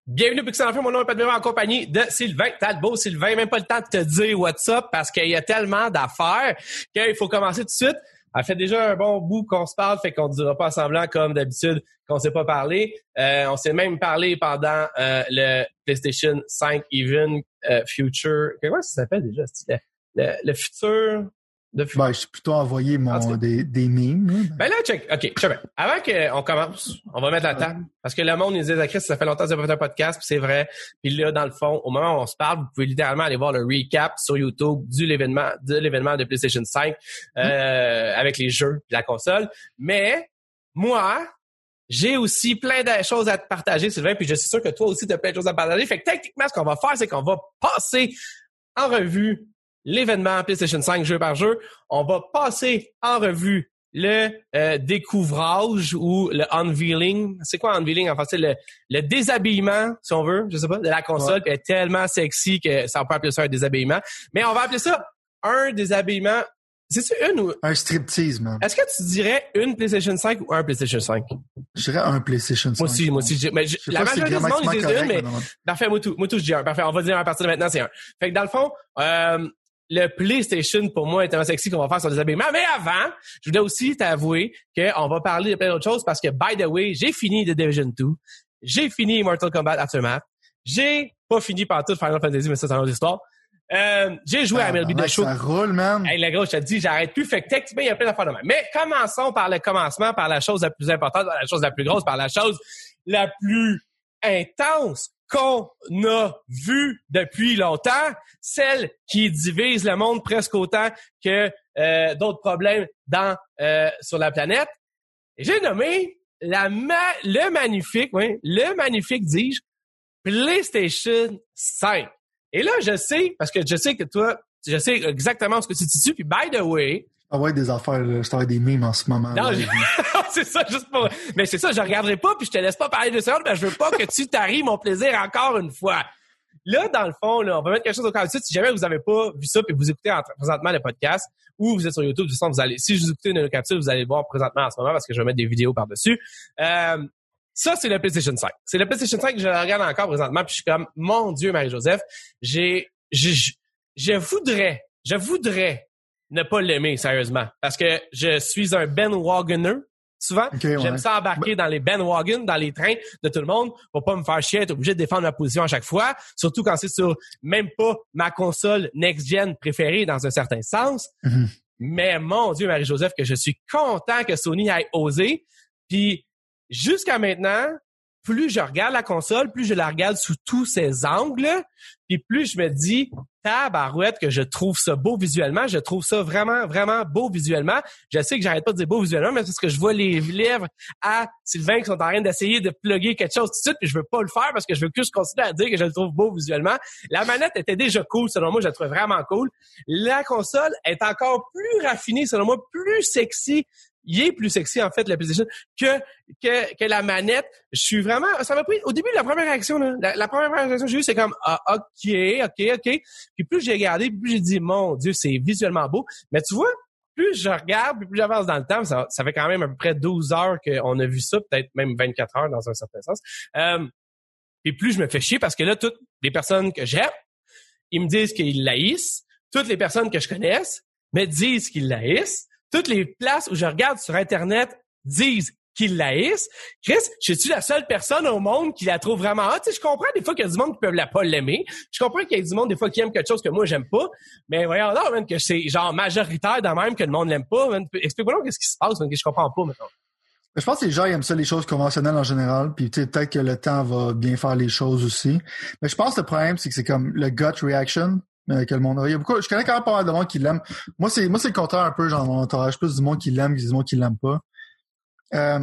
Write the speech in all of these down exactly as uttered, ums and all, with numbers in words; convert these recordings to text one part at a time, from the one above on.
Bienvenue Pixel Info, mon nom est Pat Mémon en compagnie de Sylvain Talbot. Sylvain, même pas le temps de te dire what's up parce qu'il y a tellement d'affaires qu'il faut commencer tout de suite. Ça fait déjà un bon bout qu'on se parle, fait qu'on ne dira pas semblant comme d'habitude qu'on ne s'est pas parlé. Euh, on s'est même parlé pendant euh, le PlayStation cinq Even euh, Future. Comment ça s'appelle déjà? Le, le, le futur... De... Ben, je suis plutôt envoyé mon, des, des memes. Hein. Ben là, check. OK, check bien. Avant qu'on commence, on va mettre la table. Parce que le monde, ils disent, Chris, ça fait longtemps que vous avez fait un podcast, puis c'est vrai. Puis là, dans le fond, au moment où on se parle, vous pouvez littéralement aller voir le recap sur YouTube du l'événement, de l'événement de PlayStation cinq, euh, mmh. avec les jeux et la console. Mais, moi, j'ai aussi plein de choses à te partager, Sylvain, puis je suis sûr que toi aussi, tu as plein de choses à partager. Fait que techniquement, ce qu'on va faire, c'est qu'on va passer en revue l'événement PlayStation cinq jeu par jeu. On va passer en revue le euh, découvrage ou le unveiling. C'est quoi unveiling? Enfin, c'est le, le déshabillement, si on veut, je sais pas, de la console. Ouais. Puis elle est tellement sexy que ça on peut appeler ça un déshabillement. Mais on va appeler ça un déshabillement. C'est-tu une ou... Un striptease, man. Est-ce que tu dirais une PlayStation cinq ou un PlayStation cinq? Je dirais un PlayStation cinq. Moi aussi, moi aussi. Mais je, la majorité du monde, ils disent une, mais... Parfait, moi tout, moi tout, je dis un. Parfait, on va dire à partir de maintenant, c'est un. Fait que dans le fond... Euh, le PlayStation, pour moi, est tellement sexy qu'on va faire sur des habillements. Mais avant, je voulais aussi t'avouer qu'on va parler de plein d'autres choses parce que, by the way, j'ai fini The Division deux. J'ai fini Mortal Kombat Aftermath. J'ai pas fini par tout Final Fantasy, mais ça, c'est une autre histoire. Euh, j'ai joué ah, à M L B The Show. Ça roule, man. Hey, le gros, je te dis, j'arrête plus. Fait que techniquement, il y a plein d'affaires de même. Mais commençons par le commencement, par la chose la plus importante, par la chose la plus grosse, par la chose la plus intense qu'on a vu depuis longtemps, celle qui divise le monde presque autant que euh, d'autres problèmes dans euh, sur la planète. Et j'ai nommé la ma- le magnifique, oui, le magnifique, dis-je, PlayStation cinq. Et là, je sais, parce que je sais que toi, je sais exactement ce que tu dis, puis by the way... Ah ouais, des affaires, là. Je travaille des mimes en ce moment. Non, je... c'est ça, juste pour... Mais c'est ça, je regarderai pas, puis je te laisse pas parler de ça, mais je veux pas que tu taries mon plaisir encore une fois. Là, dans le fond, là, on va mettre quelque chose au cas. Si jamais vous avez pas vu ça, puis vous écoutez en... présentement le podcast, ou vous êtes sur YouTube, de toute façon, vous allez... Si vous écoutez une capsule, vous allez le voir présentement en ce moment, parce que je vais mettre des vidéos par-dessus. Euh... Ça, c'est le PlayStation cinq. C'est le PlayStation cinq que je regarde encore présentement, puis je suis comme, mon Dieu, Marie-Joseph, j'ai... Je, je, je voudrais... Je voudrais... ne pas l'aimer, sérieusement. Parce que je suis un bandwagoner, souvent. Okay, ouais. J'aime ça embarquer dans les bandwagons, dans les trains de tout le monde, pour pas me faire chier, être obligé de défendre ma position à chaque fois. Surtout quand c'est sur même pas ma console next-gen préférée dans un certain sens. Mm-hmm. Mais mon Dieu, Marie-Joseph, que je suis content que Sony ait osé. Puis jusqu'à maintenant, plus je regarde la console, plus je la regarde sous tous ses angles, puis plus je me dis, tabarouette, que je trouve ça beau visuellement. Je trouve ça vraiment, vraiment beau visuellement. Je sais que j'arrête pas de dire beau visuellement, mais c'est parce que je vois les lèvres à Sylvain qui sont en train d'essayer de plugger quelque chose tout de suite, puis je veux pas le faire parce que je veux juste continuer à dire que je le trouve beau visuellement. La manette était déjà cool, selon moi, je la trouve vraiment cool. La console est encore plus raffinée, selon moi, plus sexy. Il est plus sexy, en fait, la PlayStation, que, que, que la manette. Je suis vraiment, ça m'a pris, au début, la première réaction, là, la, la première réaction que j'ai eue, c'est comme, ah, ok, ok, ok. Puis plus j'ai regardé, plus j'ai dit, mon Dieu, c'est visuellement beau. Mais tu vois, plus je regarde, plus j'avance dans le temps, ça, ça fait quand même à peu près douze heures qu'on a vu ça, peut-être même vingt-quatre heures dans un certain sens. Euh, puis plus je me fais chier parce que là, toutes les personnes que j'aime, ils me disent qu'ils l'haïssent. Toutes les personnes que je connaisse me disent qu'ils l'haïssent. Toutes les places où je regarde sur Internet disent qu'ils l'haïssent. Chris, je suis la seule personne au monde qui la trouve vraiment hot. Tu sais, je comprends des fois qu'il y a du monde qui peut la pas l'aimer. Je comprends qu'il y a du monde des fois qui aime quelque chose que moi j'aime pas. Mais voyons là, man, que c'est genre majoritaire dans même que le monde l'aime pas. Man. Explique-moi qu'est-ce qui se passe, man, que je comprends pas maintenant. Je pense que les gens aiment ça, les choses conventionnelles en général, puis peut-être que le temps va bien faire les choses aussi. Mais je pense que le problème, c'est que c'est comme le gut reaction. Euh, que le monde il y a beaucoup, je connais quand même pas mal de monde qui l'aime. Moi c'est moi c'est le contraire un peu, genre mon entourage, plus du monde qui l'aime que du monde qui l'aime pas. Euh,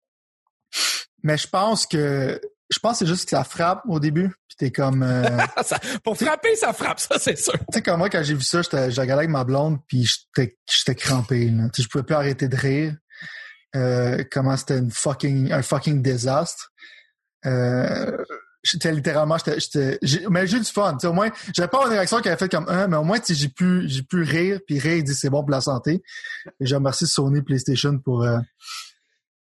mais je pense que je pense que c'est juste que ça frappe au début, puis t'es comme euh, ça, pour frapper ça frappe, ça c'est sûr. Tu sais comme moi quand j'ai vu ça, j'étais j'ai regardé avec ma blonde puis j'étais j'étais crampé là. Tu sais je pouvais plus arrêter de rire. Euh, comment c'était une fucking un fucking désastre. Euh J'étais littéralement, j'étais, j'étais, j'ai, mais j'ai eu du fun, tu sais, au moins, j'avais pas une réaction qui avait fait comme un, mais au moins, tu sais, j'ai pu, j'ai pu rire, puis rire, il dit c'est bon pour la santé. Et je remercie Sony PlayStation pour, euh,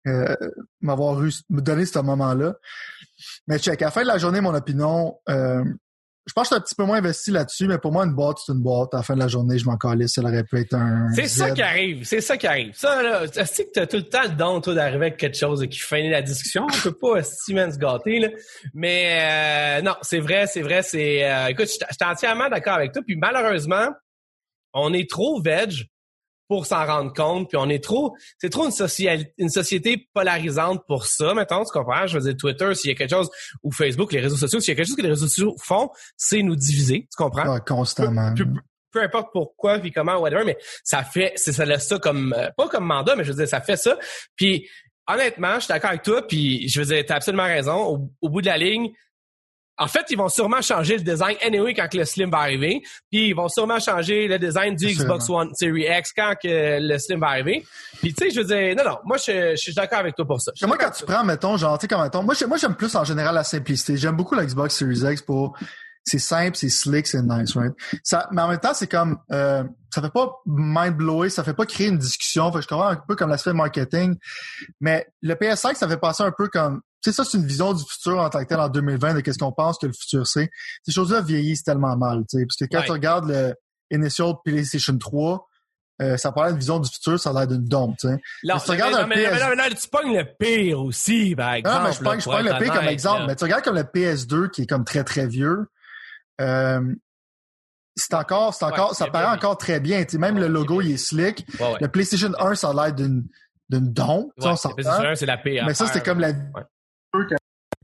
euh, m'avoir eu, me donner ce moment-là. Mais check, à la fin de la journée, mon opinion, euh, je pense que je suis un petit peu moins investi là-dessus, mais pour moi, une boîte, c'est une boîte. À la fin de la journée, je m'en calisse, ça aurait pu être un C'est Z. ça qui arrive, c'est ça qui arrive. Ça, là, est-ce que t'as tout le temps le don, toi, d'arriver avec quelque chose qui finit la discussion? On peut pas, si se gâter, là. Mais, euh, non, c'est vrai, c'est vrai, c'est, euh, écoute, je suis entièrement d'accord avec toi, puis malheureusement, on est trop veg pour s'en rendre compte, puis on est trop, c'est trop une, social, une société polarisante pour ça, mettons, tu comprends? Je veux dire, Twitter, s'il y a quelque chose, ou Facebook, les réseaux sociaux, s'il y a quelque chose que les réseaux sociaux font, c'est nous diviser, tu comprends? Ouais, constamment. Peu, peu, peu importe pourquoi, puis comment, whatever, mais ça fait, c'est ça laisse ça comme, euh, pas comme mandat, mais je veux dire, ça fait ça. Puis, honnêtement, je suis d'accord avec toi, puis je veux dire, t'as absolument raison. Au, au bout de la ligne, en fait, ils vont sûrement changer le design anyway quand que le Slim va arriver. Puis ils vont sûrement changer le design du Absolument. Xbox One Series X quand que le Slim va arriver. Puis tu sais, je veux dire, non, non, moi je, je suis d'accord avec toi pour ça. Moi, quand tu prends, mettons, genre, tu sais, comme mettons, moi, moi, j'aime plus en général la simplicité. J'aime beaucoup la Xbox Series X pour, c'est simple, c'est slick, c'est nice, right? Ça, mais en même temps, c'est comme, euh, ça fait pas mind-blower, ça fait pas créer une discussion. Fait que je comprends un peu comme l'aspect marketing. Mais le P S cinq, ça fait passer un peu comme, tu sais, ça, c'est une vision du futur en tant que tel en deux mille vingt de qu'est-ce qu'on pense que le futur c'est. Ces choses-là vieillissent tellement mal, tu sais. Parce que quand Ouais. tu regardes le Initial PlayStation trois, euh, ça parlait de vision du futur, ça a l'air d'une dompe, tu sais. Non, Mais si tu mais, regardes non, un mais, P S... mais, non, mais là, tu pognes le pire aussi, par exemple. Non, mais je pogne, je pogne le pire comme exemple. Mais tu regardes comme le P S deux qui est comme très, très vieux. Euh, c'est encore, c'est encore, Ouais, ça c'est paraît bien. encore très bien. Tu sais, même Ouais, le logo, c'est bien. il est slick. Ouais, ouais. Le PlayStation un, ça a l'air d'une, d'une dompe. tu sais, Ouais, on le s'entend. PlayStation un, c'est la pire. Mais ça, c'était comme la, Ouais.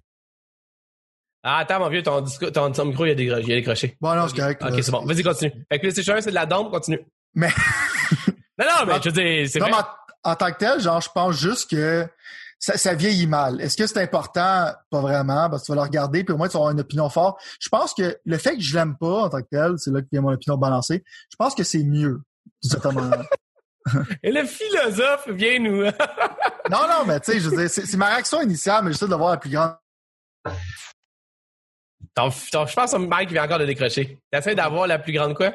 Ah, attends, mon vieux, ton, disco, ton, ton micro, il a décroché. Il a décroché. bon, non, Ok, c'est correct. Ok, là. c'est bon. Vas-y, continue. Fait que PlayStation un, c'est de la dompe, continue. Mais, Non, non, mais je veux dire, c'est non, vrai. mais en, en tant que tel, genre, je pense juste que ça, ça vieillit mal. Est-ce que c'est important? Pas vraiment, parce que tu vas le regarder, puis au moins tu vas avoir une opinion forte. Je pense que le fait que je l'aime pas en tant que tel, c'est là que vient mon opinion balancée. Je pense que c'est mieux, d'une certaine manière. Et le philosophe vient nous... Non, non, mais tu sais, je veux dire, c'est, c'est ma réaction initiale, mais j'essaie de voir la plus grande. Ton, ton, je pense que Mike vient encore de décrocher. T'essaies d'avoir la plus grande quoi?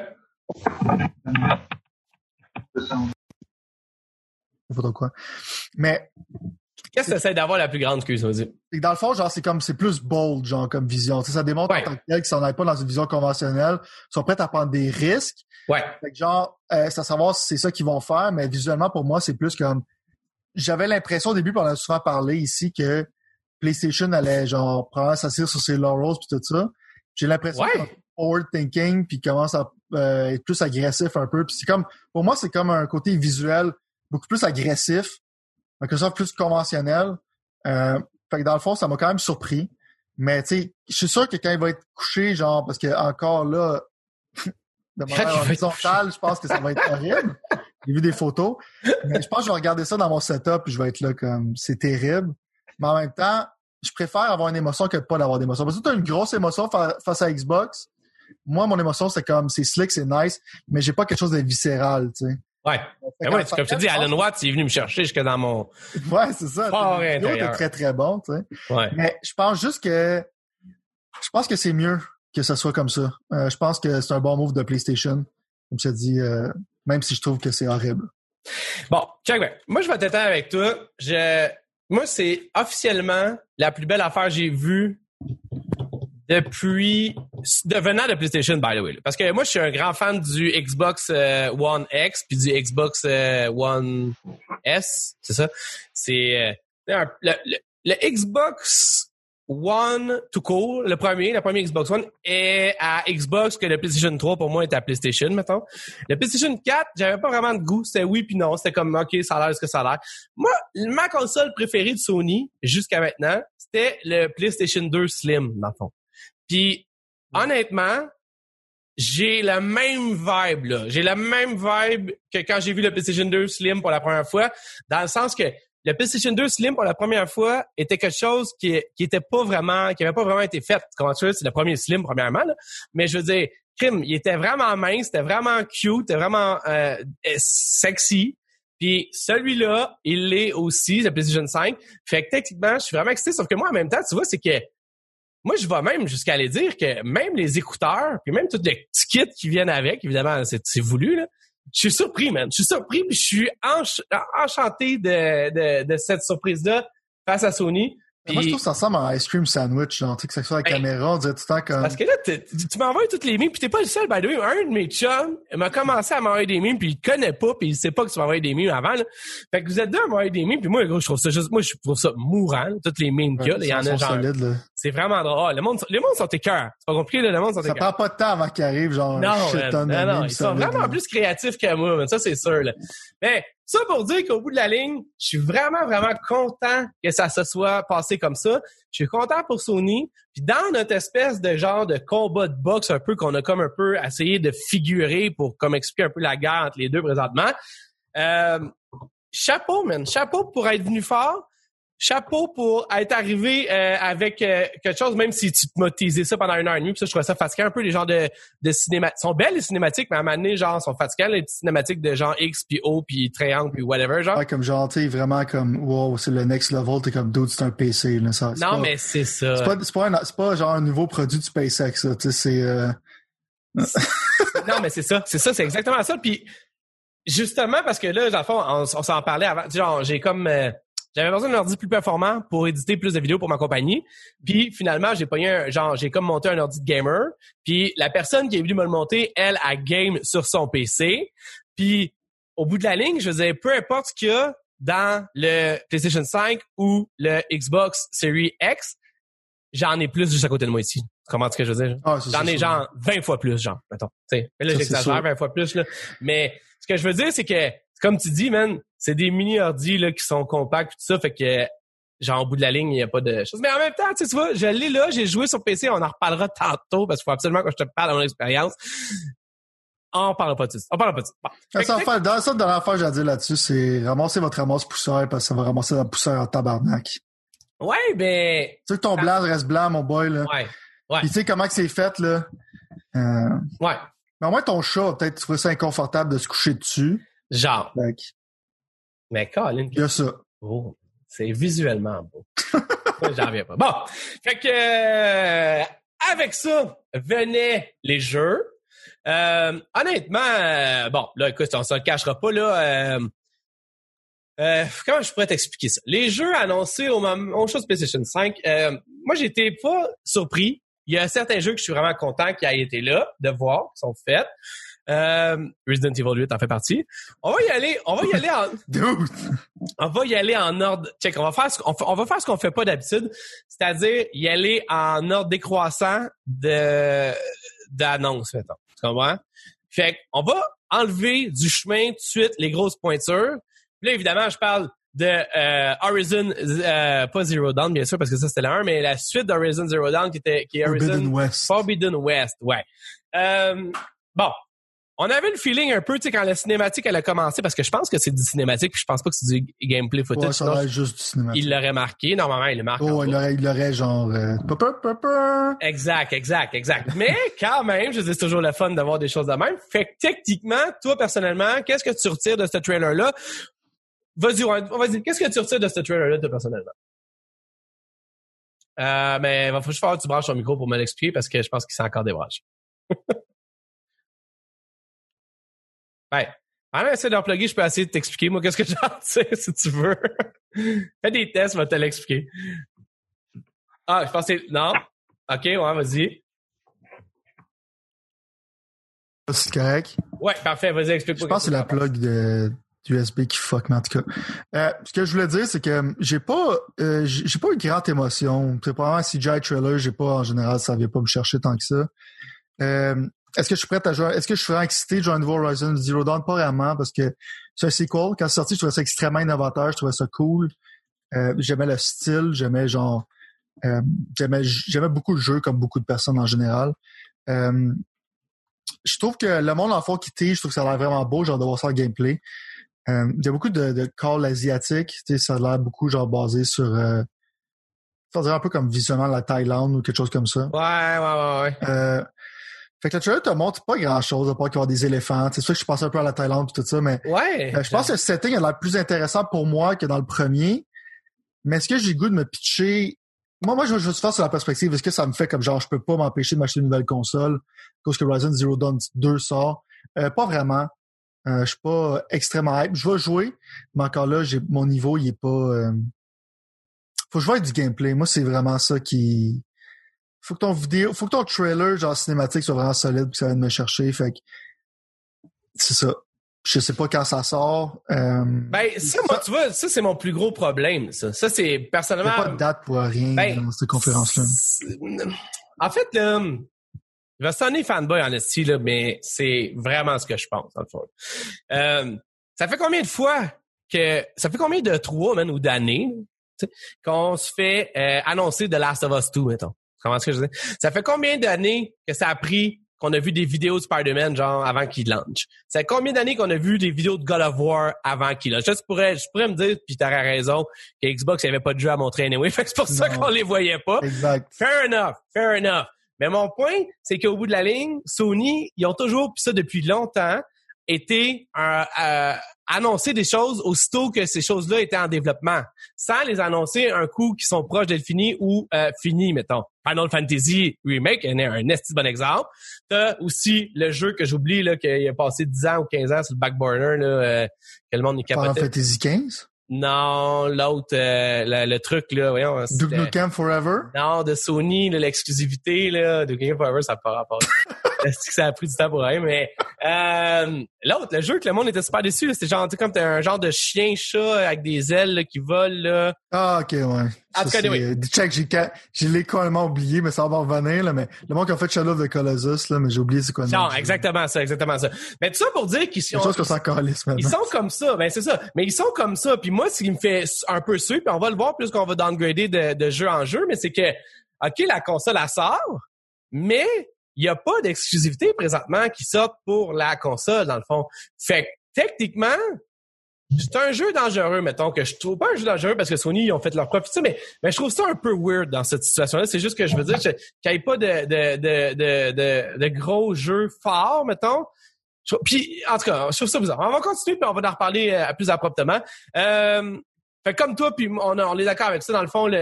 Je sais pas trop quoi. Mais, Qu'est-ce que t'essaies d'avoir la plus grande, excuse, vas-y. c'est que dans le fond, genre, c'est comme, c'est plus bold, genre, comme vision. Tu sais, ça démontre Ouais. en tant que tel qu'ils s'en aillent pas dans une vision conventionnelle, ils sont prêts à prendre des risques. Ouais. Fait que genre, euh, c'est à savoir si c'est ça qu'ils vont faire, mais visuellement, pour moi, c'est plus comme... J'avais l'impression au début, puis on a souvent parlé ici, que PlayStation allait, genre, probablement s'asseoir sur ses laurels puis tout ça. J'ai l'impression Ouais. qu'ils sont forward thinking, puis commence à euh, être plus agressif un peu. Puis c'est comme... Pour moi, c'est comme un côté visuel beaucoup plus agressif, Microsoft plus conventionnel. Euh, fait que dans le fond, ça m'a quand même surpris. Mais tu sais, je suis sûr que quand il va être couché, genre, parce que encore là, de Quand il manière va être horizontale, je pense que ça va être horrible. J'ai vu des photos. Mais je pense que je vais regarder ça dans mon setup et je vais être là comme c'est terrible. Mais en même temps, je préfère avoir une émotion que de pas d'avoir d'émotion. Parce que tu as une grosse émotion fa- face à Xbox. Moi, mon émotion, c'est comme c'est slick, c'est nice, mais j'ai pas quelque chose de viscéral, tu sais. Ouais. Fait Mais qu'en ouais, comme je te dis, fait, Alan Watts, il est venu me chercher jusque dans mon... Ouais, c'est ça. Fort Le vidéo intérieur. était très, très bon, tu sais. Ouais. Mais je pense juste que je pense que c'est mieux que ce soit comme ça. Euh, je pense que c'est un bon move de PlayStation. Comme je te dis, euh, même si je trouve que c'est horrible. Bon, check back. Moi, je vais t'être avec toi. Je... Moi, c'est officiellement la plus belle affaire que j'ai vue depuis... devenant de PlayStation, by the way. Là. Parce que moi, je suis un grand fan du Xbox euh, One X puis du Xbox euh, One S. C'est ça? C'est... Euh, un- le, le, le Xbox One tout court, le premier, le premier Xbox One, est à Xbox que le PlayStation trois, pour moi, est à PlayStation, mettons. Le PlayStation quatre, j'avais pas vraiment de goût. C'était oui puis non. C'était comme, OK, ça a l'air ce que ça a l'air. Moi, ma console préférée de Sony, jusqu'à maintenant, c'était le PlayStation deux Slim, dans le fond. Puis, honnêtement, j'ai le même vibe, là. J'ai le même vibe que quand j'ai vu le PlayStation deux Slim pour la première fois, dans le sens que le PlayStation deux Slim pour la première fois était quelque chose qui, qui était pas vraiment, qui avait pas vraiment été fait. Comment tu veux? C'est le premier Slim, premièrement, là. Mais je veux dire, crime, il était vraiment mince, c'était vraiment cute, c'était vraiment euh, sexy. Puis celui-là, il l'est aussi, le PlayStation cinq. Fait que techniquement, je suis vraiment excité. Sauf que moi, en même temps, tu vois, c'est que moi, je vais même jusqu'à aller dire que même les écouteurs, puis même tous les petits kits qui viennent avec, évidemment, c'est, c'est voulu, là, je suis surpris, man. Je suis surpris puis je suis ench- enchanté de, de, de cette surprise-là face à Sony. Puis, moi, je trouve que ça ressemble à un ice cream sandwich, genre, tu sais, que ça soit la hey, caméra, on dirait tout le temps comme... Parce que là, tu m'envoies toutes les memes, pis t'es pas le seul, by the way. Un de mes chums m'a commencé à m'envoyer des memes, puis il te connaît pas, puis il sait pas que tu m'envoies des memes avant, là. Fait que vous êtes deux à m'envoyer des memes, puis moi, gros, je trouve ça juste... Moi, je trouve ça mourant, là, toutes les memes qu'il y a. Là, il y en a genre... Solides, là. C'est vraiment drôle. Ah, le monde, les mondes sont écœurs. C'est pas compliqué, là, le monde sont écœurs. Ça prend pas de temps avant qu'ils arrivent, genre, non, un shit ton non, de non, memes ils sont solides, vraiment là. plus créatifs que moi, mais ça, c'est sûr, là. Mais ça pour dire qu'au bout de la ligne, je suis vraiment, vraiment content que ça se soit passé comme ça. Je suis content pour Sony. Puis dans notre espèce de genre de combat de boxe un peu qu'on a comme un peu essayé de figurer pour comme expliquer un peu la guerre entre les deux présentement, euh, chapeau, man. Chapeau pour être venu fort. Chapeau pour être arrivé euh, avec euh, quelque chose, même si tu m'as teasé ça pendant une heure et demie, puis ça, je trouvais ça fatigant un peu, les genres de, de cinématiques. Sont belles, les cinématiques, mais à un moment donné, genre, sont fatigants, les cinématiques de genre X, puis O, puis triangle, puis whatever, genre. Ouais, comme genre, tu sais, vraiment comme, wow, c'est le next level, t'es comme, dude, c'est un P C, là, ça. Non, pas, mais c'est ça. C'est pas, c'est pas, un, c'est pas genre un nouveau produit du SpaceX, là, tu sais, c'est... Euh... Non, mais c'est ça, c'est ça, c'est exactement ça, puis justement, parce que là, dans le fond, on, on s'en parlait avant, genre, j'ai comme... Euh, J'avais besoin d'un ordi plus performant pour éditer plus de vidéos pour ma compagnie. Puis finalement, j'ai pogné un genre, j'ai comme monté un ordi de gamer. Puis la personne qui est venue me le monter, elle, a game sur son P C. Puis au bout de la ligne, je disais, peu importe ce qu'il y a dans le PlayStation cinq ou le Xbox Series X, j'en ai plus juste à côté de moi ici. Tu comprends ce que je veux dire? Ah, c'est j'en ça, ai ça. genre vingt fois plus, genre, mettons. T'sais. Mais là, Ça, j'exagère vingt fois plus, là. Mais ce que je veux dire, c'est que, comme tu dis, man, c'est des mini-ordis là, qui sont compacts et tout ça, fait que genre au bout de la ligne, il n'y a pas de choses. Mais en même temps, tu vois, je l'ai là, j'ai joué sur P C, on en reparlera tantôt, parce qu'il faut absolument que je te parle de mon expérience. On parlera pas de ça. On parlera pas de ça. Bon. Fait ça, fait, dans ça, dernière fois, j'ai à dire là-dessus, c'est ramasser votre ramasse poussière parce que ça va ramasser la poussière en tabarnak. Ouais, ben... Tu sais que ton blanc reste blanc, mon boy, là. Ouais, ouais. Puis tu sais comment que c'est fait, là. Euh... Ouais. Mais au moins, ton chat, peut-être, tu trouves ça inconfortable de se coucher dessus. Genre. Fait que... Mais Colin... Il y a ça. Oh, c'est visuellement beau. J'en reviens pas. Bon. Fait que... Euh, avec ça, venaient les jeux. Euh, honnêtement, euh, bon, là, écoute, on se le cachera pas, là. Euh, euh, comment je pourrais t'expliquer ça? Les jeux annoncés au moment, au show de PlayStation cinq, euh, moi, j'étais pas surpris. Il y a certains jeux que je suis vraiment content qui aient été là, de voir, qui sont faits. Euh, Resident Evil huit en fait partie. On va y aller, on va y aller en... Dude! On va y aller en ordre... Check, on va faire ce qu'on, on va faire ce qu'on fait pas d'habitude, c'est-à-dire y aller en ordre décroissant de d'annonce, mettons. Tu comprends? Fait qu'on va enlever du chemin tout de suite les grosses pointures. Puis là, évidemment, je parle de euh, Horizon, euh, pas Zero Dawn, bien sûr, parce que ça, c'était la un, mais la suite d'Horizon Zero Dawn, qui était qui est Horizon... Forbidden West. Forbidden West, ouais. Euh, bon. On avait le feeling un peu, tu sais, quand la cinématique, elle a commencé, parce que je pense que c'est du cinématique, puis je pense pas que c'est du gameplay footage. Ouais, ça va être juste du cinématique. Il l'aurait marqué. Normalement, il le marque. Oh, il l'aurait, il l'aurait genre... Euh... Papa, papa. Exact, exact, exact. Mais quand même, je dis, c'est toujours le fun d'avoir des choses de même. Fait que techniquement, toi, personnellement, qu'est-ce que tu retires de ce trailer-là? Vas-y, vas-y, qu'est-ce que tu retires de ce trailer-là, toi, personnellement? Euh, mais il va juste falloir que tu branches ton micro pour me l'expliquer, parce que je pense qu'il s'est encore débranché. Ouais. Pendant que j'essaie d'enpluguer, je peux essayer de t'expliquer, moi, qu'est-ce que j'en sais, si tu veux. Fais des tests, je vais te l'expliquer. Ah, je pensais... Non? OK, ouais, vas-y. C'est correct. Ouais, parfait, vas-y, explique-moi. Je pense que c'est la plug de U S B qui fuck, mais en tout cas. Euh, ce que je voulais dire, c'est que j'ai pas euh, j'ai pas une grande émotion. C'est probablement un C G I trailer, j'ai pas, en général, ça vient pas me chercher tant que ça. Euh, Est-ce que je suis prêt à jouer? Est-ce que je serais excité de jouer un nouveau Horizon Zero Dawn? Pas vraiment, parce que c'est un sequel. Quand c'est sorti, je trouvais ça extrêmement innovateur, je trouvais ça cool. Euh, j'aimais le style, j'aimais genre... Euh, j'aimais, j'aimais beaucoup le jeu, comme beaucoup de personnes en général. Euh, je trouve que le monde en fond qui tige, je trouve que ça a l'air vraiment beau, genre de voir ça en gameplay. Euh, il y a beaucoup de, de calls asiatiques, tu sais, ça a l'air beaucoup genre basé sur... Euh, ça dirait un peu comme visuellement la Thaïlande ou quelque chose comme ça. Ouais, ouais, ouais, ouais. Euh, Fait que le trailer te montre pas grand-chose, à part qu'il y a des éléphants. C'est sûr que je pensais un peu à la Thaïlande et tout ça, mais Ouais. euh, je pense que le setting a l'air plus intéressant pour moi que dans le premier. Mais est-ce que j'ai le goût de me pitcher? Moi, moi, je veux juste faire sur la perspective. Est-ce que ça me fait comme genre, je peux pas m'empêcher de m'acheter une nouvelle console à cause que Horizon Zero Dawn deux sort? Euh, pas vraiment. Euh, je suis pas extrêmement hype. Je vais jouer, mais encore là, j'ai mon niveau, il est pas... Euh... Faut que je vois du gameplay. Moi, c'est vraiment ça qui... Faut que ton vidéo... Faut que ton trailer, genre cinématique, soit vraiment solide pour que ça vienne me chercher. Fait que... C'est ça. Je sais pas quand ça sort. Euh... Ben, ça, moi, tu vois, ça, c'est mon plus gros problème, ça. Ça, c'est personnellement... Il n'y a pas de date pour rien ben, dans cette conférence-là. En fait, là... Je vais sonner fanboy en esti, là, mais c'est vraiment ce que je pense, dans le fond. Euh, ça fait combien de fois que... Ça fait combien de trois, man, ou d'années, qu'on se fait euh, annoncer The Last of Us deux, mettons. Comment est-ce que je dis? Ça fait combien d'années que ça a pris qu'on a vu des vidéos de Spider-Man, genre, avant qu'il launch? Ça fait combien d'années qu'on a vu des vidéos de God of War avant qu'il launch? Ça, tu pourrais, je pourrais me dire, puis t'aurais raison, que Xbox, il n'y avait pas de jeu à montrer anyway, fait que c'est pour ça non. qu'on les voyait pas. Exact. Fair enough, fair enough. Mais mon point, c'est qu'au bout de la ligne, Sony, ils ont toujours, puis ça depuis longtemps, été euh, euh, annoncer des choses aussitôt que ces choses-là étaient en développement, sans les annoncer un coup qui sont proches d'être finis ou euh, finis, mettons. Final Fantasy Remake en est un esti bon exemple. T'as aussi le jeu que j'oublie, là, qu'il a passé dix ans ou quinze ans sur le back burner, là, euh, que le monde est capoté. Final Fantasy quinze? Non, l'autre, euh, le, le truc, là, voyons. Duke Nukem Forever? Non, de Sony, là, l'exclusivité, là, Duke Nukem Forever, ça n'a pas rapport. Est-ce que ça a pris du temps pour rien, mais euh, l'autre, le jeu que le monde était super déçu, là, c'était genre, tu sais, comme t'as un genre de chien-chat avec des ailes là, qui volent, là. Ah, ok, ouais. En tout cas, oui. Check, j'ai, j'ai l'ai complètement oublié, mais ça va revenir, là, mais le monde qui a fait Shadow of the Colossus, là, mais j'ai oublié c'est quoi le nom. Non, exactement ça, exactement ça. Mais tout ça pour dire qu'ils sont... Chose que ça calisse, ils sont comme ça, ben c'est ça. Mais ils sont comme ça, puis moi, ce qui me fait un peu suer, puis on va le voir plus qu'on va downgrader de, de jeu en jeu, mais c'est que, ok, la console, elle sort, mais il n'y a pas d'exclusivité présentement qui sortent pour la console, dans le fond. Fait que, techniquement, c'est un jeu dangereux, mettons, que je trouve pas un jeu dangereux parce que Sony, ils ont fait leur profit, mais, mais je trouve ça un peu weird dans cette situation-là. C'est juste que je veux dire qu'il n'y ait pas de, de, de, de, de, de gros jeux forts, mettons. Puis, en tout cas, je trouve ça bizarre. On va continuer, puis on va en reparler euh, plus abruptement. Euh, fait comme toi, puis on, on est d'accord avec ça, dans le fond, le...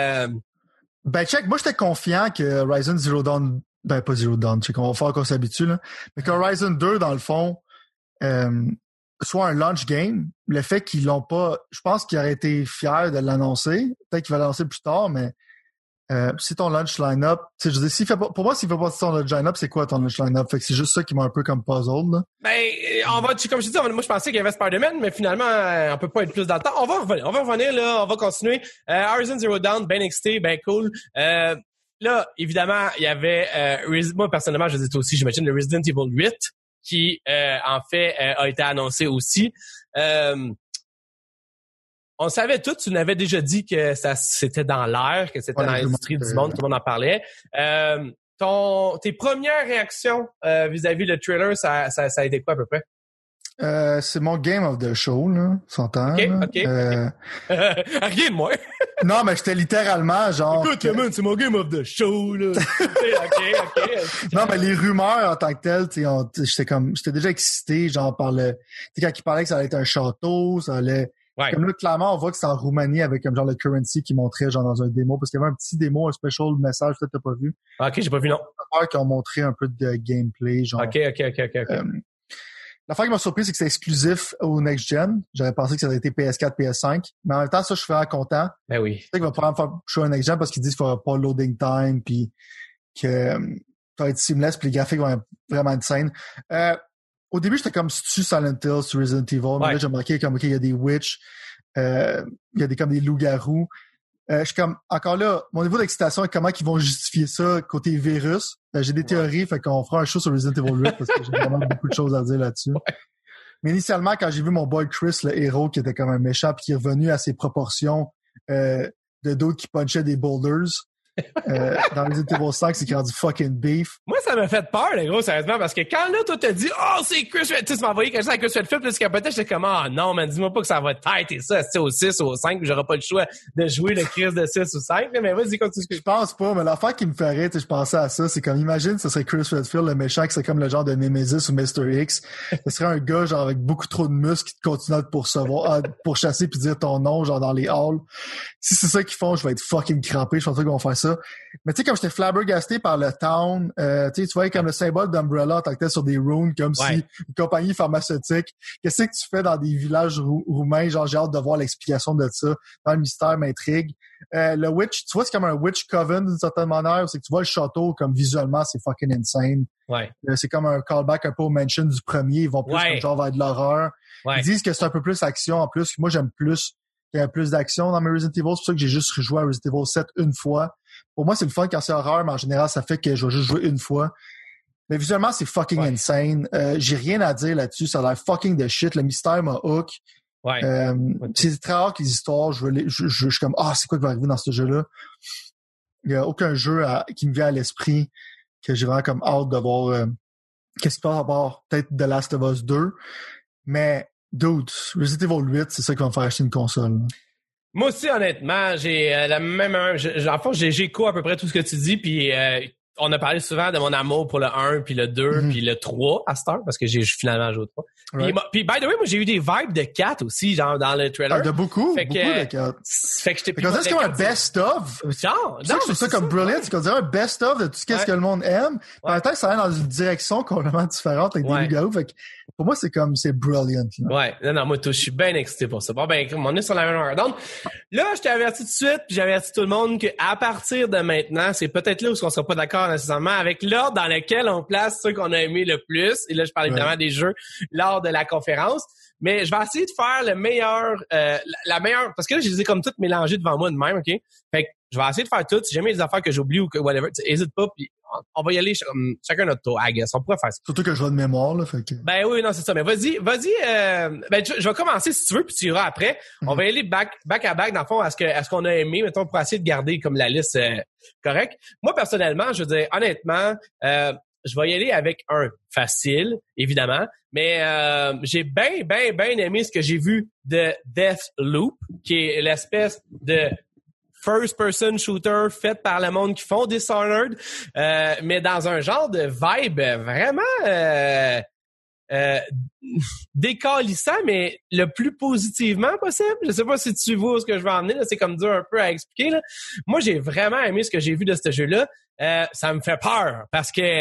Ben, check, moi, j'étais confiant que Horizon Zero Dawn Ben, pas Zero Dawn, c'est qu'on va faire qu'on s'habitue, là. Mais qu'Horizon deux, dans le fond, euh, soit un launch game, le fait qu'ils l'ont pas, je pense qu'ils auraient été fiers de l'annoncer. Peut-être qu'ils vont l'annoncer plus tard, mais euh, si ton launch line-up, tu sais, je veux dire, s'il fait pas, pour moi, s'il fait pas ton launch line-up, c'est quoi ton launch line-up? Fait que c'est juste ça qui m'a un peu comme puzzle, là. Ben, on va, comme je te dis, moi, je pensais qu'il y avait Spider-Man, mais finalement, on peut pas être plus dans le temps. On va revenir, on va revenir, là, on va continuer. Euh, Horizon Zero Dawn, ben excité, ben cool. Euh, Là, évidemment, il y avait, euh, moi, personnellement, je dis aussi, j'imagine, le Resident Evil huit, qui, euh, en fait, euh, a été annoncé aussi. Euh, on savait tous, tu n'avais déjà dit que ça c'était dans l'air, que c'était ouais, dans l'industrie du monde, tout le monde en parlait. Euh, ton, tes premières réactions euh, vis-à-vis le trailer, ça, ça, ça a été quoi à peu près? Euh, c'est mon game of the show, là, s'entend. OK, là. OK. Euh... Rien de moi. Non, mais j'étais littéralement genre... Écoute, que... man, c'est mon game of the show, là. OK, OK. Non, mais les rumeurs en tant que telles, tu sais, j'étais comme... J'étais déjà excité, genre, par le... Tu sais, quand il parlait que ça allait être un château, ça allait... Ouais. Comme là, clairement, on voit que c'est en Roumanie avec comme genre le currency qui montrait genre dans un démo, parce qu'il y avait un petit démo, un special message, peut-être t'as pas vu. OK, j'ai pas vu, non. Qui ont montré un peu de gameplay, genre... OK, OK, OK, OK. okay. Euh, L'affaire qui m'a surpris, c'est que c'est exclusif au Next Gen. J'aurais pensé que ça aurait été P S quatre, P S cinq. Mais en même temps, ça, je suis vraiment content. Ben oui. Je sais qu'il va probablement faire show un Next Gen parce qu'ils disent qu'il n'y aura pas loading time puis que euh, ça va être seamless puis les graphiques vont être vraiment insane. Euh, au début, j'étais comme tu Silent Hill, sur Resident Evil. Mais ouais. Là, j'ai remarqué comme, OK, il y a des witch, euh, il y a des comme des loups-garous. Euh, je suis comme, encore là, mon niveau d'excitation est comment ils vont justifier ça côté virus. Euh, j'ai des théories, fait qu'on fera un show sur Resident Evil huit parce que j'ai vraiment beaucoup de choses à dire là-dessus. Ouais. Mais initialement, quand j'ai vu mon boy Chris, le héros, qui était comme un méchant puis qui est revenu à ses proportions euh, de d'autres qui punchaient des boulders, euh, dans Resident Evil cinq, c'est qu'il y a du fucking beef. Moi, ça m'a fait peur, les gros, sérieusement, parce que quand là, toi, t'as dit, oh, c'est Chris Redfield, tu sais, tu m'as envoyé quelque chose avec Chris Redfield, puis tu capotais, j'étais comme, ah, oh, non, man, dis-moi pas que ça va être et ça, c'est au six ou au cinq, puis j'aurai pas le choix de jouer le Chris de six ou cinq, mais vas-y, continue ce que je pense pas, mais l'affaire qui me ferait, tu sais, je pensais à ça, c'est comme, imagine, ce serait Chris Redfield, le méchant, qui serait comme le genre de Nemesis ou mister X. Ce serait un gars, genre, avec beaucoup trop de muscles qui continue à te pourcevoir, à, pour chasser puis dire ton nom, genre, dans les halls. Si c'est ça qu'ils font, je vais être fucking crampé, je pense pas qu'ils vont faire ça. ça. Mais tu sais, comme j'étais flabbergasté par le town, euh, tu sais, tu voyais comme le symbole d'Umbrella en tant que tel sur des runes, comme ouais. si une compagnie pharmaceutique. Qu'est-ce que tu fais dans des villages rou- roumains? Genre, j'ai hâte de voir l'explication de ça. Dans le mystère m'intrigue. Euh, le witch, tu vois, c'est comme un witch coven d'une certaine manière. C'est que tu vois le château, comme visuellement, c'est fucking insane. Ouais. Euh, c'est comme un callback un peu au Mansion du premier. Ils vont plus ouais. comme genre vers de l'horreur. Ouais. Ils disent que c'est un peu plus action en plus. Moi, j'aime plus qu'il y ait plus d'action dans mes Resident Evil. C'est pour ça que j'ai juste rejoué à Resident Evil sept une fois. Pour moi, c'est le fun quand c'est horreur, mais en général, ça fait que je vais juste jouer une fois. Mais visuellement, c'est fucking ouais. insane. Euh, j'ai rien à dire là-dessus. Ça a l'air fucking de shit. Le mystère m'a hook. Ouais. Euh, okay. C'est très rare que les histoires, je, veux les, je, je, je suis comme, ah, c'est quoi qui va arriver dans ce jeu-là? Il y a aucun jeu à, qui me vient à l'esprit que j'ai vraiment comme hâte de voir euh, qu'est-ce qui passe à part peut-être The Last of Us deux. Mais, dude, Resident Evil huit, c'est ça qui va me faire acheter une console. Là. Moi aussi, honnêtement, j'ai euh, la même... En fait, j'ai j'écho à peu près tout ce que tu dis, puis euh, on a parlé souvent de mon amour pour le un, puis le deux, mm-hmm. puis le trois à cette heure, parce que j'ai finalement joué au trois. Right. Puis, puis, by the way, moi, j'ai eu des vibes de quatre aussi, genre, dans le trailer. Ah, de beaucoup, fait beaucoup que, de quatre. Fait que j'étais plus... C'est comme un best-of. Genre, non, c'est ça comme brilliant, c'est qu'on dirait un best-of de tout ce ouais. que le monde aime. Ouais. En même temps, ça va dans une direction complètement différente avec ouais. des loups-garous. Fait que, pour moi, c'est comme, c'est brilliant. Là. Ouais. Non, non, moi, tout, je suis bien excité pour ça. Bon, ben, on est sur la même longueur d'onde. Là, je t'ai averti tout de suite, puis j'ai averti tout le monde qu'à partir de maintenant, c'est peut-être là où on sera pas d'accord nécessairement avec l'ordre dans lequel on place ceux qu'on a aimé le plus. Et là, je parle évidemment ouais. des jeux lors de la conférence. Mais je vais essayer de faire le meilleur, euh, la, la meilleure, parce que là, je les ai comme toutes mélangées devant moi de même, OK? Fait que je vais essayer de faire tout. Si jamais il y a des affaires que j'oublie ou que whatever, hésite pas, puis on, on va y aller ch- chacun notre tour, I guess. On pourrait faire ça. Surtout que je vois de mémoire, là, fait que... Ben oui, non, c'est ça. Mais vas-y, vas-y, euh, ben, je, je vais commencer si tu veux, puis tu iras après. Mm-hmm. On va y aller back, back à back, dans le fond, à ce que, à ce qu'on a aimé, mettons, pour essayer de garder comme la liste, euh, correcte. Moi, personnellement, je veux dire, honnêtement, euh, je vais y aller avec un facile, évidemment, mais euh, j'ai bien, bien, bien aimé ce que j'ai vu de Deathloop, qui est l'espèce de first-person shooter fait par le monde qui font Dishonored, euh, mais dans un genre de vibe vraiment euh, euh, décalissant, mais le plus positivement possible. Je sais pas si tu vois ce que je veux emmener, là, c'est comme dur un peu à expliquer. Là. Moi, j'ai vraiment aimé ce que j'ai vu de ce jeu-là. Euh, ça me fait peur parce que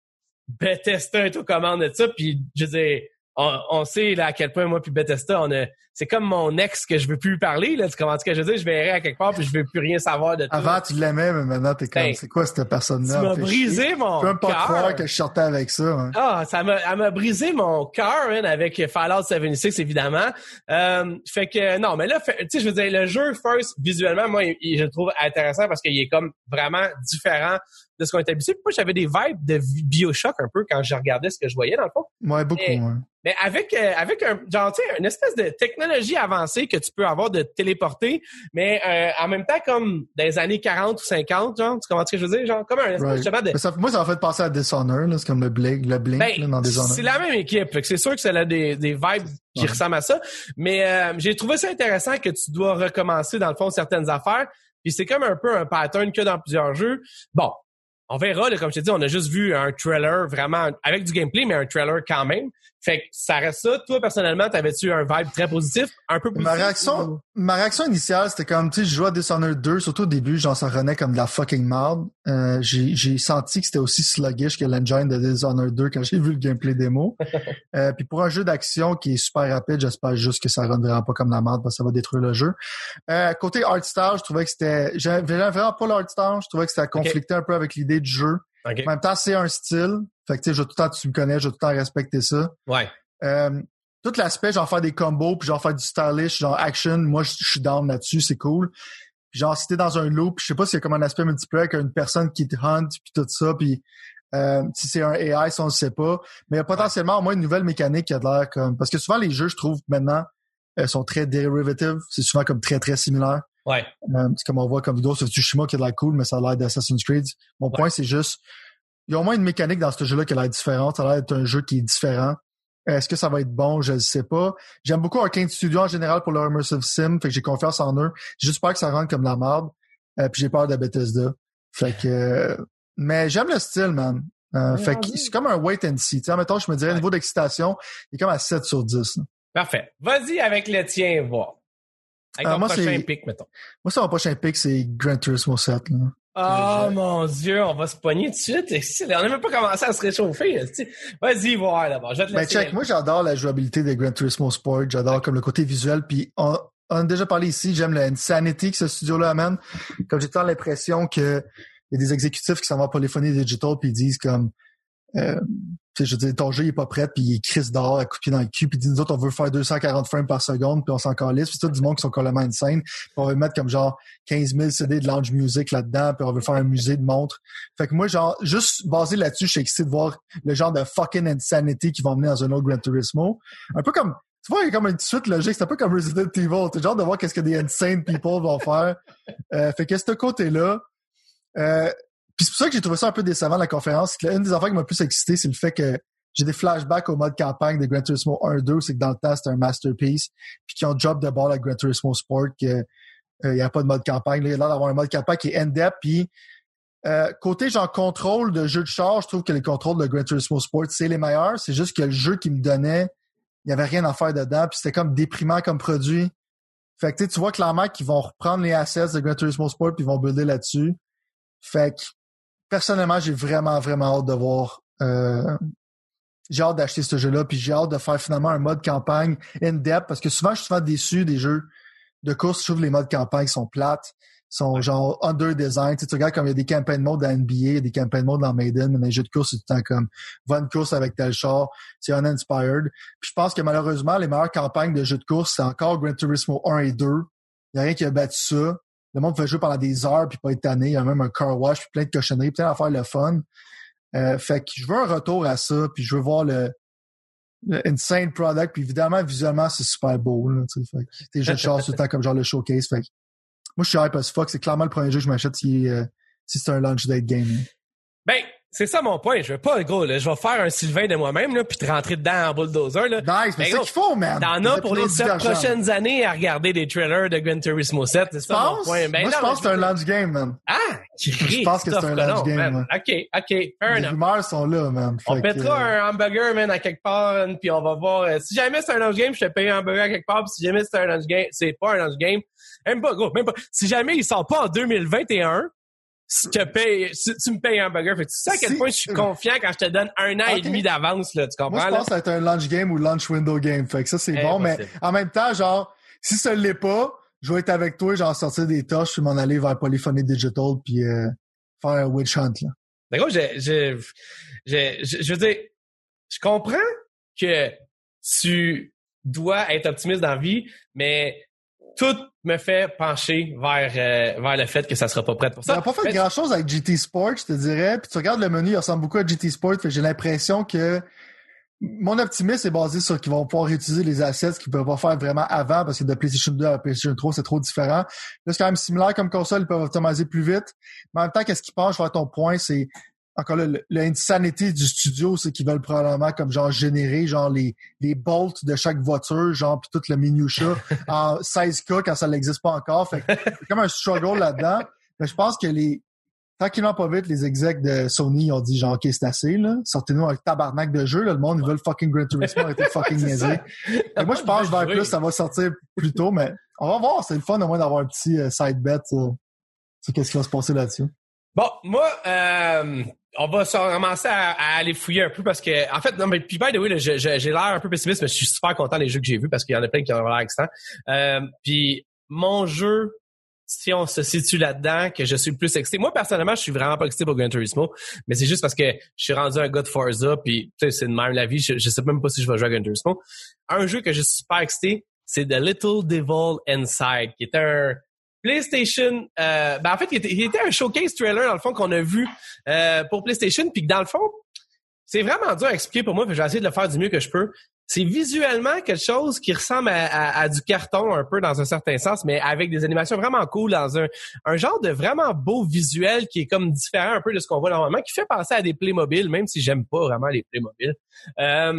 Bethesda est aux commandes de ça, puis je veux dire, on, on sait là à quel point moi puis Bethesda, on a, c'est comme mon ex que je veux plus parler là. Tu comprends ce que je veux dire? Je verrai à quelque part puis je veux plus rien savoir de tout. Avant tu l'aimais, mais maintenant t'es comme, ben, c'est quoi cette personne-là? Tu m'as brisé chier. Mon cœur. Je peux même pas croire que je sortais avec ça. Hein. Ah, ça m'a, elle m'a brisé mon cœur hein, avec Fallout soixante-six évidemment. Euh, fait que non, mais là, tu sais, je veux dire, le jeu first visuellement, moi, il, il, je le trouve intéressant parce qu'il est comme vraiment différent de ce qu'on est habitué. Puis moi, j'avais des vibes de BioShock un peu quand je regardais ce que je voyais dans le fond. Ouais, beaucoup. Mais, ouais. mais avec euh, avec un genre tu sais une espèce de technologie avancée que tu peux avoir de téléporter, mais euh, en même temps comme dans les années quarante ou cinquante, genre, tu comprends ce que je veux dire, genre comme un espèce right. justement de. Mais ça, moi, ça m'a fait penser à Dishonored, là, c'est comme le Blink, le Blink ben, là, dans Dishonored. C'est la même équipe, fait que c'est sûr que ça a des des vibes qui ouais. ressemblent à ça, mais euh, j'ai trouvé ça intéressant que tu dois recommencer dans le fond certaines affaires, puis c'est comme un peu un pattern que dans plusieurs jeux. Bon. On verra, là, comme je t'ai dit, on a juste vu un trailer vraiment avec du gameplay, mais un trailer quand même. Fait que ça reste ça. Toi, personnellement, t'avais-tu un vibe très positif, un peu positif? Ma réaction, ou... ma réaction initiale, c'était comme, tu sais, je jouais à Dishonored deux, surtout au début, genre, ça renaît comme de la fucking merde. Euh, j'ai, j'ai senti que c'était aussi sluggish que l'engine de Dishonored deux quand j'ai vu le gameplay démo. euh, puis pour un jeu d'action qui est super rapide, j'espère juste que ça run vraiment pas comme la merde parce que ça va détruire le jeu. Euh, côté art style, je trouvais que c'était, j'avais vraiment pas l'art style, je trouvais que c'était conflicté okay. un peu avec l'idée du jeu. Okay. En même temps, c'est un style. Fait que tu sais, tout le temps, tu me connais, je vais tout le temps respecter ça. Ouais. Euh, tout l'aspect, genre faire des combos, puis genre faire du stylish, genre action, moi, je suis down là-dessus, c'est cool. Puis genre, si t'es dans un loop, je sais pas s'il y a comme un aspect multiplayer avec une personne qui te hunt, puis tout ça, puis euh, si c'est un A I, ça, on le sait pas. Mais il y a potentiellement au moins une nouvelle mécanique qui a de l'air comme... Parce que souvent, les jeux, je trouve, maintenant, euh, sont très derivative. C'est souvent comme très, très similaire. Ouais. Euh, c'est comme on voit comme Ghost of Tsushima qui a de l'air cool, mais ça a l'air d'Assassin's Creed. Mon ouais. point, c'est juste... Il y a au moins une mécanique dans ce jeu-là qui a l'air différente. Ça a l'air d'être un jeu qui est différent. Est-ce que ça va être bon? Je ne sais pas. J'aime beaucoup Arcane Studio en général pour leur Immersive Sim. Fait que j'ai confiance en eux. J'ai juste peur que ça rentre comme la merde. Euh, puis j'ai peur de Bethesda. Fait que... Euh, mais j'aime le style, man. Euh, fait que c'est comme un wait and see. Tu sais, mettons, je me dirais, ouais. niveau d'excitation, il est comme à sept sur dix. Là. Parfait. Vas-y avec le tien, voir. Avec ton euh, moi, prochain pick, mettons. Moi, c'est mon prochain pick, c'est Gran Turismo sept. Là. Oh mon Dieu, on va se pogner tout de suite. On n'a même pas commencé à se réchauffer. Vas-y, voir d'abord. Je vais te laisser. Ben check, moi j'adore la jouabilité de Gran Turismo Sport. J'adore comme le côté visuel. Puis on, on a déjà parlé ici, j'aime l'insanity que ce studio-là amène. Comme j'ai tant l'impression que il y a des exécutifs qui s'en vont à Polyphony Digital puis ils disent comme euh, tu sais, je veux dire, ton jeu il est pas prêt, puis il crisse dehors à coup de pied dans le cul, puis nous autres, on veut faire deux cent quarante frames par seconde, puis on s'en calisse, puis c'est tout du monde qui sont complètement insane. Puis on veut mettre comme genre quinze mille C D de lounge music là-dedans, puis on veut faire un musée de montres. Fait que moi, genre, juste basé là-dessus, je suis excité de voir le genre de fucking insanity qui vont mener dans un autre Gran Turismo. Un peu comme, tu vois, il y a comme une suite logique, c'est un peu comme Resident Evil. T'es genre de voir qu'est-ce que des insane people vont faire. Euh, fait que ce côté-là, euh, puis c'est pour ça que j'ai trouvé ça un peu décevant la conférence. Une des affaires qui m'a le plus excité, c'est le fait que j'ai des flashbacks au mode campagne de Gran Turismo un deux, c'est que dans le temps, c'était un masterpiece, puis qu'ils ont job de ball à Gran Turismo Sport, qu'il n'y a pas de mode campagne. Là, il y a l'air d'avoir un mode campagne qui est in-depth, puis euh, côté genre contrôle de jeu de char, je trouve que les contrôles de Gran Turismo Sport, c'est les meilleurs. C'est juste que le jeu qu'ils me donnait, il n'y avait rien à faire dedans, puis c'était comme déprimant comme produit. Fait que tu vois clairement qu'ils vont reprendre les assets de Gran Turismo Sport, puis ils vont builder là-dessus. Fait que personnellement, j'ai vraiment, vraiment hâte de voir. Euh, j'ai hâte d'acheter ce jeu-là, puis j'ai hâte de faire finalement un mode campagne in-depth, parce que souvent, je suis souvent déçu des jeux de course. Je trouve que les modes campagne sont plates, sont genre under-design. Tu sais, tu regardes comme il y a des campagnes mode dans N B A, il y a des campagnes mode dans Maiden, mais dans les jeux de course, c'est tout le temps comme va une course avec tel char, c'est uninspired. Puis je pense que malheureusement, les meilleures campagnes de jeux de course, c'est encore Gran Turismo un et deux. Il n'y a rien qui a battu ça. Le monde fait jouer pendant des heures puis pas être tanné. Il y a même un car wash puis plein de cochonneries, plein d'affaires le fun. Euh, fait que je veux un retour à ça, puis je veux voir le, le insane product, puis évidemment, visuellement, c'est super beau. Là, tu sais, fait que tes jeux de char tout le temps comme genre le showcase. Fait que moi, je suis hype as fuck. C'est clairement le premier jeu que je m'achète si, euh, si c'est un launch date game. Là. Ben, c'est ça mon point. Je veux pas, gros, là, je vais faire un Sylvain de moi-même, là, puis te rentrer dedans en bulldozer, là. Nice, mais c'est ça qu'il faut, man. T'en as pour les sept prochaines années à regarder des trailers de Gran Turismo sept. C'est ça mon point. Ben, moi, non, je pense que c'est un launch game, man. Ah! Je pense que c'est un launch game, man. OK, OK, fair enough. Les rumeurs sont là, man. On mettra un hamburger, man, à quelque part, puis on va voir. Euh, si jamais c'est un launch game, je te paye un hamburger à quelque part, puis si jamais c'est un launch game, c'est pas un launch game. Même pas, gros, même pas. Si jamais il sort pas en deux mille vingt et un, si tu payes, si tu me payes un burger, fait que tu sais à quel si, point je suis confiant quand je te donne un an okay. et demi d'avance, là, tu comprends? Moi, je là? pense que ça va être un launch game ou launch window game. Fait que ça, c'est hey, bon, mais en même temps, genre, si ça l'est pas, je vais être avec toi, genre, sortir des tâches, puis m'en aller vers Polyphony Digital, puis euh, faire un witch hunt, là. D'accord, je, je, je, je, je veux dire, je comprends que tu dois être optimiste dans la vie, mais tout me fait pencher vers euh, vers le fait que ça sera pas prêt pour ça. Ça n'a pas fait mais... grand-chose avec G T Sport, je te dirais. Puis tu regardes le menu, il ressemble beaucoup à G T Sport. Fait que j'ai l'impression que mon optimisme est basé sur qu'ils vont pouvoir utiliser les assets qu'ils ne peuvent pas faire vraiment avant, parce que de PlayStation deux à PlayStation trois, c'est trop différent. Là, c'est quand même similaire comme console, ils peuvent optimiser plus vite. Mais en même temps, qu'est-ce qui penche vers ton point, c'est encore là, l'insanité du studio, c'est qu'ils veulent probablement comme genre générer genre les les bolts de chaque voiture, genre puis tout le minutia en seize K quand ça n'existe pas encore. Fait que c'est comme un struggle là-dedans. Mais je pense que les tranquillement pas vite, les execs de Sony ont dit genre ok, c'est assez, là. Sortez-nous un tabarnak de jeu, là. Le monde, ils veulent fucking Gran Turismo, arrêtez de fucking niaiser. Et moi, je pense vers plus, ça va sortir plus tôt, mais on va voir, c'est le fun au moins d'avoir un petit euh, side bet euh, sur qu'est-ce qui va se passer là-dessus. Bon, moi, euh, on va se commencer à, à aller fouiller un peu parce que, en fait, non, mais puis by the way, là, je, je, j'ai l'air un peu pessimiste, mais je suis super content des jeux que j'ai vus parce qu'il y en a plein qui ont l'air excitants. Euh, puis mon jeu, si on se situe là-dedans, que je suis le plus excité. Moi, personnellement, je suis vraiment pas excité pour Gran Turismo, mais c'est juste parce que je suis rendu un gars de Forza, puis tu sais, c'est de même la vie. Je, je sais même pas si je vais jouer à Gran Turismo. Un jeu que je suis super excité, c'est The Little Devil Inside, qui est un PlayStation, euh, ben en fait, il était, il était un showcase trailer, dans le fond, qu'on a vu euh, pour PlayStation, puis que dans le fond, c'est vraiment dur à expliquer pour moi, puis je vais essayer de le faire du mieux que je peux. C'est visuellement quelque chose qui ressemble à, à, à du carton un peu dans un certain sens, mais avec des animations vraiment cool, dans un, un genre de vraiment beau visuel qui est comme différent un peu de ce qu'on voit normalement, qui fait penser à des Playmobil, même si j'aime pas vraiment les Playmobil. Euh,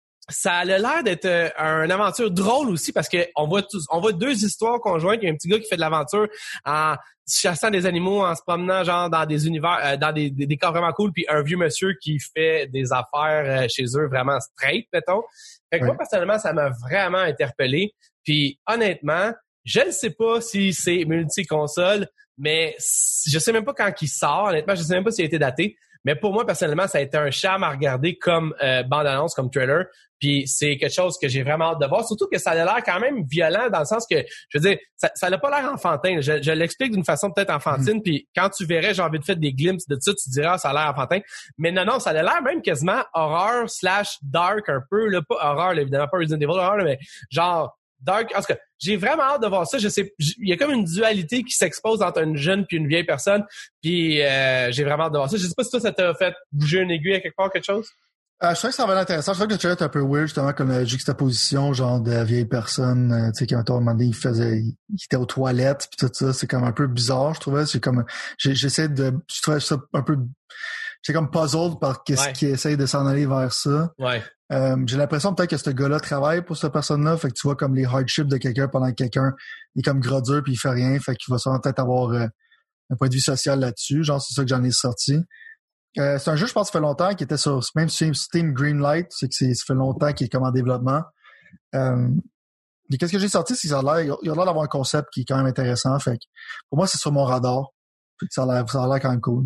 Ça a l'air d'être euh, une aventure drôle aussi parce que on voit tous, on voit deux histoires conjointes. Il y a un petit gars qui fait de l'aventure en chassant des animaux, en se promenant genre dans des univers, euh, dans des, des décors vraiment cool, puis un vieux monsieur qui fait des affaires euh, chez eux vraiment straight, mettons. Fait que oui. Moi, personnellement, ça m'a vraiment interpellé. Puis honnêtement, je ne sais pas si c'est multi-console, mais je sais même pas quand il sort. Honnêtement, je sais même pas s'il a été daté. Mais pour moi, personnellement, ça a été un charme à regarder comme euh, bande-annonce, comme trailer. Puis c'est quelque chose que j'ai vraiment hâte de voir. Surtout que ça a l'air quand même violent dans le sens que, je veux dire, ça, ça n'a pas l'air enfantin. Je, je l'explique d'une façon peut-être enfantine. Mm. Puis quand tu verrais, j'ai envie de faire des glimpses de ça, tu diras, ah, ça a l'air enfantin. Mais non, non, ça a l'air même quasiment horreur slash dark un peu. Là, pas horreur, là, évidemment, pas Resident Evil horreur, là, mais genre dark. En tout cas, j'ai vraiment hâte de voir ça. Je sais, il y a comme une dualité qui s'expose entre une jeune puis une vieille personne. Puis euh, j'ai vraiment hâte de voir ça. Je sais pas si toi, ça t'a fait bouger une aiguille à quelque part, quelque chose? Euh, je trouvais que ça avait l'air intéressant. Je trouvais que le trailer était un peu weird, justement, comme la juxtaposition, genre, de la vieille personne, euh, tu sais, qui, à un moment donné, il faisait, il, il était aux toilettes, puis tout ça. C'est comme un peu bizarre, je trouvais. C'est comme, j'ai, j'essaie de, je trouvais ça un peu, j'étais comme puzzled par qu'est-ce ouais. qui essaye de s'en aller vers ça. Ouais. Euh, j'ai l'impression peut-être que ce gars-là travaille pour cette personne-là, fait que tu vois comme les hardships de quelqu'un pendant que quelqu'un est comme gros dur puis il fait rien, fait qu'il va sûrement peut-être avoir euh, un point de vue social là-dessus. Genre, c'est ça que j'en ai sorti. Euh, c'est un jeu, je pense, ça fait longtemps, qui était sur même sur Steam Greenlight, c'est que c'est, ça fait longtemps qu'il est comme en développement. Euh, et qu'est-ce que j'ai sorti, c'est que ça a l'air, il a l'air d'avoir un concept qui est quand même intéressant, fait que pour moi, c'est sur mon radar. Fait que ça a l'air, ça a l'air quand même cool.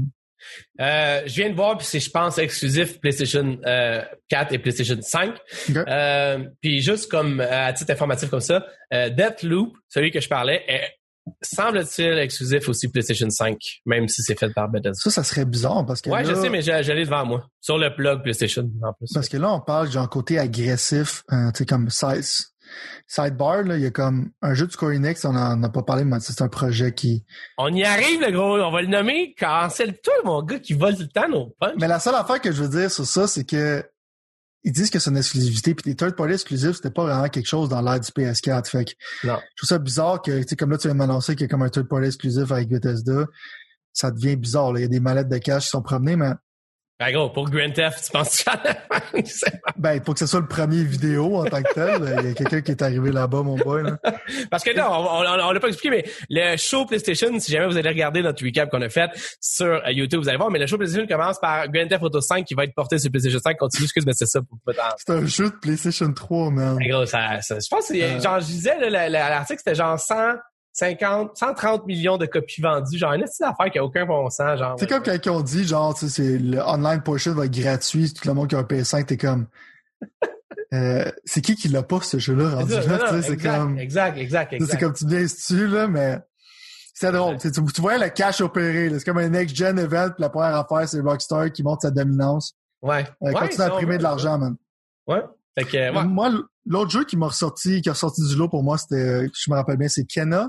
Euh, je viens de voir, puis c'est, je pense, exclusif PlayStation euh, quatre et PlayStation cinq. Okay. Euh, puis juste comme à titre informatif comme ça, euh, Deathloop, celui que je parlais, est, semble-t-il exclusif aussi PlayStation cinq, même si c'est fait par Bethesda. Ça, ça serait bizarre parce que ouais, là, je sais, mais j'ai, j'ai l'ai devant moi, sur le plug PlayStation en plus. Parce que là, on parle genre côté agressif, euh, tu sais, comme size. Sidebar, là, il y a comme un jeu de Square Enix, on en a pas parlé, mais c'est un projet qui... On y arrive, le gros, on va le nommer Cancel-toi, mon gars, qui vole tout le temps nos punch. Mais la seule affaire que je veux dire sur ça, c'est que ils disent que c'est une exclusivité, puis les third-party exclusifs, c'était pas vraiment quelque chose dans l'ère du P S quatre, fait que non. Je trouve ça bizarre que, tu sais, comme là, tu viens de m'annoncer qu'il y a comme un third-party exclusif avec Bethesda, ça devient bizarre, là. Il y a des mallettes de cash qui sont promenées, mais... Ben gros, pour Grand Theft, tu penses que ben, pour que ce soit le premier vidéo en tant que tel, il y a quelqu'un qui est arrivé là-bas, mon boy. Là. Parce que non, on, on, on l'a pas expliqué, mais le show PlayStation, si jamais vous allez regarder notre recap qu'on a fait sur YouTube, vous allez voir, mais le show PlayStation commence par Grand Theft Auto cinq qui va être porté sur PlayStation cinq. Continue, excuse, mais c'est ça. Pour c'est un jeu de PlayStation trois, man. Ben gros, ça, ça je pense que euh... genre, je disais, là, l'article, c'était genre cent cinquante, cent trente millions de copies vendues, genre une petite affaire qui a aucun bon sens, genre. C'est comme quand ils ont dit, genre, tu sais, c'est le online portion va être gratuit, tout le monde qui a un P S cinq, t'es comme, euh, c'est qui qui l'a pas, ce jeu-là, rendu là, tu sais, c'est exact, comme, exact, exact, exact. C'est comme tu viens dessus, là, mais c'est drôle, ouais. tu, tu vois le cash opérer, là, c'est comme un next-gen event, puis la première affaire, c'est Rockstar qui montre sa dominance. Ouais. Euh, ouais continue à imprimer de l'argent, man. Ouais. Fait que, ouais. Moi, l'autre jeu qui m'a ressorti, qui a ressorti du lot pour moi, c'était, je me rappelle bien, c'est Kena.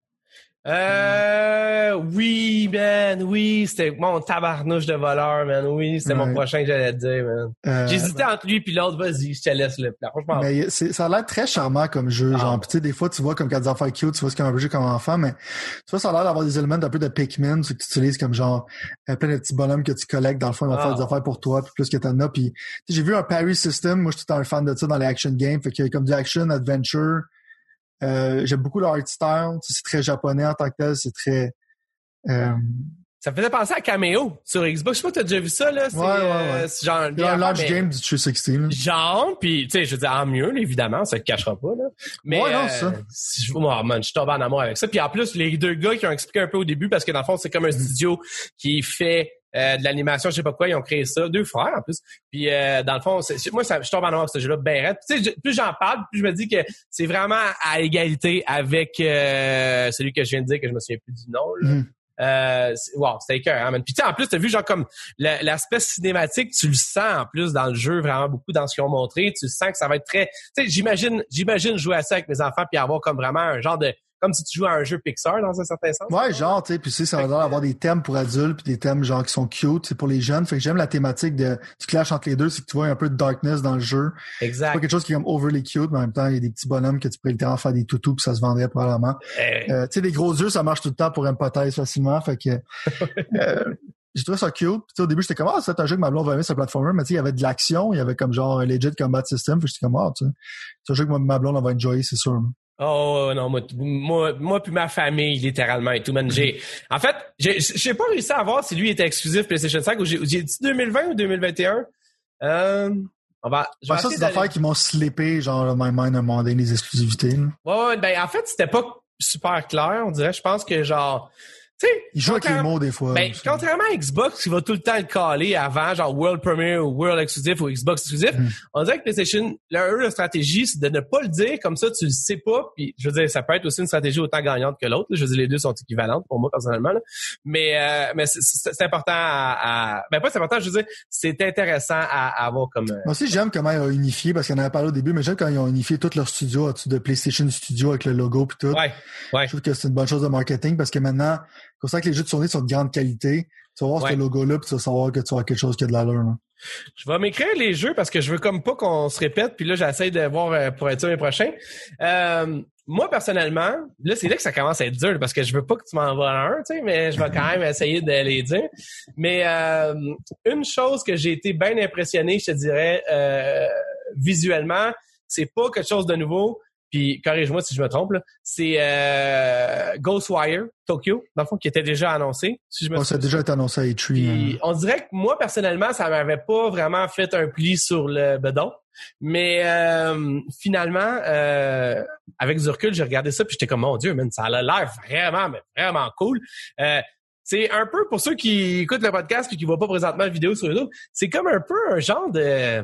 Euh, oui, man, oui, c'était mon tabarnouche de voleur, man, oui, c'était ouais. mon prochain que j'allais te dire, man. Euh, J'hésitais ben... entre lui puis l'autre, vas-y, je te laisse le plat, franchement. Mais c'est, ça a l'air très charmant comme jeu, ah. genre, pis tu sais, des fois, tu vois comme quand des enfants cute, tu vois ce qu'un jeu comme enfant, mais tu vois, ça a l'air d'avoir des éléments d'un peu de Pikmin, ce que tu utilises comme genre, plein de petits bonhommes que tu collectes, dans le fond, ils vont ah. faire des affaires pour toi, puis plus que t'en as, puis j'ai vu un parry system, moi, je suis tout un fan de ça dans les action games, fait qu'il y a comme du action, adventure. Euh, j'aime beaucoup le art style, c'est très japonais en tant que tel, c'est très... Euh... Ça me faisait penser à Cameo sur Xbox. Je sais pas si t'as déjà vu ça, là. C'est, ouais, ouais, ouais. Euh, c'est genre... C'est un launch mais... game du trois cent soixante. Genre, pis tu sais, je veux dire, en mieux, là, évidemment, ça te cachera pas, là. Mais, ouais, non, euh, ça. Si, oh, man, je suis tombé en amour avec ça. Puis en plus, les deux gars qui ont expliqué un peu au début, parce que dans le fond, c'est comme un studio qui fait... Euh, de l'animation, je sais pas quoi, ils ont créé ça, deux frères en plus. Puis euh, dans le fond, c'est, moi ça, je tombe en amour avec ce jeu-là, ben raide. Tu sais, plus j'en parle, plus je me dis que c'est vraiment à égalité avec euh, celui que je viens de dire que je me souviens plus du nom. Là. Mm. Euh, c'est, wow, c'était écœurant, hein, man. Puis tu sais, en plus, t'as vu genre comme le, l'aspect cinématique, tu le sens en plus dans le jeu vraiment beaucoup dans ce qu'ils ont montré. Tu sens que ça va être très. Tu sais, j'imagine, j'imagine jouer à ça avec mes enfants puis avoir comme vraiment un genre de comme si tu jouais à un jeu Pixar dans un certain sens. Ouais, genre, tu sais, puis tu sais, ça va avoir des thèmes pour adultes puis des thèmes genre qui sont cute, c'est pour les jeunes. Fait que j'aime la thématique de du clash entre les deux, c'est que tu vois un peu de darkness dans le jeu. Exact. C'est pas quelque chose qui est comme overly cute, mais en même temps, il y a des petits bonhommes que tu pourrais littéralement faire des toutous puis ça se vendrait probablement. Eh. Euh, tu sais, des gros yeux, ça marche tout le temps pour empathiser facilement. Fait que euh, j'ai trouvé ça cute. Puis au début, j'étais comme, ah, c'est un jeu que ma blonde va aimer, ce platformer. Mais tu sais, il y avait de l'action, il y avait comme genre un legit combat system. Fait que j'étais comme, ah, tu sais, c'est un jeu que ma blonde va enjoyer, c'est sûr. Oh non, moi, moi, moi puis ma famille, littéralement et tout, man. J'ai, en fait, j'ai, j'ai pas réussi à voir si lui était exclusif PlayStation cinq ou j'ai, j'ai dit deux mille vingt ou deux mille vingt et un. Euh, on va. Ben, ça, c'est des affaires qui m'ont slippé, genre, my mind à un moment donné, les exclusivités. Là. Ouais, ouais, ben en fait, c'était pas super clair, on dirait. Je pense que genre. Tu sais, il joue avec les mots des fois. Ben, contrairement à Xbox, qui va tout le temps le caler avant, genre World Premiere ou World Exclusive ou Xbox Exclusive, mm. on dirait que PlayStation, leur, leur stratégie, c'est de ne pas le dire, comme ça, tu le sais pas, puis je veux dire, ça peut être aussi une stratégie autant gagnante que l'autre, je veux dire, les deux sont équivalentes pour moi, personnellement, là. Mais, euh, mais c'est, c'est, c'est important à, à, ben pas c'est important, je veux dire, c'est intéressant à, à avoir comme... Euh... Moi aussi, j'aime comment ils ont unifié, parce qu'on en avait parlé au début, mais j'aime quand ils ont unifié tout leur studio au-dessus de PlayStation Studio avec le logo pis tout. Ouais, ouais. Je trouve que c'est une bonne chose de marketing, parce que maintenant, comme ça que les jeux de Sony sont de grande qualité, tu vas voir ouais. ce logo-là, puis tu vas savoir que tu vas avoir quelque chose qui a de l'allure. Là. Je vais m'écrire les jeux parce que je veux comme pas qu'on se répète, puis là, j'essaie de voir euh, pour être sûr les prochains. Euh, moi, personnellement, là, c'est là que ça commence à être dur, parce que je veux pas que tu m'en voles un, tu sais, mais je vais quand même essayer de les dire. Mais euh, une chose que j'ai été bien impressionné, je te dirais, euh, visuellement, c'est pas quelque chose de nouveau. Puis, corrige-moi si je me trompe, là, c'est euh, Ghostwire Tokyo, dans le fond, qui était déjà annoncé. Si je me oh, ça a déjà été annoncé à E trois. Puis, hein. On dirait que moi, personnellement, ça m'avait pas vraiment fait un pli sur le bedon. Mais euh, finalement, euh, avec du recul, j'ai regardé ça puis j'étais comme, mon Dieu, man, ça a l'air vraiment, mais vraiment cool. Euh, c'est un peu, pour ceux qui écoutent le podcast puis qui voient pas présentement la vidéo sur YouTube, c'est comme un peu un genre de...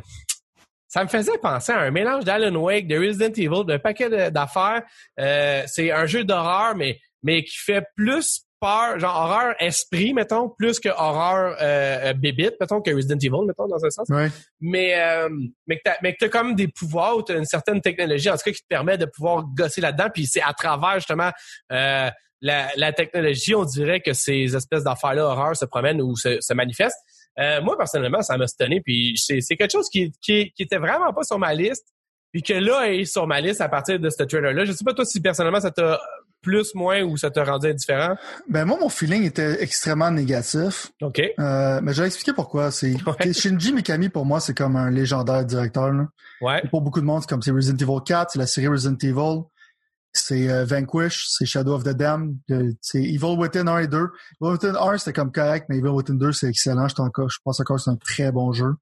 Ça me faisait penser à un mélange d'Alan Wake, de Resident Evil, d'un paquet d'affaires. Euh, c'est un jeu d'horreur, mais mais qui fait plus peur, genre horreur esprit, mettons, plus que horreur euh, bébite, mettons, que Resident Evil, mettons, dans un sens. Ouais. Mais euh, mais que t'as, mais que t'as comme des pouvoirs, ou t'as une certaine technologie, en tout cas, qui te permet de pouvoir gosser là-dedans. Puis c'est à travers, justement, euh, la, la technologie, on dirait que ces espèces d'affaires-là, horreur, se promènent ou se, se manifestent. Euh, moi, personnellement, ça m'a stunné, puis c'est, c'est quelque chose qui, qui, qui était vraiment pas sur ma liste, puis que là est sur ma liste à partir de ce trailer-là. Je sais pas toi si personnellement ça t'a plus, moins ou ça t'a rendu indifférent. Ben moi, mon feeling était extrêmement négatif. OK. Euh, mais je vais expliquer pourquoi. C'est ouais. Shinji Mikami, pour moi, c'est comme un légendaire directeur. Là. Ouais. Et pour beaucoup de monde, c'est comme c'est Resident Evil quatre, c'est la série Resident Evil. C'est euh, Vanquish, c'est Shadow of the Damned, euh, c'est Evil Within un et deux. Evil Within un, c'était comme correct, mais Evil Within deux, c'est excellent. Je, encore, je pense encore que c'est un très bon jeu.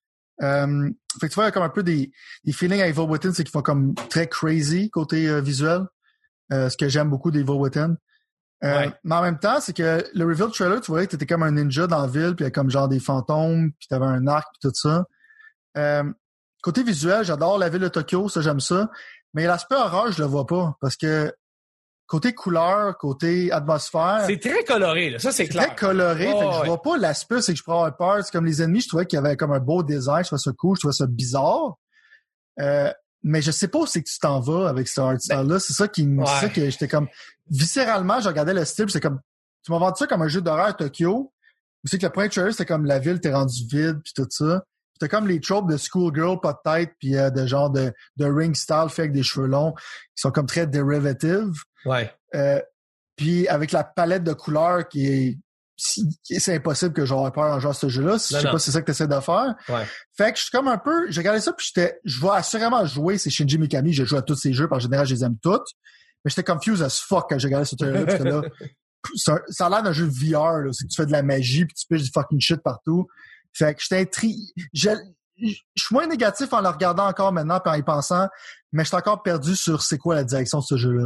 Euh, fait que tu vois, il y a comme un peu des, des feelings à Evil Within, c'est qu'ils font comme très crazy côté euh, visuel. Euh, ce que j'aime beaucoup d'Evil Within. Euh, ouais. Mais en même temps, c'est que le reveal trailer, tu voyais que t'étais comme un ninja dans la ville, puis il y a comme genre des fantômes, puis t'avais un arc, puis tout ça. Euh, côté visuel, j'adore la ville de Tokyo, ça j'aime ça. Mais l'aspect horreur, je le vois pas. Parce que côté couleur, côté atmosphère... C'est très coloré, là. Ça, c'est, c'est clair. C'est très coloré. Oh, fait que ouais. je vois pas l'aspect, c'est que je pourrais avoir peur. C'est comme les ennemis, je trouvais qu'il y avait comme un beau design. Je trouvais ça cool, je trouvais ça bizarre. Euh, mais je sais pas où c'est que tu t'en vas avec ce art style-là. Ben, c'est ça qui me... Ouais. C'est ça que j'étais comme... Viscéralement, je regardais le style, c'est comme... Tu m'as vendu ça comme un jeu d'horreur à Tokyo. Tu sais que le premier trailer, c'était comme la ville, t'es rendu vide, puis tout ça. T'as comme les tropes de schoolgirl, pas de tête, puis euh, de genre de, de ring style fait avec des cheveux longs, qui sont comme très derivative. Ouais. Euh, puis avec la palette de couleurs qui est... C'est impossible que j'aurais peur en jouant à ce jeu-là. Je sais pas si c'est ça que tu essaies de faire. Ouais. Fait que je suis comme un peu... J'ai regardé ça, puis j'étais... Je vais assurément jouer, c'est Shinji Mikami, j'ai joué à tous ces jeux, par général, je les aime toutes. Mais j'étais confused as fuck quand j'ai regardé ce trailer-là, parce que là, ça, ça a l'air d'un jeu de V R, là. C'est que tu fais de la magie, puis tu piches du fucking shit partout. Fait que j'étais intrigué. Je, je suis moins négatif en le regardant encore maintenant puis en y pensant, mais je suis encore perdu sur c'est quoi la direction de ce jeu-là.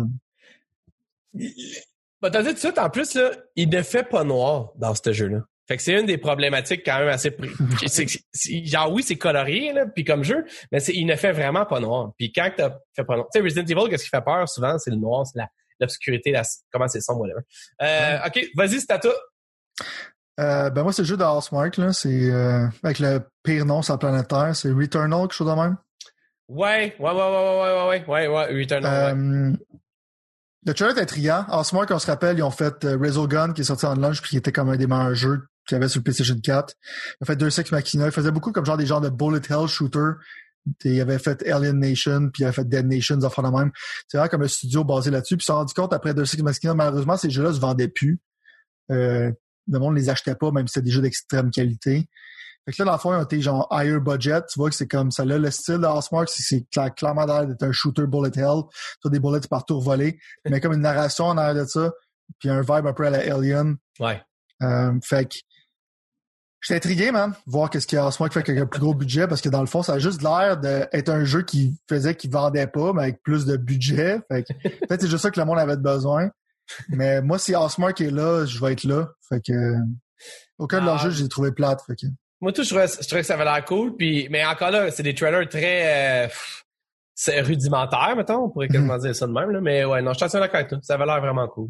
Bah, t'as dit tout de suite, en plus, là, il ne fait pas noir dans ce jeu-là. Fait que c'est une des problématiques quand même assez... c'est, c'est, genre, oui, c'est coloré, là, puis comme jeu, mais c'est, il ne fait vraiment pas noir. Puis quand t'as fait pas noir... Tu sais, Resident Evil, qu'est-ce qui fait peur souvent? C'est le noir, c'est la, l'obscurité, la, comment c'est sombre, whatever. Euh, ouais. OK, vas-y, c'est à toi. Euh, ben moi, c'est le jeu de Housemarque, là. C'est euh, avec le pire nom sur la planète Terre. C'est Returnal, quelque chose de même. Ouais, ouais, ouais, ouais, ouais, ouais, ouais, ouais, Returnal, euh, ouais. Le trailer est intriguant. Housemarque, on se rappelle, ils ont fait euh, Resogun, qui est sorti en launch, puis qui était comme un des meilleurs jeux qu'il y avait sur le PlayStation quatre. Ils ont fait Deus Ex Machina. Ils faisaient beaucoup comme genre des genres de bullet hell shooter. Ils avaient fait Alien Nation, puis ils avaient fait Dead Nation, des affaires de même. C'est vraiment comme un studio basé là-dessus. Puis ils se sont rendus compte, après Deus Ex Machina, malheureusement, ces jeux-là se vendaient plus. Euh, le monde les achetait pas, même si c'était des jeux d'extrême qualité. Fait que là, dans le fond, ils ont été genre higher budget. Tu vois que c'est comme ça. Là, le style de Housemarque, c'est, c'est clair, clairement d'air d'être un shooter bullet hell. Tu as des bullets par tour volé. Mais comme une narration en arrière de ça. Puis un vibe un peu à la Alien. Ouais. Euh, fait que j'étais intrigué, man. Voir qu'est-ce qu'il y a Housemarque fait avec un plus gros budget. Parce que dans le fond, ça a juste l'air d'être un jeu qui faisait qu'il vendait pas, mais avec plus de budget. Fait que peut-être c'est juste ça que le monde avait besoin. Mais moi, si Housemarque est là, je vais être là. Fait que aucun ah, de leurs jeux, je les ai trouvés plates. Fait que... Moi, tout, je trouvais, je trouvais que ça avait l'air cool. Puis, mais encore là, c'est des trailers très euh, c'est rudimentaires, mettons. On pourrait quasiment dire ça de même. Là. Mais ouais, non, je suis assez d'accord avec toi. Ça avait l'air vraiment cool.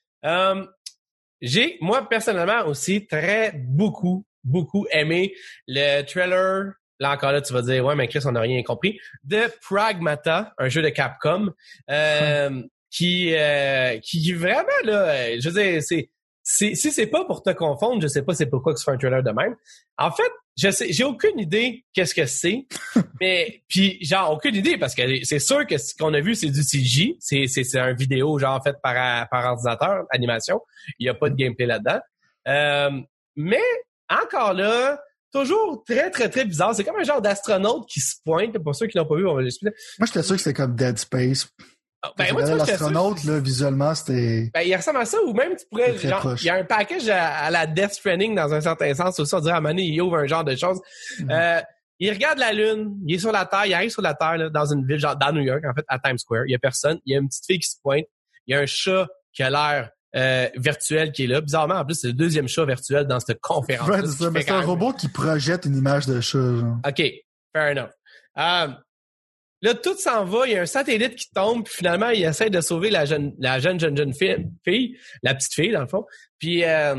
Um, j'ai, moi, personnellement aussi, très beaucoup, beaucoup aimé le trailer. Là, encore là, tu vas dire, ouais, mais Chris, on n'a rien compris. De Pragmata, un jeu de Capcom, euh, hum. qui, euh, qui vraiment, là, je veux dire, c'est, c'est, si c'est pas pour te confondre, je sais pas c'est pourquoi que tu fais un trailer de même. En fait, je sais, j'ai aucune idée qu'est-ce que c'est, mais, puis, genre, aucune idée, parce que c'est sûr que ce qu'on a vu, c'est du C G, c'est, c'est, c'est un vidéo, genre, fait par, par ordinateur, animation. Il y a pas de gameplay là-dedans. Euh, mais, encore là, toujours très, très, très bizarre. C'est comme un genre d'astronaute qui se pointe. Pour ceux qui l'ont pas vu, on va l'expliquer. Moi, j'étais sûr que c'était comme Dead Space. Ben, moi, tu vois, l'astronaute, là, visuellement, c'était... Ben, il ressemble à ça, ou même, tu pourrais... Genre, il y a un package à, à la Death Stranding, dans un certain sens, aussi, on dirait, à un moment donné, il ouvre un genre de choses. Mm-hmm. Euh, il regarde la Lune, il est sur la Terre, il arrive sur la Terre, là, dans une ville, genre, dans New York, en fait, à Times Square. Il y a personne. Il y a une petite fille qui se pointe. Il y a un chat qui a l'air... Euh, virtuel qui est là. Bizarrement, en plus, c'est le deuxième chat virtuel dans cette conférence. Ouais, c'est ça, mais c'est un même... robot qui projette une image de chat. Genre. OK, fair enough. Euh, là, tout s'en va. Il y a un satellite qui tombe, puis finalement, il essaie de sauver la jeune, la jeune, jeune, jeune fille, fille la petite fille, dans le fond. Puis, euh,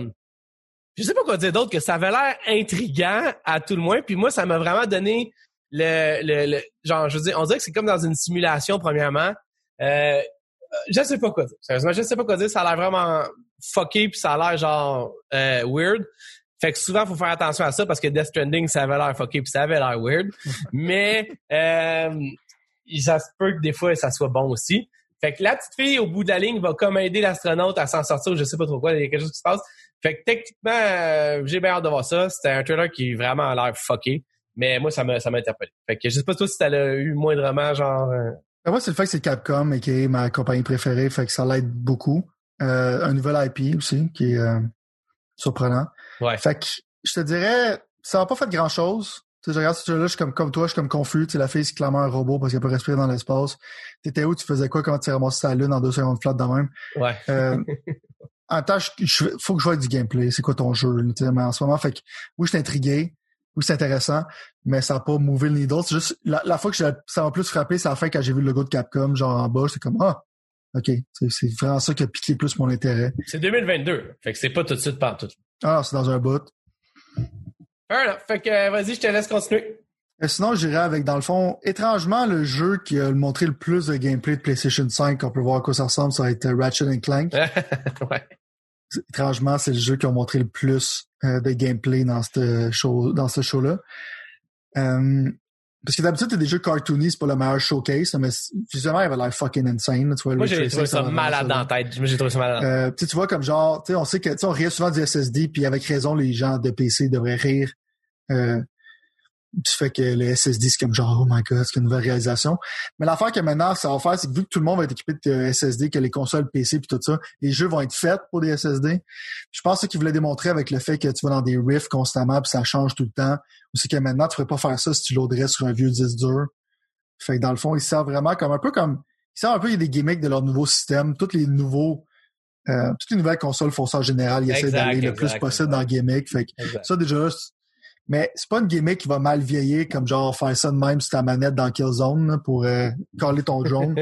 je sais pas quoi dire d'autre, que ça avait l'air intriguant, à tout le moins. Puis moi, ça m'a vraiment donné le, le, le... Genre, je veux dire, on dirait que c'est comme dans une simulation, premièrement. Euh, Je sais pas quoi dire. Sérieusement, je sais pas quoi dire. Ça a l'air vraiment fucké puis ça a l'air genre euh, weird. Fait que souvent, faut faire attention à ça parce que Death Stranding, ça avait l'air fucké puis ça avait l'air weird. Mais euh, ça se peut que des fois, ça soit bon aussi. Fait que la petite fille, au bout de la ligne, va comme aider l'astronaute à s'en sortir ou je sais pas trop quoi. Il y a quelque chose qui se passe. Fait que techniquement, euh, j'ai bien hâte de voir ça. C'était un trailer qui vraiment a l'air fucké. Mais moi, ça m'a, ça m'a interpellé. Fait que je sais pas toi si t'as eu moindrement genre... Euh, Moi, c'est le fait que c'est Capcom et qui est ma compagnie préférée, fait que ça l'aide beaucoup. Euh, un nouvel I P aussi, qui est euh, surprenant. Ouais. Fait que je te dirais, ça n'a pas fait grand-chose. Tu sais, je regarde ce jeu-là, je suis comme, comme toi, je suis comme confus. Tu sais, la fille, c'est clairement un robot parce qu'elle peut respirer dans l'espace. T'étais où? Tu faisais quoi? Comment tu t'es ramassé sa lune en deux secondes flat de même? Ouais. Euh, en même temps, je, je, faut que je vois du gameplay. C'est quoi ton jeu? Tu sais, mais en ce moment, fait que oui, je suis intrigué. Oui, c'est intéressant, mais ça n'a pas mouvé le needle. C'est juste, la, la fois que ça m'a plus frappé, c'est à la fin quand j'ai vu le logo de Capcom, genre en bas, c'est comme, ah, OK. C'est, c'est vraiment ça qui a piqué plus mon intérêt. C'est deux mille vingt-deux. Fait que c'est pas tout de suite partout. Ah, c'est dans un bout. Fair enough. Fait que, euh, vas-y, je te laisse continuer. Et sinon, j'irais avec, dans le fond, étrangement, le jeu qui a montré le plus de gameplay de PlayStation cinq, qu'on peut voir à quoi ça ressemble, ça va être Ratchet and Clank. Ouais. Étrangement, c'est le jeu qui a montré le plus euh, de gameplay dans ce show, dans ce show-là. Euh, parce que d'habitude, t'as des jeux cartoony, c'est pas le meilleur showcase, mais visuellement, il avait l'air fucking insane. Tu vois, moi, j'ai trouvé ça malade dans la tête. Moi, j'ai trouvé ça malade. Euh, tu vois, comme genre, tu sais, on sait que, tu sais, on riait souvent du S S D, puis avec raison, les gens de P C devraient rire. Euh, du fait que le S S D, c'est comme genre, oh my god, c'est une nouvelle réalisation. Mais l'affaire que maintenant, ça va faire, c'est que vu que tout le monde va être équipé de S S D, que les consoles P C puis tout ça, les jeux vont être faits pour des S S D. Je pense que ce qu'ils voulaient démontrer avec le fait que tu vas dans des riffs constamment puis ça change tout le temps, ou c'est que maintenant, tu pourrais pas faire ça si tu loaderais sur un vieux disque dur. Fait que dans le fond, ils servent vraiment comme un peu comme, ils servent un peu, il y a des gimmicks de leur nouveau système. Tous les nouveaux, euh, toutes les nouvelles consoles font ça en général. Ils essaient d'aller le plus possible dans le gimmick. Fait que exact. Ça, déjà, mais c'est pas une gimmick qui va mal vieillir comme genre faire ça de même sur ta manette dans Killzone là, pour euh, coller ton drone.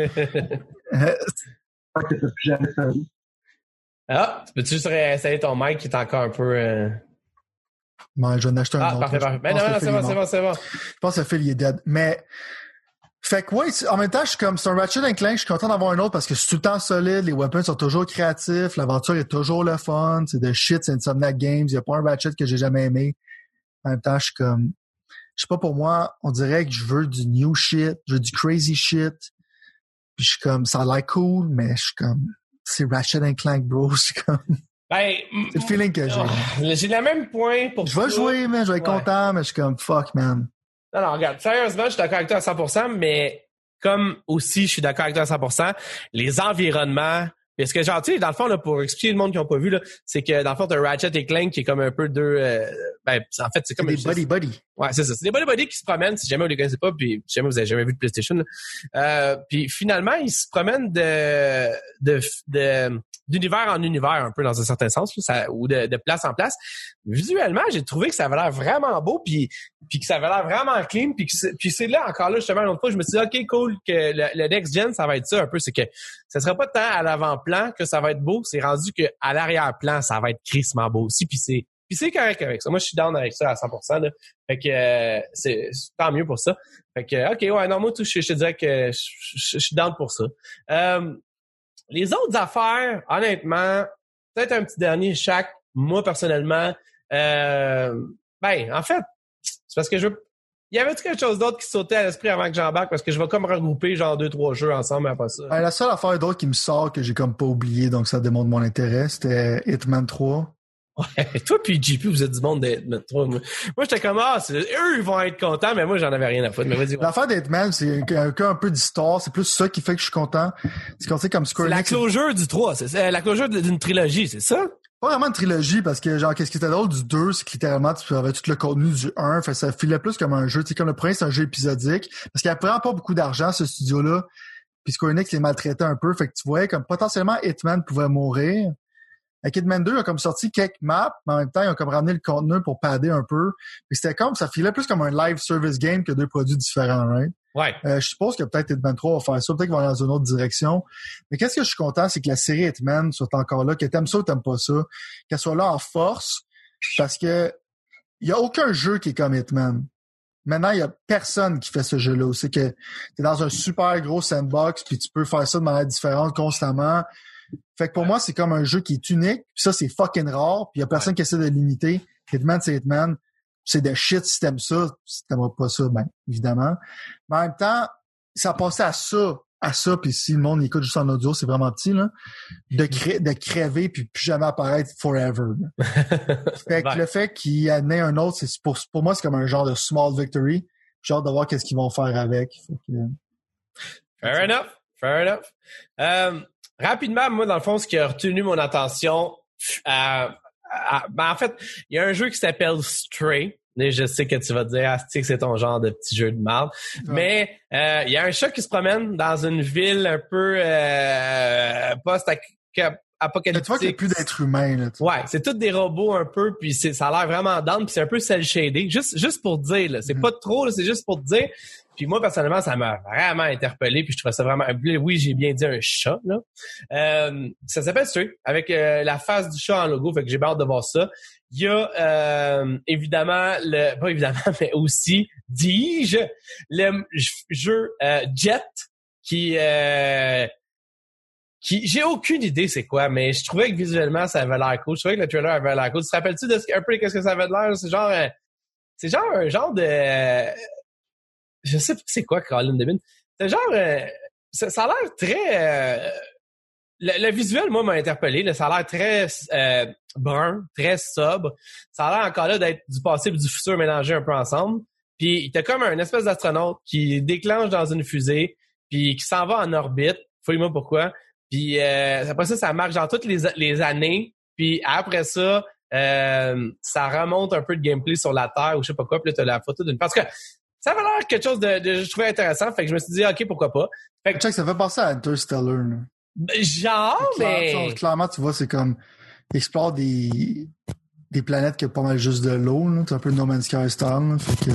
Ah, peux-tu juste réinstaller ton mic qui est encore un peu... Euh... Ouais, je vais en acheter un ah, autre. Parfait, parfait. Mais non, non, c'est bon, c'est bon, c'est bon. Je pense que le fil il est dead. Mais fait que ouais, en même temps, je suis comme c'est un Ratchet and Clank, je suis content d'avoir un autre parce que c'est tout le temps solide, les weapons sont toujours créatifs, l'aventure est toujours le fun, c'est de shit, c'est Insomniac Games, il y a pas un Ratchet que j'ai jamais aimé. En même temps, je suis comme, je sais pas, pour moi, on dirait que je veux du new shit, je veux du crazy shit. Puis je suis comme, ça a l'air cool, mais je suis comme, c'est Ratchet and Clank, bro. Je suis comme, ben, c'est le feeling que j'ai. Oh, j'ai le même point pour Je vais jouer, mais je vais être ouais. content, mais je suis comme, fuck, man. Non, non, regarde, sérieusement, je suis d'accord avec toi à cent pour cent, mais comme aussi, je suis d'accord avec toi à cent pour cent, les environnements, parce que genre, tu sais, dans le fond, là, pour expliquer le monde qui n'a pas vu, là, c'est que dans le fond, t'as Ratchet et Clank qui est comme un peu deux, euh, ben, en fait, c'est comme... C'est des buddy-buddy. Ouais, c'est ça. C'est des buddy-buddy qui se promènent, si jamais vous les connaissez pas, puis si jamais vous avez jamais vu de PlayStation. Là. Euh, puis finalement, ils se promènent de, de, de, d'univers en univers, un peu dans un certain sens, là, ça, ou de, de place en place. Visuellement, j'ai trouvé que ça avait l'air vraiment beau, puis puis que ça avait l'air vraiment clean, puis que c'est, puis c'est là, encore là, justement, l'autre fois, je me suis dit, OK, cool, que le, le next-gen, ça va être ça un peu, c'est que ça sera pas tant à l'avant-plan que ça va être beau, c'est rendu que à l'arrière-plan, ça va être crissement beau aussi, puis c'est puis c'est correct avec ça. Moi, je suis down avec ça à cent pour cent, là. Fait que euh, c'est, c'est tant mieux pour ça. Fait que, OK, ouais, non, moi, tout, je, je te dirais que je, je, je suis down pour ça. Euh, les autres affaires, honnêtement, peut-être un petit dernier chaque, moi, personnellement, euh, ben, en fait, c'est parce que je veux... Il y avait quelque chose d'autre qui sautait à l'esprit avant que j'embarque parce que je vais comme regrouper genre deux, trois jeux ensemble après ça. Ben, la seule affaire d'autre qui me sort que j'ai comme pas oublié, donc ça démontre mon intérêt, c'était Hitman trois. Ouais, toi puis J P, vous êtes du monde de Hitman trois. Moi, moi j'étais comme, ah, c'est, eux, ils vont être contents, mais moi, j'en avais rien à foutre. Mais vas-y, ouais. L'affaire d'Hitman, c'est un, un peu d'histoire, c'est plus ça qui fait que je suis content. C'est qu'on sait comme Square C'est Enix, la closure du trois, c'est ça? La closure d'une trilogie, c'est ça? Pas vraiment une trilogie, parce que, genre, qu'est-ce qui était drôle du deux, c'est que littéralement, tu avais tout le contenu du un, fait ça filait plus comme un jeu. Tu sais, comme le premier, c'est un jeu épisodique, parce qu'il n'y a vraiment pas beaucoup d'argent, ce studio-là, puis Square Enix les maltraitait un peu, fait que tu voyais comme potentiellement Hitman pouvait mourir. Avec Hitman deux, ils ont comme sorti quelques maps, mais en même temps, ils ont comme ramené le contenu pour padder un peu. Puis c'était comme, ça filait plus comme un live service game que deux produits différents, right? Ouais. Euh, je suppose que peut-être Hitman trois va faire ça, peut-être qu'ils vont aller dans une autre direction. Mais qu'est-ce que je suis content, c'est que la série Hitman soit encore là, que t'aimes ça ou t'aimes pas ça, qu'elle soit là en force, parce que il y a aucun jeu qui est comme Hitman. Maintenant, il y a personne qui fait ce jeu-là. C'est que t'es dans un super gros sandbox, puis tu peux faire ça de manière différente constamment. Fait que pour moi, c'est comme un jeu qui est unique, puis ça, c'est fucking rare, puis il y a personne ouais. qui essaie de l'imiter. Hitman, c'est Hitman. C'est de shit si t'aimes ça. Si t'aimeras pas ça, ben, évidemment. Mais en même temps, ça passait à ça, à ça, puis si le monde écoute juste en audio, c'est vraiment petit, là, de, cré- de crever puis plus jamais apparaître forever. Fait que ouais. le fait qu'il y en ait un autre, c'est pour, pour moi, c'est comme un genre de small victory. J'ai hâte de voir qu'est-ce qu'ils vont faire avec. Fait que, fair enough. Fair enough. Euh, rapidement, moi, dans le fond, ce qui a retenu mon attention, euh, Ah, ben en fait, il y a un jeu qui s'appelle Stray. Et je sais que tu vas te dire, ah, c'est que c'est ton genre de petit jeu de merde. Ouais. Mais euh, il y a un chat qui se promène dans une ville un peu euh, post-apocalyptique. Tu vois qu'il n'y a plus d'êtres humains. Là, ouais, c'est tous des robots un peu, puis c'est, ça a l'air vraiment down, puis c'est un peu cel-shadé. Juste, juste pour te dire, là, c'est mm-hmm. pas trop, là, c'est juste pour te dire. Puis moi, personnellement, ça m'a vraiment interpellé, puis je trouvais ça vraiment... Oui, j'ai bien dit un chat, là. Euh, ça s'appelle Stray, avec euh, la face du chat en logo, fait que j'ai hâte de voir ça. Il y a, euh, évidemment, le... Pas évidemment, mais aussi, dis-je, le jeu euh, Jet, qui... Euh, qui j'ai aucune idée c'est quoi, mais je trouvais que visuellement, ça avait l'air cool. Je trouvais que le trailer avait l'air cool. Tu te rappelles-tu de ce, un peu qu'est-ce que ça avait l'air? C'est genre... Euh, c'est genre un genre de... Euh, je sais pas c'est quoi Colin Devin. C'est genre euh, ça, ça a l'air très euh, le, le visuel moi m'a interpellé, là, ça a l'air très euh, brun, très sobre. Ça a l'air encore là d'être du passé et du futur mélangés un peu ensemble. Puis t'as comme un espèce d'astronaute qui déclenche dans une fusée puis qui s'en va en orbite, fouille-moi pourquoi. Puis euh, après ça ça marche dans toutes les les années, puis après ça euh, ça remonte un peu de gameplay sur la Terre ou je sais pas quoi, puis là t'as la photo d'une parce que ça avait l'air quelque chose de, de je trouvais intéressant, fait que je me suis dit ok pourquoi pas. Fait que check, ça fait penser à Interstellar. Là. Genre mais clairement, clairement tu vois c'est comme explore des des planètes qui ont pas mal juste de l'eau, là, c'est un peu No Man's Sky style, là, fait que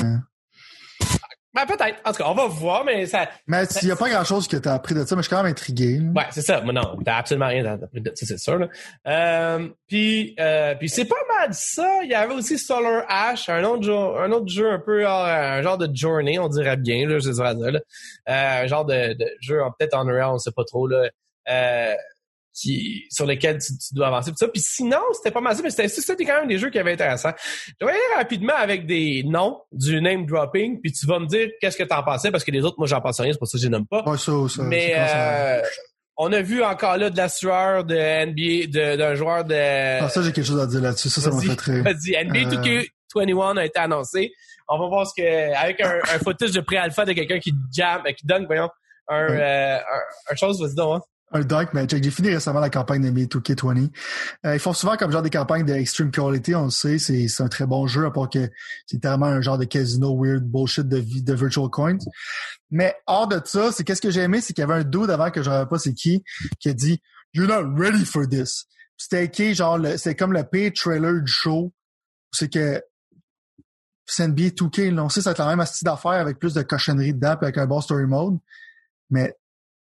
ben peut-être. En tout cas, on va voir, mais ça... Mais il n'y a pas grand-chose que t'as appris de ça, mais je suis quand même intrigué. Là. Ouais, c'est ça. Mais non, t'as absolument rien appris de ça, c'est sûr. Là. Euh, puis, euh, puis c'est pas mal ça. Il y avait aussi Solar Ash, un autre jeu, un autre jeu un peu, un genre de journey, on dirait bien, là, je dirais ça, là. Euh, un genre de, de jeu, peut-être en Unreal, on sait pas trop, là. Euh, qui sur lesquels tu, tu dois avancer tout ça. Puis sinon, c'était pas mal ça, mais c'était, c'était quand même des jeux qui avaient intéressant. Je vais aller rapidement avec des noms, du name dropping, puis tu vas me dire qu'est-ce que t'en pensais, parce que les autres, moi, j'en pense rien, c'est pour ça que je les nomme pas. Ouais, ça, ça, mais euh, on a vu encore là de la sueur de N B A, de, d'un joueur de... Ah, ça, j'ai quelque chose à dire là-dessus. Ça, ça m'a fait très... Vas-y, N B A euh... deux K vingt et un a été annoncé. On va voir ce que... Avec un, un footage de pré-alpha de quelqu'un qui jam, qui donne, voyons, un, ouais. euh, un, un chose, vas-y donc, hein. un dunk, mais check, j'ai fini récemment la campagne de deux K vingt. Euh, ils font souvent comme genre des campagnes de Extreme Quality, on le sait, c'est, c'est un très bon jeu, à part que c'est tellement un genre de casino weird bullshit de, de virtual coins. Mais hors de ça, c'est qu'est-ce que j'ai aimé, c'est qu'il y avait un dude avant que je ne savais pas c'est qui, qui a dit « You're not ready for this ». C'était écrit, genre, le, c'est comme le pire trailer du show. C'est que c'est N B A deux K, là, on sait ça va être la même astuce d'affaires avec plus de cochonneries dedans puis avec un bon story mode. Mais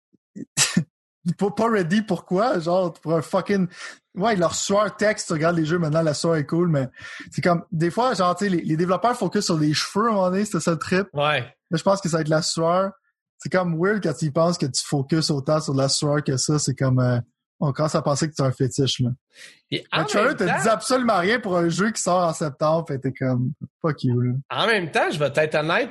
pas, pas ready, pourquoi? Genre, pour un fucking... Ouais, leur sueur texte, tu regardes les jeux, maintenant, la sueur est cool, mais c'est comme... Des fois, genre, tu sais, les, les développeurs focus sur les cheveux, à un moment donné, c'était ça le trip. Ouais. Mais je pense que ça va être la sueur. C'est comme weird quand tu y penses que tu focuses autant sur la sueur que ça. C'est comme... Euh, on commence à penser que tu as un fétiche, là. Et le trailer te dit absolument rien pour un jeu qui sort en septembre, fait t'es comme... Fuck you, là. En même temps, je vais être honnête,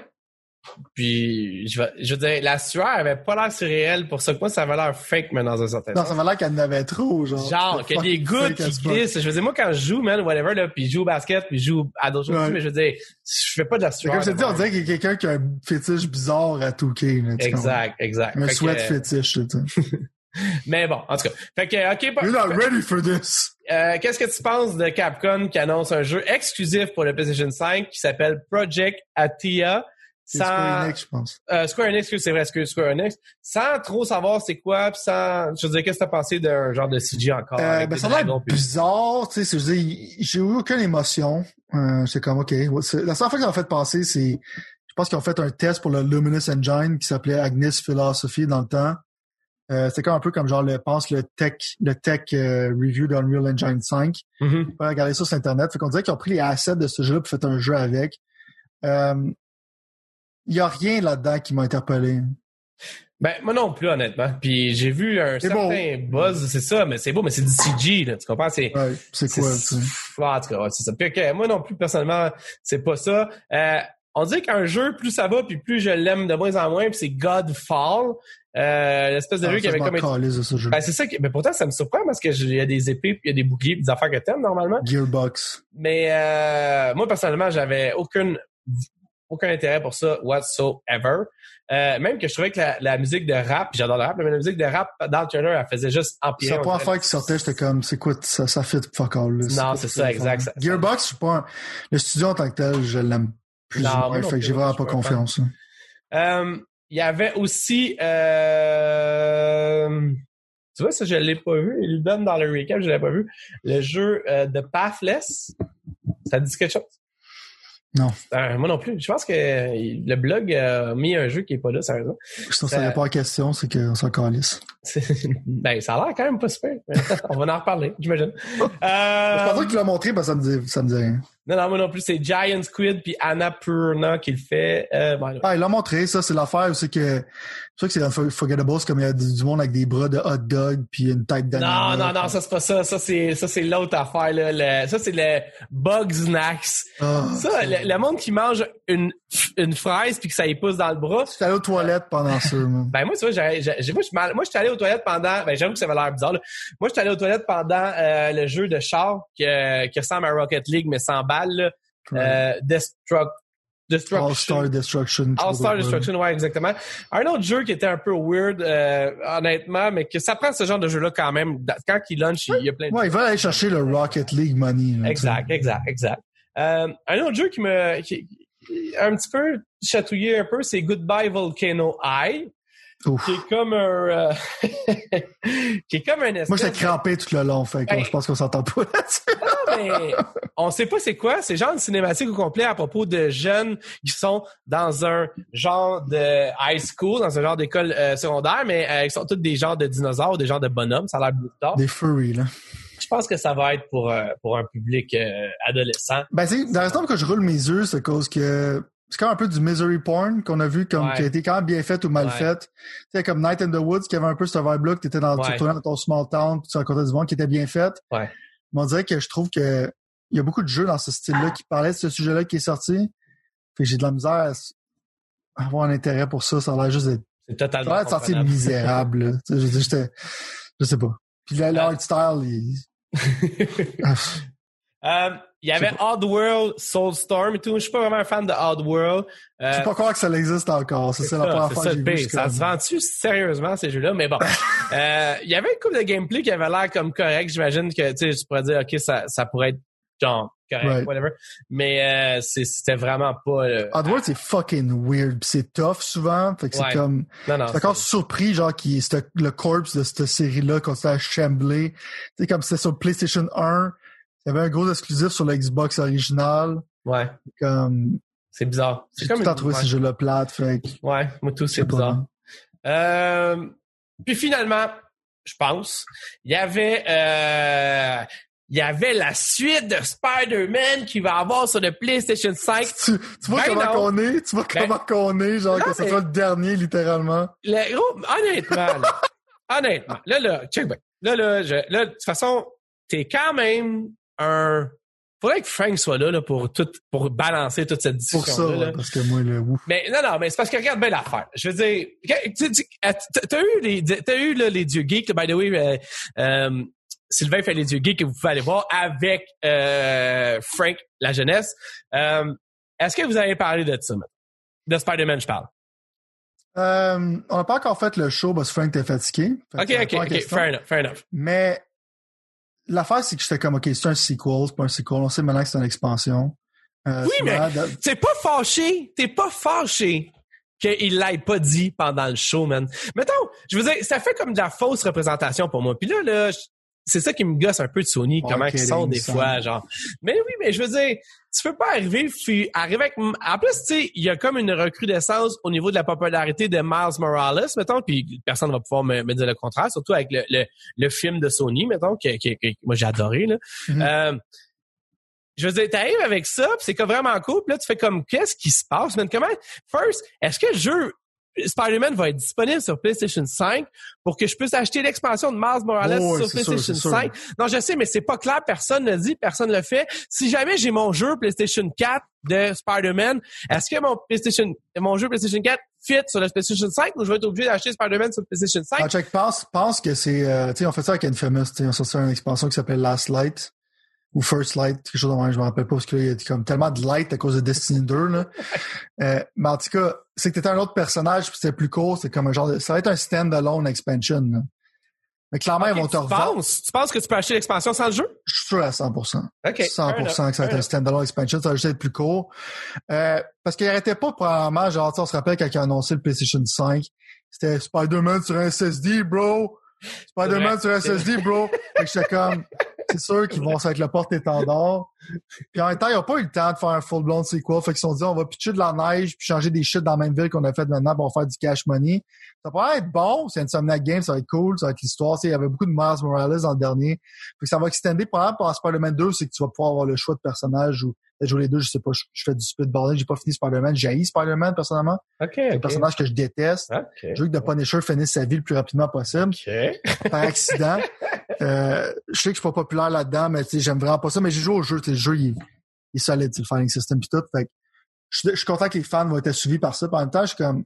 puis je vais, je veux dire, la sueur avait pas l'air surréelle pour ça que moi, ça avait l'air fake, mais dans un certain Non, sens. ça avait l'air qu'elle en avait trop, genre. Genre, qu'il y a des gouttes qui glissent. Je veux dire, moi, quand je joue, man, whatever, là, puis je joue au basket, puis je joue à d'autres choses, ouais. Mais je veux dire, je fais pas de la sueur. Comme je te dis, on dirait qu'il y a quelqu'un qui a un fétiche bizarre à deux K, là. Exact, exact. Un fait sweat que, fétiche, tu sais. Mais bon, en tout cas. Fait que, OK. You're not ready for this. Euh, qu'est-ce que tu penses de Capcom qui annonce un jeu exclusif pour le PlayStation cinq qui s'appelle Project Athia? C'est sans... Square Enix, je pense. Euh, Square Enix, c'est vrai, c'est Square Enix. Sans trop savoir c'est quoi, pis sans, je veux dire, qu'est-ce que t'as pensé d'un genre de C G encore? Euh, ben, ça a l'air bizarre, tu sais, je veux dire, j'ai eu aucune émotion. Euh, c'est comme, OK. C'est, la seule fois qu'ils ont fait passer, c'est, je pense qu'ils ont fait un test pour le Luminous Engine qui s'appelait Agnes Philosophy dans le temps. Euh, c'était comme un peu comme genre le pense le tech le tech euh, review d'Unreal Engine cinq. Mm-hmm. On peut regarder ça sur internet. Fait qu'on dirait qu'ils ont pris les assets de ce jeu-là pour faire un jeu avec. Il euh, y a rien là-dedans qui m'a interpellé. Ben moi non plus honnêtement. Puis j'ai vu un c'est certain beau. buzz, c'est ça, mais c'est beau, mais c'est du C G là, tu comprends? C'est ouais, c'est, c'est quoi ça? En tout cas, ouais, c'est ça. Puis okay, moi non plus personnellement, c'est pas ça. Euh, on dit qu'un jeu, plus ça va, puis plus je l'aime de moins en moins, puis c'est Godfall. Euh, l'espèce de ah, jeu qui avait comme... Calise, ce jeu. Ben, c'est ça qui... Mais pourtant, ça me surprend parce que il y a des épées puis il y a des boucliers puis des affaires que t'aimes normalement. Gearbox. Mais euh, moi, personnellement, j'avais aucune aucun intérêt pour ça whatsoever. Euh, même que je trouvais que la, la musique de rap, j'adore le rap, mais la musique de rap dans le trailer, elle faisait juste empirer. C'est la première fois qu'il sortait, j'étais comme, c'est quoi, ça, ça fit fuck all, là. Non, c'est, c'est ça, exact. Ça, Gearbox, je suis pas un... Le studio en tant que tel, je l'aime plus non, ou moins, fait que j'ai vraiment pas confiance. Euh, il y avait aussi, euh, tu vois, ça, je l'ai pas vu. Il le donne dans le recap, je l'ai pas vu. Le jeu euh, de Pathless. Ça te dit quelque chose? Non. Euh, moi non plus. Je pense que le blog a mis un jeu qui est pas là, sérieusement. Si on savait pas la question, c'est qu'on s'en calisse. Ben, ça a l'air quand même pas super. On va en reparler, j'imagine. euh... Je pensais que tu l'as montré, parce que ça me dit, ça me dit rien. Non, non, moi non plus, c'est Giant Squid puis Annapurna qui le fait. Euh, bon, ah, il l'a montré, ça, c'est l'affaire, c'est que, c'est sûr que c'est Unforgettable, c'est comme il y a du, du monde avec des bras de hot dog puis une tête d'animal. Non, non, non, ça c'est pas ça. Ça, c'est, ça, c'est l'autre affaire, là. Le, ça, c'est le Bugsnax. Oh, ça, le, le monde qui mange une, une fraise puis que ça y pousse dans le bras. J'étais allé aux toilettes pendant ça, moi. Ben, moi, tu vois, j'ai, j'ai, moi, je moi, j'étais allé aux toilettes pendant, ben, j'avoue que ça avait l'air bizarre, là. Moi, j'étais allé aux toilettes pendant, euh, le jeu de char qui, euh, qui ressemble à Rocket League, mais sans balles, là. Ouais. Euh, Destruct, Destruction. All-Star Destruction. All-Star Destruction, ouais, exactement. Un autre jeu qui était un peu weird, euh, honnêtement, mais que ça prend ce genre de jeu-là quand même. Quand il launch, il y a plein de... Ouais, il va aller chercher le Rocket League money. Là, exact, exact, exact. Euh, un autre jeu qui me... Qui, un petit peu chatouillé un peu, c'est Goodbye Volcano High. Ouf. Qui est comme un... Euh, qui est comme un espèce... Moi, j'étais crampé tout le long, fait que ben, je pense qu'on s'entend pas là-dessus. Non, mais on sait pas c'est quoi. C'est genre une cinématique au complet à propos de jeunes qui sont dans un genre de high school, dans un genre d'école euh, secondaire, mais euh, ils sont tous des genres de dinosaures, des genres de bonhommes. Ça a l'air bizarre. Des furries, là. Je pense que ça va être pour, euh, pour un public euh, adolescent. Ben, c'est, dans l'instant que je roule mes yeux, c'est à cause que... C'est comme un peu du misery porn qu'on a vu comme ouais. qui a été quand même bien fait ou mal ouais. fait. Tu sais, comme Night in the Woods qui avait un peu ce vibe-là que t'étais dans, ouais. tu retournais dans ton small town puis tu rencontrais du monde qui était bien fait. Ouais. Mais on dirait que je trouve que il y a beaucoup de jeux dans ce style-là qui parlaient de ce sujet-là qui est sorti. Fait que j'ai de la misère à avoir un intérêt pour ça. Ça a l'air juste d'être... C'est totalement ça a l'air de sortir misérable, là. Tu sais, je, j'étais... je sais pas. Puis le art style, il... Euh, il Il y avait Oddworld, Soulstorm et tout. Je suis pas vraiment un fan de Oddworld. Euh, je sais pas croire que ça existe encore. Ça, c'est, c'est la première fois que j'ai vu. Ça se vend-tu sérieusement, ces jeux-là? Mais bon. euh, il y avait une couple de gameplay qui avait l'air comme correct. J'imagine que, tu sais, tu pourrais dire, OK, ça, ça pourrait être genre correct, right. whatever. Mais euh, c'est, c'était vraiment pas... Euh, Oddworld, c'est fucking weird. Pis c'est tough souvent. Fait que ouais. c'est comme... Non, non, c'est encore c'est... surpris, genre, qui le corpse de cette série-là continue à chambler. Tu sais, comme c'était sur PlayStation un, il y avait un gros exclusif sur le Xbox original. Ouais. Comme... C'est bizarre. J'ai tout le temps trouvé ces jeux-là plates. Fait que... Ouais, moi tout, c'est, c'est bizarre. Euh, puis finalement, je pense, il y avait... Euh, Il y avait la suite de Spider-Man qui va avoir sur le PlayStation cinq. Tu, tu vois ben comment non. qu'on est? Tu vois ben, comment qu'on est? Genre non, que ce mais... soit le dernier, littéralement. Le, oh, honnêtement, là, honnêtement, là, là, check back. Là, là, je, là, de toute façon, t'es quand même un... Faudrait que Frank soit là, là pour tout, pour balancer toute cette discussion. Pour ça, là, ouais, parce que moi, le ouf. Mais, non, non, mais c'est parce que regarde bien l'affaire. Je veux dire, tu, tu, t'as eu les, t'as eu, là, les dieux geeks, by the way, euh, euh, Sylvain fait les dieux geeks que vous pouvez aller voir avec euh, Frank, la jeunesse. Euh, est-ce que vous avez parlé de ça, de Spider-Man, je parle? Euh, on n'a pas encore fait le show parce que Frank était fatigué. OK, OK, OK, fair enough, fair enough. Mais l'affaire, c'est que j'étais comme, OK, c'est un sequel, c'est pas un sequel. On sait maintenant que c'est une expansion. Euh, oui, mais de... t'es pas fâché, t'es pas fâché qu'il l'ait pas dit pendant le show, man. Mettons, je veux dire, ça fait comme de la fausse représentation pour moi. Puis là, là, c'est ça qui me gosse un peu de Sony, oh, comment ils sont des fois, genre. Mais oui, mais je veux dire, tu peux pas arriver, puis arriver avec... En plus, tu sais, il y a comme une recrudescence au niveau de la popularité de Miles Morales, mettons, puis personne va pouvoir me, me dire le contraire, surtout avec le, le, le film de Sony, mettons, que, que, que moi j'ai adoré, là. Mm-hmm. Euh, je veux dire, t'arrives avec ça, puis c'est comme vraiment cool, puis là, tu fais comme, qu'est-ce qui se passe, man? Comment... First, est-ce que le jeu... Spider-Man va être disponible sur PlayStation cinq pour que je puisse acheter l'expansion de Miles Morales oh, sur PlayStation sûr, cinq. Sûr. Non, je sais, mais c'est pas clair. Personne ne le dit, personne ne le fait. Si jamais j'ai mon jeu PlayStation quatre de Spider-Man, est-ce que mon PlayStation, mon jeu PlayStation quatre fit sur la PlayStation cinq ou je vais être obligé d'acheter Spider-Man sur PlayStation cinq? Ah, check, pense, pense que c'est, euh, tu sais, on fait ça avec Infamous, tu sais, on sorti une expansion qui s'appelle Last Light. Ou First Light, quelque chose de même, je me rappelle pas, parce qu'il y a comme tellement de light à cause de Destiny deux, là. euh, mais en tout cas, c'est que t'étais un autre personnage, puis c'était plus court, c'est comme un genre de, ça va être un stand-alone expansion, là. Mais clairement, okay, ils vont te revendre. Tu penses que tu peux acheter l'expansion sans le jeu? Je suis sûr à cent pour cent. OK. cent pour cent que ça va être un stand-alone expansion, ça va juste être plus court. Euh, parce qu'il arrêtait pas, probablement, genre, on se rappelle quand il a annoncé le PlayStation cinq, c'était Spider-Man sur un S S D, bro! Spider-Man sur S S D, bro! Fait que j'étais comme, c'est sûr qu'ils vont s'être le porte-étendard. Puis en même temps, ils n'ont pas eu le temps de faire un full-blown sequel. Fait qu'ils se sont dit, on va pitcher de la neige puis changer des shit dans la même ville qu'on a fait maintenant pour faire du cash money. Ça pourrait être bon. C'est Insomniac Games, ça va être cool. Ça va être l'histoire. Il y avait beaucoup de Miles Morales dans le dernier. Fait que ça va extender. Probablement pour Spider-Man deux, c'est que tu vas pouvoir avoir le choix de personnage ou peut-être jouer les deux. Je sais pas. Je, je fais du spitballing. J'ai pas fini Spider-Man. J'ai haï Spider-Man, personnellement. Okay, c'est okay. un personnage que je déteste. Okay. Je veux que The Punisher finisse sa vie le plus rapidement possible. Okay. Par accident. euh, je sais que je suis pas populaire là-dedans, mais j'aime vraiment pas ça. Mais j'ai joué au jeu. Le jeu, il, il est solide, le fighting system pis tout. Fait que je, je suis content que les fans vont être suivis par ça. Par en même temps, je suis comme,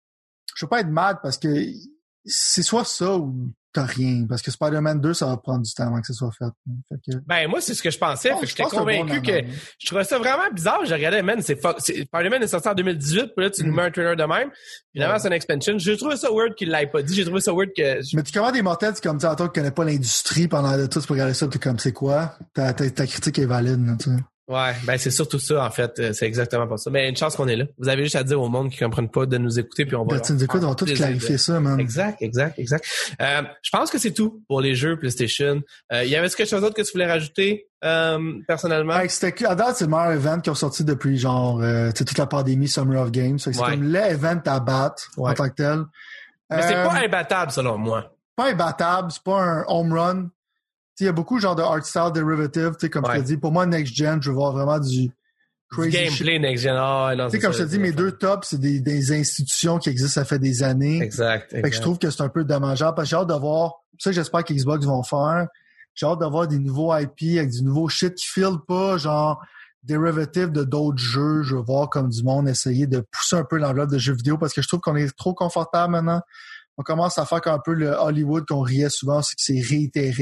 je veux pas être mad parce que c'est soit ça ou t'as rien. Parce que Spider-Man deux, ça va prendre du temps avant que ça soit fait. fait que... Ben, moi, c'est ce que je pensais. Oh, fait que j'étais convaincu que, bon je trouvais ça vraiment bizarre. Je regardais, man, c'est, c'est Spider-Man est sorti en deux mille dix-huit, puis là, tu mm. nous mets un trailer de même. Finalement, ouais. c'est une expansion. J'ai trouvé ça weird qu'il l'ait pas dit. J'ai trouvé ça weird que... Mais tu commandes des mortels, c'est comme, tu sais, toi, qui connais pas l'industrie pendant tout, tu peux regarder ça, t'es comme, c'est quoi? Ta, ta, ta critique est valide, là, tu sais. Ouais, ben c'est surtout ça en fait, c'est exactement pas ça. Mais une chance qu'on est là. Vous avez juste à dire au monde qui comprennent pas de nous écouter puis on va. Ben, tu nous écoutes, on va tout clarifier ça, man. Exact, exact, exact. Euh, je pense que c'est tout pour les jeux PlayStation. Euh, y avait-il quelque chose d'autre que tu voulais rajouter euh, personnellement? Ouais, c'était à date c'est le meilleur event qui a sorti depuis genre euh, toute la pandémie Summer of Games. C'est ouais. comme l'event à battre ouais. en tant que tel. Mais euh, c'est pas imbattable selon moi. Pas imbattable, c'est pas un home run. Il y a beaucoup genre de art style derivative, tu sais, comme ouais. je te dis. Pour moi, Next Gen, je veux voir vraiment du crazy du gameplay shit. Next Gen. Oh, non, tu sais, comme je te dis, mes deux tops, c'est des, des institutions qui existent, ça fait des années. Exact. Fait que je trouve que c'est un peu dommageable parce que j'ai hâte de voir, c'est ça que j'espère que Xbox vont faire. J'ai hâte de voir des nouveaux I P avec du nouveau shit qui file pas, genre, derivative de d'autres jeux. Je veux voir comme du monde essayer de pousser un peu l'enveloppe de jeux vidéo parce que je trouve qu'on est trop confortable maintenant. On commence à faire comme un peu le Hollywood qu'on riait souvent, c'est que c'est réitéré.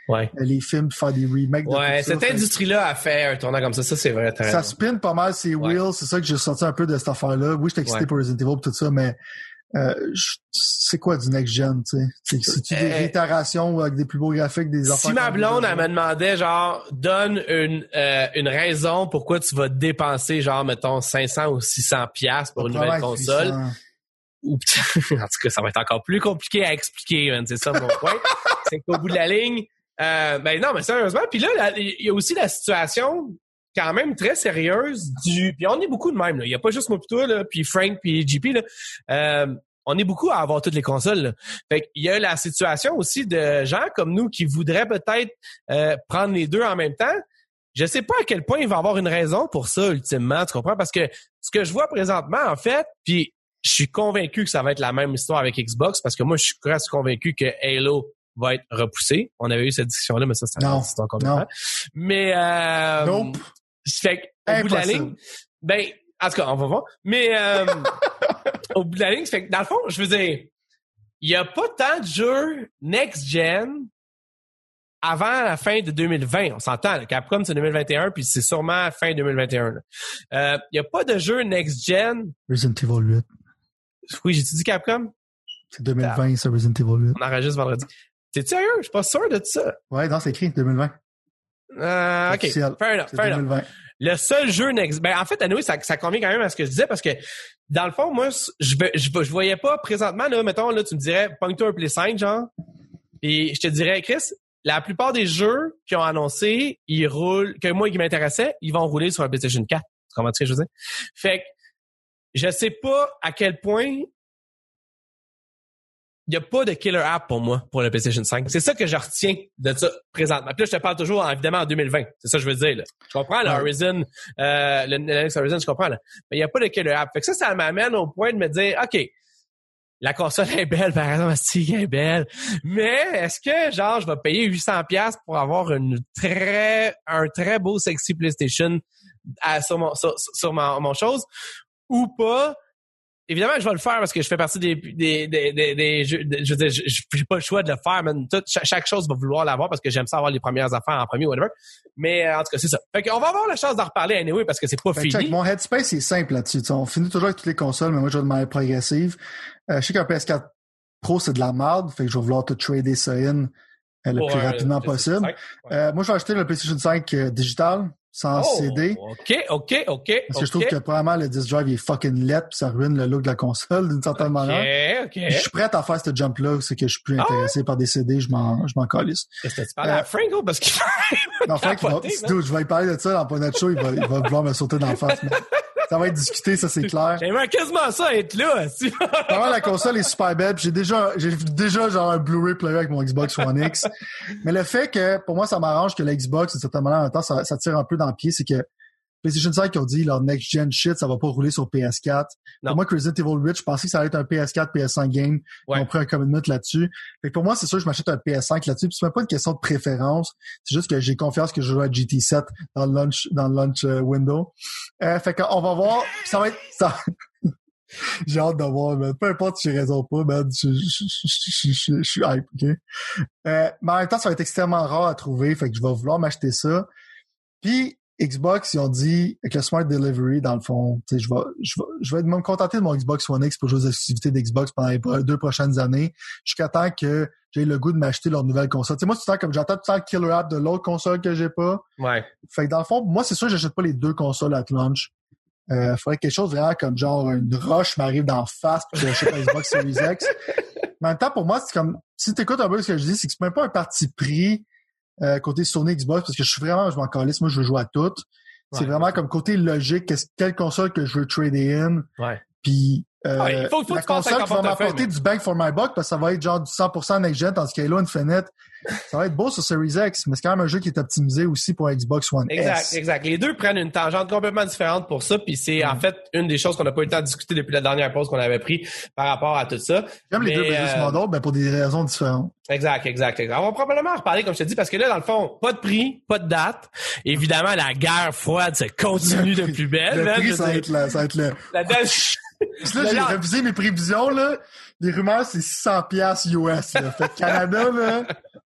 ouais. les films, faire des remakes. De ouais, tout cette ça, industrie-là a fait un tournant comme ça. Ça, c'est vrai. Ça spin pas mal ses ouais. wheels. C'est ça que j'ai sorti un peu de cette affaire-là. Oui, j'étais excité ouais. pour Resident Evil et tout ça, mais euh, je, c'est quoi du next-gen, tu sais? C'est, c'est-tu des euh, réitérations avec des plus beaux graphiques, des affaires? Si ma blonde, elle me demandait, genre, donne une euh, une raison pourquoi tu vas dépenser, genre, mettons, cinq cents ou six cents piastres pour une nouvelle console. Ou, en tout cas, ça va être encore plus compliqué à expliquer, man. C'est ça mon point. C'est qu'au bout de la ligne, euh, ben non, mais sérieusement. Puis là, il y a aussi la situation quand même très sérieuse du... Puis on est beaucoup de même, là. Il y a pas juste moi pis toi, là, puis Frank puis J P, là. Euh, on est beaucoup à avoir toutes les consoles, là. Fait qu'il y a la situation aussi de gens comme nous qui voudraient peut-être euh, prendre les deux en même temps. Je sais pas à quel point il va y avoir une raison pour ça, ultimement, tu comprends? Parce que ce que je vois présentement, en fait, puis je suis convaincu que ça va être la même histoire avec Xbox, parce que moi, je suis presque convaincu que Halo va être repoussé. On avait eu cette discussion-là, mais ça, c'est une histoire complètement. Mais, euh... Nope. Fait qu'au bout de la ligne, ben, en tout cas, on va voir. Mais, euh, au bout de la ligne, fait que dans le fond, je veux dire, il y a pas tant de jeux next-gen avant la fin de deux mille vingt. On s'entend, là, Capcom, c'est deux mille vingt et un, puis c'est sûrement fin deux mille vingt et un. Là. Euh, il y a pas de jeux next-gen. Resident Evil huit. Oui, j'ai-tu dit Capcom? C'est deux mille vingt, ça, Resident Evil huit. On enregistre vendredi. T'es sérieux? Je suis pas sûr de ça. Ouais, non, c'est écrit deux mille vingt. Euh, OK. Officiel. Fair enough, fair enough. deux mille vingt. Le seul jeu next... Ben, en fait, anyway, ça, ça convient quand même à ce que je disais parce que, dans le fond, moi, je, je, je voyais pas présentement, là, mettons, là, tu me dirais, pogne-toi un Play cinq, genre, et je te dirais, Chris, la plupart des jeux qui ont annoncé, ils roulent, que moi, qui m'intéressaient, ils vont rouler sur un PlayStation quatre. Tu comprends ce que je veux dire? Fait que, je sais pas à quel point il n'y a pas de killer app pour moi, pour le PlayStation cinq. C'est ça que je retiens de ça présentement. Puis là, je te parle toujours, évidemment, en deux mille vingt. C'est ça que je veux dire, là. Je comprends, le Horizon, euh, le Linux Horizon, je comprends, là. Mais il n'y a pas de killer app. Fait que ça, ça m'amène au point de me dire, OK, la console est belle, par exemple, elle est belle. Mais est-ce que, genre, je vais payer huit cents dollars pour avoir une très, un très beau sexy PlayStation à, sur mon, sur, sur mon, mon chose ou pas? Évidemment, je vais le faire parce que je fais partie des des des des, des jeux. De, je veux dire, j'ai pas le choix de le faire, mais tout, chaque, chaque chose va vouloir l'avoir parce que j'aime ça avoir les premières affaires en premier, whatever. Mais en tout cas, c'est ça. Fait qu'on va avoir la chance d'en reparler anyway parce que c'est pas fait fini. Check, mon headspace est simple là-dessus. T'sais, on finit toujours avec toutes les consoles, mais moi je vais de manière progressive. Euh, je sais qu'un P S quatre Pro c'est de la merde, fait que je vais vouloir tout trader ça in euh, le Pour plus rapidement possible. cinq, ouais. euh, moi je vais acheter le PlayStation cinq euh, digital. Sans oh, C D. OK, OK, OK. Parce que okay. je trouve que probablement le disc drive il est fucking laid puis ça ruine le look de la console d'une certaine okay, manière. OK, OK. Je suis prêt à faire ce jump-là, c'est que je suis plus intéressé ah. par des C D, je m'en, je m'en calisse. Est-ce que tu parles euh, à Frank ou parce qu'il non, Frank, il va, dude, je vais lui parler de ça dans notre show, il va, il va vouloir me sauter dans la face. Mais ça va être discuté, ça c'est clair. J'aimerais quasiment ça être là. Vraiment, la console est super belle. J'ai déjà, j'ai déjà genre un Blu-ray player avec mon Xbox One X. Mais le fait que, pour moi, ça m'arrange que la Xbox, d'une certaine manière, en même temps, ça, ça tire un peu dans le pied, c'est que PlayStation cinq qui ont dit leur next-gen shit, ça va pas rouler sur P S quatre. Non. Pour moi, Resident Evil huit, je pensais que ça allait être un P S quatre, P S cinq game. Ouais. Ils ont pris un commitment là-dessus. Fait que pour moi, c'est sûr que je m'achète un P S cinq là-dessus. Puis c'est même pas une question de préférence. C'est juste que j'ai confiance que je joue à G T sept dans le launch, dans le launch uh, window. Euh, fait qu'on va voir. Ça va être, ça... j'ai hâte de voir, man. Peu importe si j'ai raison ou pas, man. Je, je, je, je, je suis hype, ok? Euh, mais en même temps, ça va être extrêmement rare à trouver. Fait que je vais vouloir m'acheter ça. Puis, Xbox, ils ont dit, avec le Smart Delivery, dans le fond, tu sais, je vais, je vais, je vais me contenter de mon Xbox One X pour jouer aux activités d'Xbox pendant les deux prochaines années, jusqu'à temps que j'ai le goût de m'acheter leur nouvelle console. Tu sais, moi, tout le temps, comme j'attends tout le temps le killer app de l'autre console que j'ai pas. Ouais. Fait que dans le fond, moi, c'est sûr que j'achète pas les deux consoles à launch. Euh, faudrait que quelque chose vraiment comme genre une roche m'arrive d'en face puis que j'achète la Xbox Series X. Mais en même temps, pour moi, c'est comme, si t'écoutes un peu ce que je dis, c'est que c'est même pas un parti pris. Euh, côté Sony Xbox, parce que je suis vraiment, je m'en calisse, moi je veux jouer à toutes. Ouais, c'est vraiment ouais. comme côté logique, qu'est-ce, quelle console que je veux trader in. Ouais. Puis euh, ouais, il faut, il faut la console qui va m'apporter mais... du bang for my buck, parce que ça va être genre du cent pour cent next-gen, tandis qu'Halo Infinite, ça va être beau sur Series X, mais c'est quand même un jeu qui est optimisé aussi pour Xbox One exact, S. Exact, Les deux prennent une tangente complètement différente pour ça, puis c'est mm. en fait une des choses qu'on n'a pas eu le temps de discuter depuis la dernière pause qu'on avait pris par rapport à tout ça. J'aime mais, les deux euh... modèles, ben pour des raisons différentes. Exact, exact, exact. On va probablement en reparler, comme je te dis, parce que là, dans le fond, pas de prix, pas de date. Évidemment, la guerre froide se continue de plus belle. Le man, prix, ça va, être la, ça va être le... La date... là, j'ai révisé mes prévisions, là. Les rumeurs, c'est six cents piastres U S, là. Fait que Canada, là,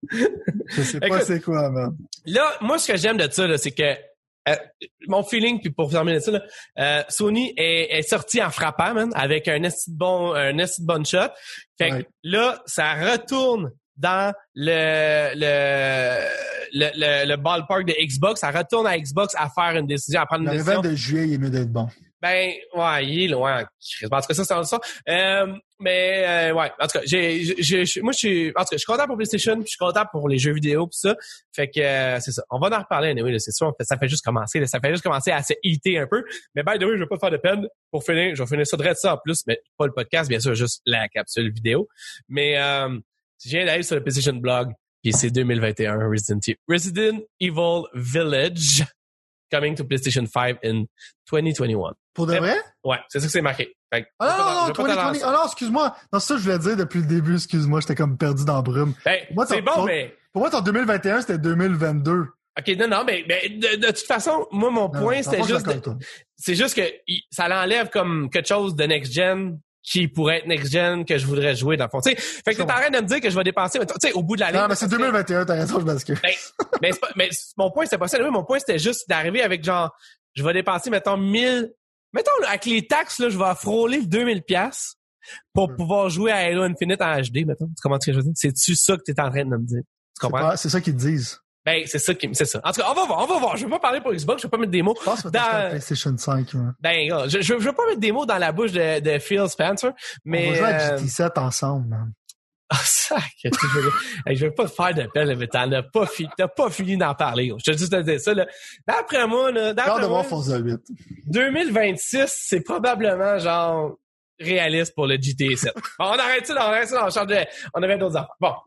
je sais pas. Écoute, c'est quoi, man. Là, moi, ce que j'aime de ça, là, c'est que euh, mon feeling, puis pour terminer ça, là, euh, Sony est, est sorti en frappant, man, avec un esti de bon, un esti de bonne shot. Fait que ouais. Là, ça retourne dans le, le, le, le, le ballpark de Xbox. Ça retourne à Xbox à faire une décision, à prendre une le décision. Le de juillet, il est mieux d'être bon. Ben, ouais, il est loin. En tout cas, ça, c'est ça. Euh, mais, euh, ouais, en tout cas, j'ai, j'ai, j'ai, moi, je suis, en tout cas, je suis content pour PlayStation, puis je suis content pour les jeux vidéo, pis ça. Fait que, euh, c'est ça. On va en reparler, anyway, là, c'est sûr. Ça fait juste commencer, là, ça fait juste commencer à se heater un peu. Mais, by the way, je vais pas te faire de peine. Pour finir, je vais finir ça de ça en plus, mais pas le podcast, bien sûr, juste la capsule vidéo. Mais, euh, je viens d'aller sur le PlayStation Blog, puis c'est deux mille vingt et un, Resident Evil, Resident Evil Village. Coming to PlayStation five in twenty twenty-one. Pour de vrai? Ouais, c'est ça que c'est marqué. Fait que, ah non, non, non, vingt vingt. Ah non, excuse-moi. Non, c'est ça que je voulais dire depuis le début, excuse-moi, j'étais comme perdu dans la brume. Ben, moi, c'est bon, ton, mais... Pour moi, ton deux mille vingt et un, c'était deux mille vingt-deux. OK, non, non, mais, mais de, de toute façon, moi, mon non, point, c'était juste... De, c'est juste que ça l'enlève comme quelque chose de next-gen qui pourrait être next-gen que je voudrais jouer dans le fond. Tu sais, fait que t'es en train de me dire que je vais dépenser, tu sais, au bout de la ligne. Non, mais c'est deux mille vingt et un, t'as raison, je bascule. Ben, mais, c'est pas, mais mon point, c'était pas ça. Mon point, c'était juste d'arriver avec genre, je vais dépenser, mettons, mille, mettons, là, avec les taxes, là, je vais frôler le deux mille piastres pour mmh. pouvoir jouer à Halo Infinite en H D, mettons. Tu comprends ce que je veux dire? C'est-tu ça que t'es en train de me dire? Tu comprends? C'est, pas, c'est ça qu'ils te disent. Ben, c'est ça qui, c'est ça. En tout cas, on va voir, on va voir. Je vais pas parler pour Xbox, je vais pas mettre des mots. Je pense que dans PlayStation cinq, ouais. Ben, je, je, je vais pas mettre des mots dans la bouche de, de Phil Spencer, mais. On va jouer à G T sept ensemble, man. Ah, ça, que tu veux dire. Hey, je veux pas te faire de peine, mais t'en as pas fini, t'as pas fini d'en parler. Je te dis juste te dire ça, là. D'après moi, là, d'après de moi. voir Forza huit. deux mille vingt-six, c'est probablement, genre, réaliste pour le G T sept. Bon, on arrête ça, on arrête ça, on change de, on avait d'autres affaires. Bon.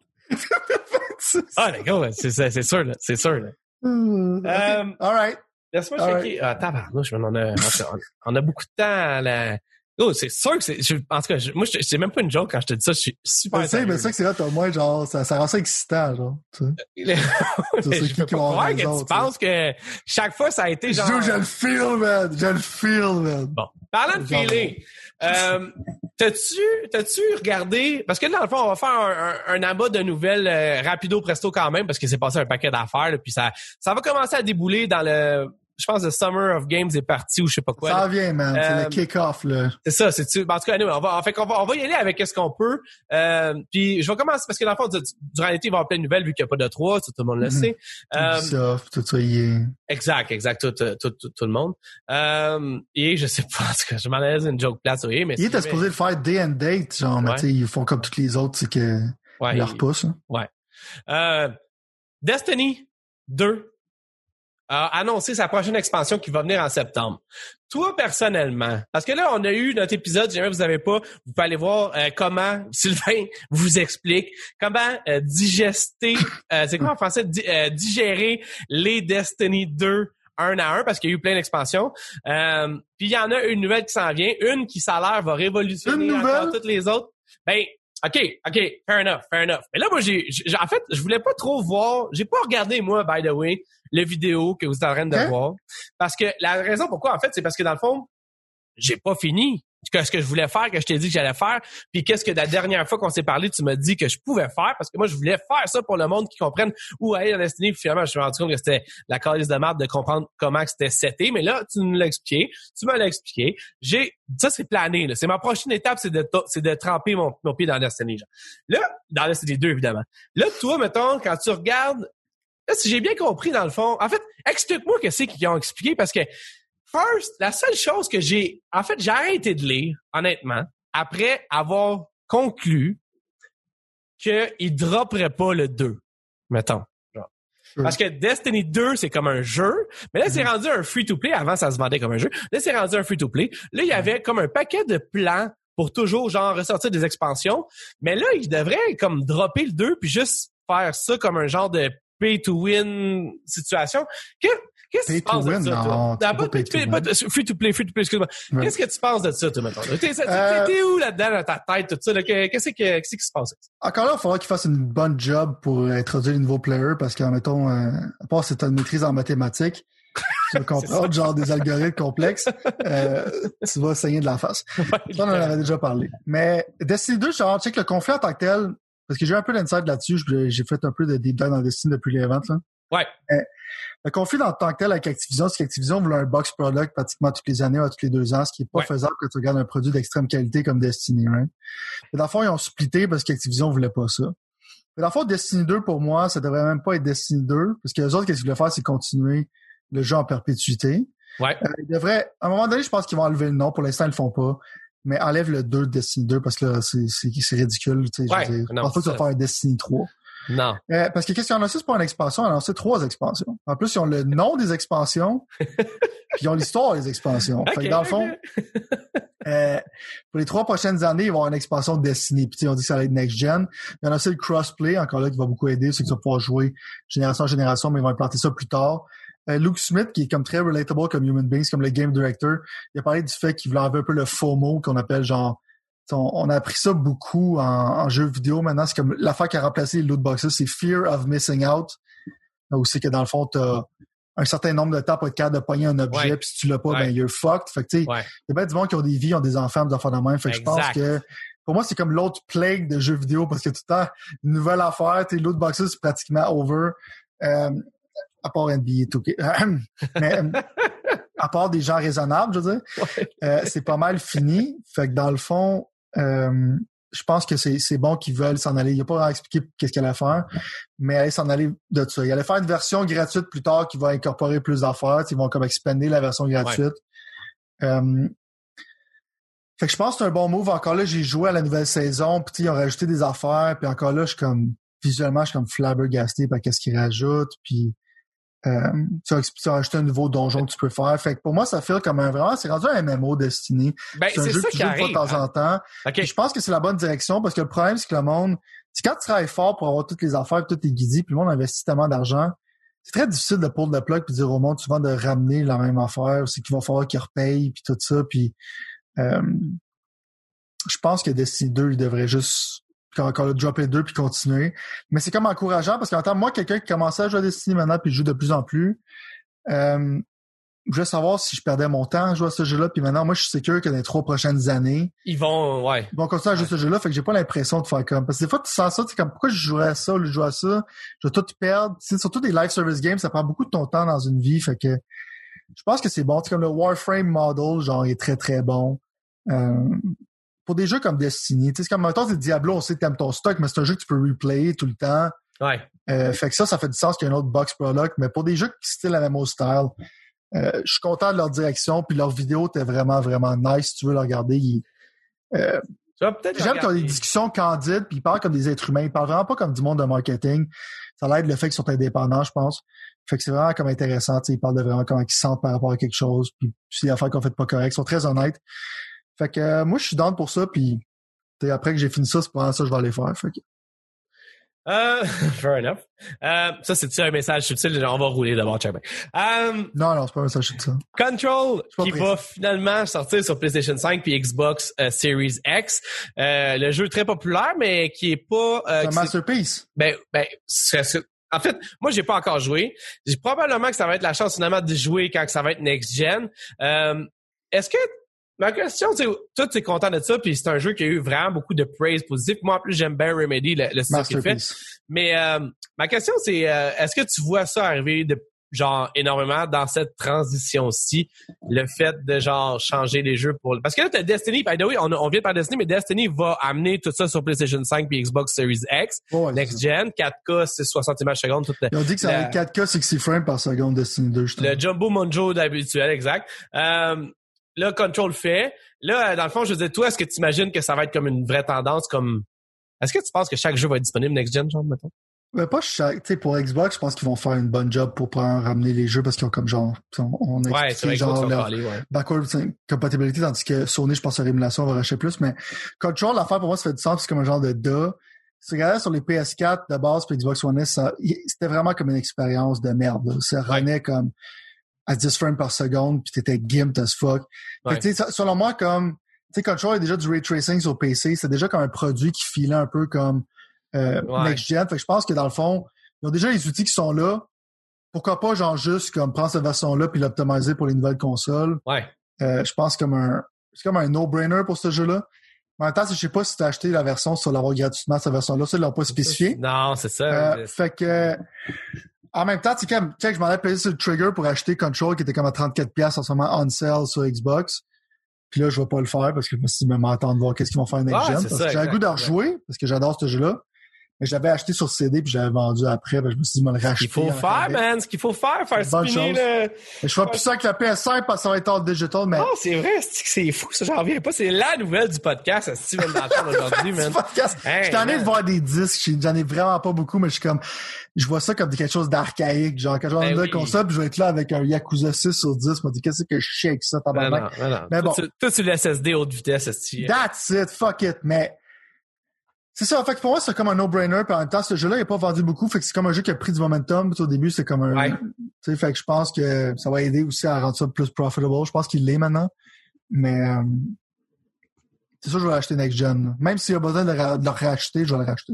Ah, les gars, c'est, c'est, c'est sûr, là. C'est sûr, là. Mmh, okay. um, All right. Laisse-moi checker. Right. Ah, tabarnouche, on a, on a beaucoup de temps, là. Oh, c'est sûr que c'est, je, en tout cas, je, moi, je, c'est même pas une joke quand je te dis ça, je suis super. Tu sais, mais c'est que c'est là, au moins, genre, ça, ça rend ça excitant, genre, tu sais. C'est je peux pas croire que autres, tu penses que chaque fois, ça a été genre. Je, je le feel, man. Je le feel, man. Bon. Parlant de feeling, euh, t'as-tu, t'as-tu regardé, parce que là, dans le fond, on va faire un, un, un amas de nouvelles euh, rapido presto quand même, parce que c'est passé un paquet d'affaires, là, puis ça, ça va commencer à débouler dans le, je pense que le Summer of Games est parti ou je sais pas quoi. Ça là. vient, man. Euh, c'est le kick-off, là. C'est ça, c'est tu. En tout cas, anyway, on va, en fait, on va, on va y aller avec ce qu'on peut. Euh, puis je vais commencer parce que dans le fond, durant l'été, il va y avoir plein de nouvelles vu qu'il n'y a pas de trois, tout, tout le monde le mm-hmm. sait. Euh, Ubisoft, tout ça y est. Exact, exact, tout, tout, tout, tout, tout le monde. Euh, et je sais pas, en tout cas, je m'en laisse une joke plate, oui, mais. Il était supposé le faire day and date, genre, ouais. Mais tu sais, ils font comme tous les autres, c'est que ouais, ils leur repoussent. Hein. Ouais. Euh, Destiny deux. a annoncé sa prochaine expansion qui va venir en septembre. Toi, personnellement, parce que là, on a eu notre épisode, si jamais vous n'avez pas, vous pouvez aller voir euh, comment Sylvain vous explique comment euh, digester, euh, c'est quoi en français, di, euh, digérer les Destiny deux un à un, parce qu'il y a eu plein d'expansions. Euh, puis il y en a une nouvelle qui s'en vient, une qui, ça a l'air, va révolutionner encore toutes les autres. Ben, OK, OK, fair enough, fair enough. Mais là, moi, j'ai, j'ai en fait, je voulais pas trop voir, j'ai pas regardé, moi, by the way, les vidéos que vous êtes en train de hein? voir. Parce que la raison pourquoi, en fait, c'est parce que dans le fond, j'ai pas fini ce que je voulais faire, que je t'ai dit que j'allais faire, puis qu'est-ce que la dernière fois qu'on s'est parlé, tu m'as dit que je pouvais faire, parce que moi, je voulais faire ça pour le monde qui comprenne où aller en Destiny, puis finalement, je me suis rendu compte que c'était la calice de merde de comprendre comment que c'était seté, mais là, tu nous l'as expliqué, tu m'as expliqué, j'ai, ça, c'est plané, là. C'est ma prochaine étape, c'est de, c'est de tremper mon, mon pied dans Destiny, genre. Là, dans Destiny deux, évidemment. Là, toi, mettons, quand tu regardes, là, si j'ai bien compris, dans le fond, en fait, explique-moi qu'est-ce qu'ils ont expliqué, parce que first, la seule chose que j'ai... En fait, j'ai arrêté de lire, honnêtement, après avoir conclu qu'ils ne dropperaient pas le deux, mettons. Genre. Sure. Parce que Destiny deux, c'est comme un jeu, mais là, mm-hmm. c'est rendu un free-to-play. Avant, ça se vendait comme un jeu. Là, c'est rendu un free-to-play. Là, il y avait comme un paquet de plans pour toujours, genre, ressortir des expansions. Mais là, ils devraient comme dropper le deux puis juste faire ça comme un genre de pay-to-win situation. Que... Qu'est-ce que tu penses win, de ça, non, toi? Pas, pas, pas, pas, free to play, free to play, excuse-moi. Ouais. Qu'est-ce que tu penses de ça, toi, maintenant? T'es, t'es, euh, t'es où là-dedans, dans ta tête, tout ça? Là? Qu'est-ce, que, qu'est-ce qui se passe? Encore là, il faudra qu'il fasse une bonne job pour introduire les nouveaux players parce que, mettons, euh, à part si tu as une maîtrise en mathématiques, tu vas comprendre, genre des algorithmes complexes, euh, tu vas saigner de la face. Ouais, ça, on en avait déjà parlé. Mais Destiny deux, genre, check le conflit en tant que tel, parce que j'ai eu un peu d'insight là-dessus, j'ai fait un peu de deep dive dans Destiny depuis les ventes, là. Ouais. Euh, le conflit en tant que tel avec Activision, c'est qu'Activision voulait un box product pratiquement toutes les années ou tous les deux ans, ce qui est pas ouais. faisable quand tu regardes un produit d'extrême qualité comme Destiny, right? Mais dans le fond, ils ont splitté parce qu'Activision voulait pas ça. Mais dans le fond, Destiny deux, pour moi, ça devrait même pas être Destiny deux, parce que les autres, qu'est-ce qu'ils voulaient faire, c'est continuer le jeu en perpétuité. Ouais. Euh, ils devraient, à un moment donné, je pense qu'ils vont enlever le nom. Pour l'instant, ils le font pas. Mais enlève le deux de Destiny deux, parce que là, c'est, c'est, c'est ridicule, tu sais. Ouais, je veux dire, je pense pas que tu vas faire un Destiny trois. Non. Euh, parce que qu'est-ce qu'ils ont annoncé, c'est pas une expansion, ils ont annoncé trois expansions. En plus, ils ont le nom des expansions, puis ils ont l'histoire des expansions. Okay, fait que dans le fond, okay. euh, pour les trois prochaines années, ils vont avoir une expansion de Destiny. Puis on dit que ça va être next-gen. Ils ont annoncé le crossplay, encore là, qui va beaucoup aider, c'est que tu vas pouvoir jouer génération en génération, mais ils vont implanter ça plus tard. Euh, Luke Smith, qui est comme très relatable comme human beings, comme le game director, il a parlé du fait qu'il voulait enlever un peu le FOMO qu'on appelle genre On, on a appris ça beaucoup en, en jeux vidéo maintenant. C'est comme l'affaire qui a remplacé les loot boxes, c'est Fear of Missing Out. Où c'est que dans le fond, t'as un certain nombre de temps pour être capable de pogner un objet, ouais. puis si tu l'as pas, ouais. ben you're fucked. Fait que tu sais, ouais. il y a bien du monde qui ont des vies, ont des enfants, des enfants de même. Fait que exact. Je pense que pour moi, c'est comme l'autre plague de jeux vidéo parce que tout le temps, une nouvelle affaire, tes loot boxes, c'est pratiquement over. Euh, à part N B A two K. Mais à part des gens raisonnables, je veux dire, ouais. euh, c'est pas mal fini. Fait que dans le fond, Euh, je pense que c'est, c'est bon qu'ils veulent s'en aller. Il n'a pas vraiment expliqué qu'est-ce qu'il allait faire, mais aller s'en aller de ça. Il allait faire une version gratuite plus tard qui va incorporer plus d'affaires. Ils vont comme expander la version gratuite. Ouais. Euh, fait que je pense que c'est un bon move. Encore là, j'ai joué à la nouvelle saison, puis ils ont rajouté des affaires, puis encore là, je suis comme visuellement, je suis comme flabbergasté par qu'est-ce qu'ils rajoutent, puis Euh, tu as, tu as ajouté un nouveau donjon que tu peux faire. Fait que pour moi, ça fait comme un vraiment, c'est rendu un M M O Destiny. Ben, c'est un c'est jeu ça que tu qui joues arrive, de temps hein? en temps. Okay. Je pense que c'est la bonne direction parce que le problème, c'est que le monde, c'est quand tu travailles fort pour avoir toutes les affaires, toutes les guidis, puis le monde investit tellement d'argent, c'est très difficile de pull le plug puis dire au monde souvent de ramener la même affaire. C'est qu'il va falloir qu'ils repayent puis tout ça. Puis euh, je pense que Destiny deux, il devrait juste encore le dropper deux puis continuer. Mais c'est comme encourageant parce qu'en tant que moi, quelqu'un qui commençait à jouer à Destiny maintenant puis joue de plus en plus, euh, je voulais savoir si je perdais mon temps à jouer à ce jeu-là puis maintenant, moi, je suis sûr que dans les trois prochaines années, ils vont, ouais. Ils vont continuer à jouer ouais. ce jeu-là, fait que j'ai pas l'impression de faire comme, parce que des fois, tu sens ça, tu sais, comme, pourquoi je jouerais à ça ou je joue à ça? Je vais tout perdre. C'est surtout des live service games, ça prend beaucoup de ton temps dans une vie, fait que je pense que c'est bon. C'est comme le Warframe model, genre, il est très, très bon. Euh, pour des jeux comme Destiny, tu sais, c'est comme, maintenant, c'est Diablo, on sait que t'aimes ton stock, mais c'est un jeu que tu peux replayer tout le temps. Ouais. Euh, fait que ça, ça fait du sens qu'il y ait un autre box product, mais pour des jeux qui style M M O style, euh, je suis content de leur direction, puis leur vidéo était vraiment, vraiment nice. Si tu veux le regarder, il, euh, j'aime qu'ils ont des discussions candides, puis ils parlent comme des êtres humains. Ils parlent vraiment pas comme du monde de marketing. Ça l'aide le fait qu'ils sont indépendants, je pense. Fait que c'est vraiment comme intéressant. Ils parlent de vraiment comment ils se sentent par rapport à quelque chose, puis si les affaires qu'on fait pas correct, ils sont très honnêtes. Fait que euh, moi, je suis down pour ça, puis après que j'ai fini ça, c'est pour ça que je vais aller faire. Fait que... Euh, fair enough. Euh, ça, c'est-tu un message subtil? On va rouler d'abord, check. Euh, non, non, c'est pas un message subtil. Control, qui prêt. va finalement sortir sur PlayStation cinq puis Xbox euh, Series X. Euh, le jeu très populaire, mais qui est pas... Euh, c'est un masterpiece. Ben, ben, c'est, c'est, en fait, moi, j'ai pas encore joué. J'ai probablement que ça va être la chance finalement de jouer quand ça va être next-gen. Euh, est-ce que... Ma question, c'est, toi, tu es content de ça, puis c'est un jeu qui a eu vraiment beaucoup de praise positif. Moi, en plus, j'aime bien Remedy, le, le style qu'il fait. Mais euh, ma question, c'est, euh, est-ce que tu vois ça arriver de genre énormément dans cette transition-ci, le fait de genre changer les jeux pour... Parce que là, t'as Destiny, by the way, on, on vient de parler de Destiny, mais Destiny va amener tout ça sur PlayStation cinq puis Xbox Series X, oh, Next Gen, quatre K, six cent soixante images secondes. Toute la, Ils ont dit que ça la, va être quatre K sixty frames par seconde Destiny deux, je trouve. Le Jumbo Monjo d'habituel, exact. Euh, Là, Control fait. Là, dans le fond, je veux dire, toi, est-ce que tu imagines que ça va être comme une vraie tendance, comme... Est-ce que tu penses que chaque jeu va être disponible next-gen, genre, mettons? Ben, pas chaque... Tu sais, pour Xbox, je pense qu'ils vont faire une bonne job pour pouvoir ramener les jeux parce qu'ils ont comme genre... On, on a ouais, c'est vrai genre leur aller, ouais. backward compatibility, tandis que Sony, je pense, sur l'émulation, va racheter plus. Mais Control, l'affaire, pour moi, ça fait du sens, c'est comme un genre de D A. Si tu regardais sur les P S quatre de base puis Xbox One S, ça, c'était vraiment comme une expérience de merde. Là. Ça revenait ouais. comme... à dix frames par seconde, puis t'étais gimped as fuck. Ouais. Fait que, selon moi, comme, tu sais, Control a déjà du ray tracing sur P C, c'est déjà comme un produit qui filait un peu comme euh, ouais. next-gen. Fait que je pense que dans le fond, ils ont déjà les outils qui sont là pourquoi pas, genre, juste, comme, prendre cette version-là puis l'optimiser pour les nouvelles consoles. Ouais. Euh, je pense comme un, c'est comme un no-brainer pour ce jeu-là. En même temps, je sais pas si t'as acheté la version sur l'avoir gratuitement, cette version-là. Ça, ils l'ont pas spécifié. Non, c'est ça. Euh, fait que, en même temps, tu sais, comme, check, je m'en avais payé sur le trigger pour acheter Control qui était comme à trente-quatre dollars en ce moment on sale sur Xbox. Puis là, je vais pas le faire parce que je me suis dit, même attendre voir qu'est-ce qu'ils vont faire next gen. Ouais, parce ça, que j'ai le goût de rejouer parce que j'adore ce jeu-là. Mais je l'avais acheté sur C D puis j'avais vendu après. Ben, je me suis dit, me le racheter. Il faut faire, man. Ce qu'il faut faire, faire spinner le... Mais je ferai plus ça avec la P S cinq parce que ça va être hors digital, mais... Oh, c'est vrai, c'est fou, ça, j'en reviens pas. C'est la nouvelle du podcast, Steven Danton aujourd'hui, man. podcast. Hey, je t'en ai de voir des disques, j'en ai vraiment pas beaucoup, mais je suis comme, je vois ça comme quelque chose d'archaïque. Genre, quand je vais ben dans oui. le console, puis je vais être là avec un Yakuza six sur dix, je me dis, qu'est-ce que je shake ça, tabarnak? Non, non, non. Mais bon. Tout sur l'S S D haute vitesse, esti. That's it, fuck it, mais... C'est ça, en fait, pour moi, c'est comme un no-brainer, puis en même temps, ce jeu-là, il n'a pas vendu beaucoup, fait que c'est comme un jeu qui a pris du momentum, puis au début, c'est comme un... Ouais. Tu sais, fait que je pense que ça va aider aussi à rendre ça plus profitable. Je pense qu'il l'est maintenant, mais... Euh, c'est sûr, je vais l'acheter next-gen. Même s'il y a besoin de, ra- de le racheter, je vais le racheter.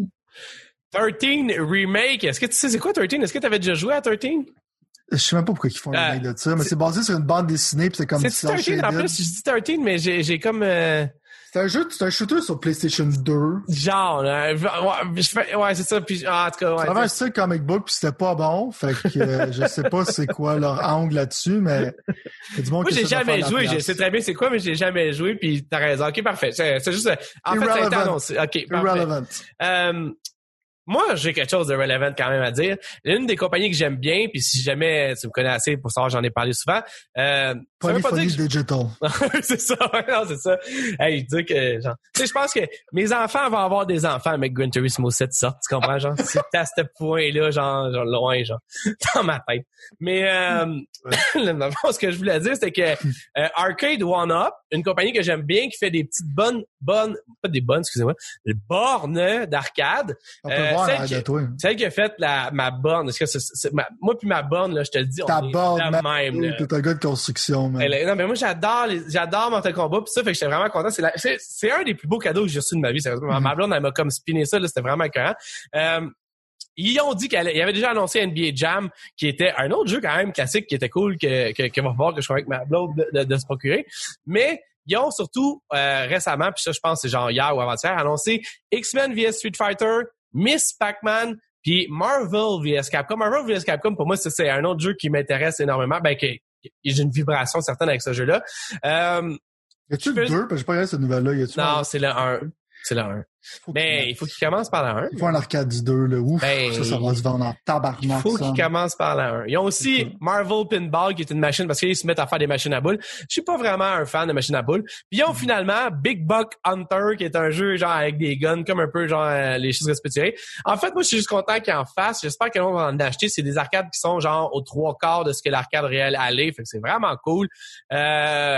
treize Remake, est-ce que tu sais c'est quoi treize? Est-ce que tu avais déjà joué à treize? Je sais même pas pourquoi ils font un Euh, remake de ça, mais c'est basé sur une bande dessinée, puis c'est comme... C'est treize en plus, je dis treize, mais j'ai, j'ai comme... Euh... C'est un jeu, c'est un shooter sur PlayStation deux. Genre, euh, ouais, je fais, ouais, c'est ça, puis ah, en tout cas, ouais. Ça avait un style comic book, puis c'était pas bon, fait que euh, je sais pas c'est quoi leur angle là-dessus, mais il y a du monde moi, qui j'ai essaie de jamais faire la joué, place. je sais très bien c'est quoi, mais j'ai jamais joué, puis t'as raison. Ok, parfait. C'est, c'est juste, en fait, ça a été annoncé. Ok, parfait. Irrelevant. Euh, moi, j'ai quelque chose de relevant quand même à dire. L'une des compagnies que j'aime bien, puis si jamais tu me connais assez pour savoir, j'en ai parlé souvent. Euh, ça veut pas dire Polyphony que je- Digital. c'est ça, ouais, non, c'est ça. Hey, dire que, genre, tu sais, je pense que mes enfants vont avoir des enfants avec Gran Turismo sept sorte, tu comprends, genre, c'est à ce point-là, genre, genre, loin, genre, dans ma tête. Mais, euh, dans le fond, ce que je voulais dire, c'était que, euh, Arcade One Up, une compagnie que j'aime bien, qui fait des petites bonnes, bonnes, pas des bonnes, excusez-moi, des bornes d'arcade. On peut Euh, voir celle l'air qui- de toi. Celle qui a fait la, ma borne, est-ce que c'est, c'est ma- moi puis ma borne, là, je te le dis, on Ta est borne, la même, là. T'es un gars de construction, man. Elle- non, mais moi, j'adore les, j'adore Mortal Kombat pis ça, fait que j'étais vraiment content. C'est, la, c'est, c'est un des plus beaux cadeaux que j'ai reçu de ma vie, sérieusement. Mm-hmm. Ma blonde, elle m'a comme spiné ça, là, c'était vraiment écœurant. Euh, ils ont dit qu'il y avait déjà annoncé N B A Jam, qui était un autre jeu quand même classique, qui était cool, que, que, que va falloir que je sois avec ma blonde de, de, de se procurer. Mais, ils ont surtout, euh, récemment, puis ça, je pense, c'est genre hier ou avant-hier, annoncé X-Men V S Street Fighter, Miss Pac-Man, puis Marvel V S Capcom. Marvel V S Capcom, pour moi, c'est, c'est un autre jeu qui m'intéresse énormément. Ben, que, j'ai une vibration certaine avec ce jeu-là. Euh, Y a-tu je le peux- deux? Parce que j'ai pas regardé cette nouvelle-là. Y a-tu non, un... c'est le un. C'est le un. Faut Mais qu'il- il faut qu'il commence par le un. Il faut un arcade du deux, là. Ouf, Ben, ça, ça va se vendre en tabarnak, Il faut ça. qu'ils commencent par le un. Ils ont aussi Marvel Pinball, qui est une machine, parce qu'ils se mettent à faire des machines à boules. Je suis pas vraiment un fan de machines à boules. Puis ils ont finalement Big Buck Hunter, qui est un jeu genre avec des guns, comme un peu genre euh, les choses respectuées. En fait, moi, je suis juste content qu'ils en fassent. J'espère que l'on va en acheter. C'est des arcades qui sont genre aux trois quarts de ce que l'arcade réel allait. Fait que c'est vraiment cool. Euh,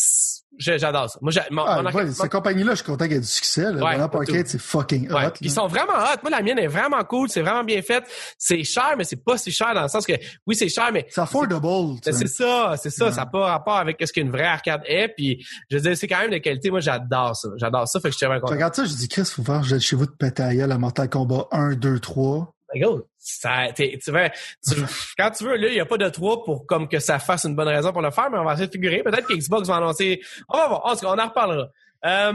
je- j'adore ça. Moi, j'ai, mon, Ah, mon ouais, arcade- cette compagnie-là, je suis content qu'elle ait du succès. Là. Ouais, Vraiment, pas Arcade, tout. c'est fucking hot. Ouais. là. Ils sont vraiment hot. Moi, la mienne est vraiment cool. C'est vraiment bien fait. C'est cher, mais c'est pas si cher dans le sens que, oui, c'est cher, mais C'est affordable. tu c'est sais. ça, c'est ça. Ouais. Ça n'a pas rapport avec ce qu'une vraie arcade est. Puis, je veux dire, c'est quand même de qualité. Moi, j'adore ça. J'adore ça. Fait que je suis vraiment Je content. regarde ça, je dis, Chris, faut faire, je vais chez vous de péter à gueule à Mortal Kombat un, deux, trois. Ben, go. Ça, t'es- tu veux, tu- quand tu veux, là, il n'y a pas de trois pour comme que ça fasse une bonne raison pour le faire, mais on va essayer de figurer. Peut-être que Xbox va annoncer. On va voir. En tout cas, on en reparlera. Euh,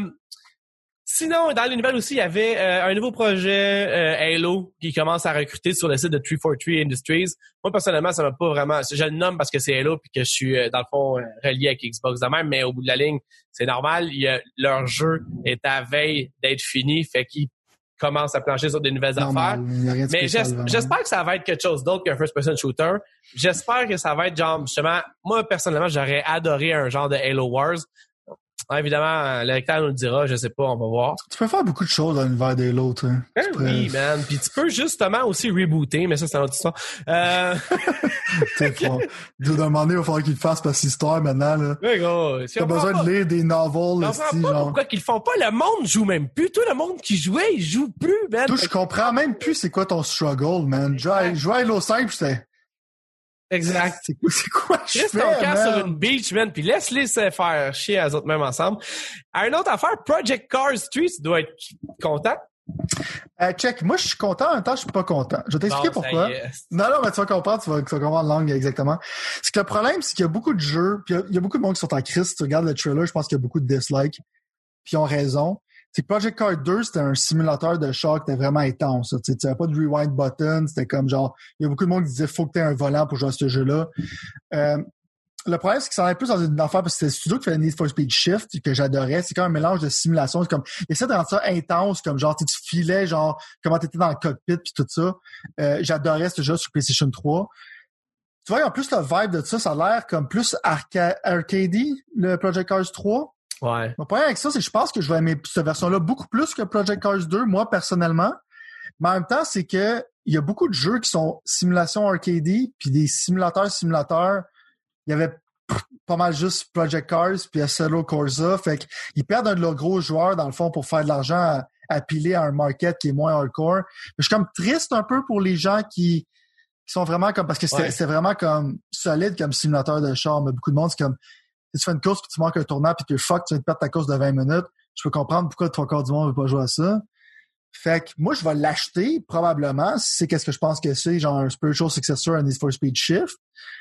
sinon, dans les nouvelles aussi, il y avait euh, un nouveau projet euh, Halo qui commence à recruter sur le site de trois cent quarante-trois Industries. Moi, personnellement, ça m'a pas vraiment... Je le nomme parce que c'est Halo puis que je suis, euh, dans le fond, euh, relié avec Xbox de même, mais au bout de la ligne, c'est normal. Il y a, leur jeu est à veille d'être fini, fait qu'ils commencent à plancher sur des nouvelles Normal. affaires. Il y a rien de Mais spécial, j'es- vraiment. j'espère que ça va être quelque chose d'autre qu'un first-person shooter. J'espère que ça va être genre, justement, moi, personnellement, j'aurais adoré un genre de Halo Wars. Ah, évidemment, le lecteur nous le dira, je sais pas, on va voir. Tu peux faire beaucoup de choses dans l'univers des l'autre. Hein. Ben Tu pourrais- oui, man. Puis tu peux justement aussi rebooter, mais ça, c'est une autre histoire. Euh... Tu sais, faut- de demander, il va falloir qu'ils le fassent parce que c'est histoire maintenant. Là. ouais, gros, si T'as on prend besoin pas- de lire des novels, on là, comprend style, pas genre. pourquoi qu'ils le font pas. Le monde joue même plus. Tout le monde qui jouait, il joue plus, man. Toi, je comprends même plus c'est quoi ton struggle, man. Jouer jouer à Halo cinq, j'étais... Exact. C'est quoi, c'est quoi je Laisse fais, ton camp man? sur une beach, man, puis laisse-les se faire chier à eux autres même ensemble. À une autre affaire, Project Cars Street doit être content. Euh, check, moi je suis content, en même temps je suis pas content. Je vais t'expliquer Bon, pourquoi. Non, non, mais tu vas comprendre, tu vas, tu vas comprendre l'angle exactement. C'est que le problème, c'est qu'il y a beaucoup de jeux, puis il y a, il y a beaucoup de monde qui sont en crise. Si tu regardes le trailer, je pense qu'il y a beaucoup de dislikes, puis ils ont raison. C'est que Project Cars deux, c'était un simulateur de char qui était vraiment intense. Tu n'avais pas de rewind button, c'était comme genre, il y a beaucoup de monde qui disait faut que tu aies un volant pour jouer à ce jeu-là. Euh, Le problème, c'est que ça en est plus dans une affaire parce que c'était le studio qui fait Need for Speed Shift que j'adorais. C'est comme un mélange de simulation. C'est comme, il essaie de rendre ça intense, comme genre, tu filais, genre, comment t'étais dans le cockpit puis tout ça. Euh, j'adorais ce jeu sur PlayStation trois. Tu vois, en plus, le vibe de ça, ça a l'air comme plus arca- arcadey, le Project Cars trois. Ouais. Le problème avec ça, c'est que je pense que je vais aimer cette version-là beaucoup plus que Project Cars deux, moi, personnellement. Mais en même temps, c'est que il y a beaucoup de jeux qui sont simulation arcadey puis des simulateurs simulateurs. Il y avait pas mal juste Project Cars puis Assetto Corsa. Fait qu'ils perdent un de leurs gros joueurs, dans le fond, pour faire de l'argent à, à piler à un market qui est moins hardcore. Mais je suis comme triste un peu pour les gens qui, qui sont vraiment comme... Parce que c'était, Ouais. c'était vraiment comme solide comme simulateur de char. Mais beaucoup de monde, c'est comme... Si tu fais une course puis tu manques un tournant puis que fuck, tu viens de perdre ta course de vingt minutes, je peux comprendre pourquoi trois quarts du monde veut pas jouer à ça. Fait que moi, je vais l'acheter, probablement, si c'est qu'est-ce que je pense que c'est, genre un spiritual successor à Need for Speed Shift.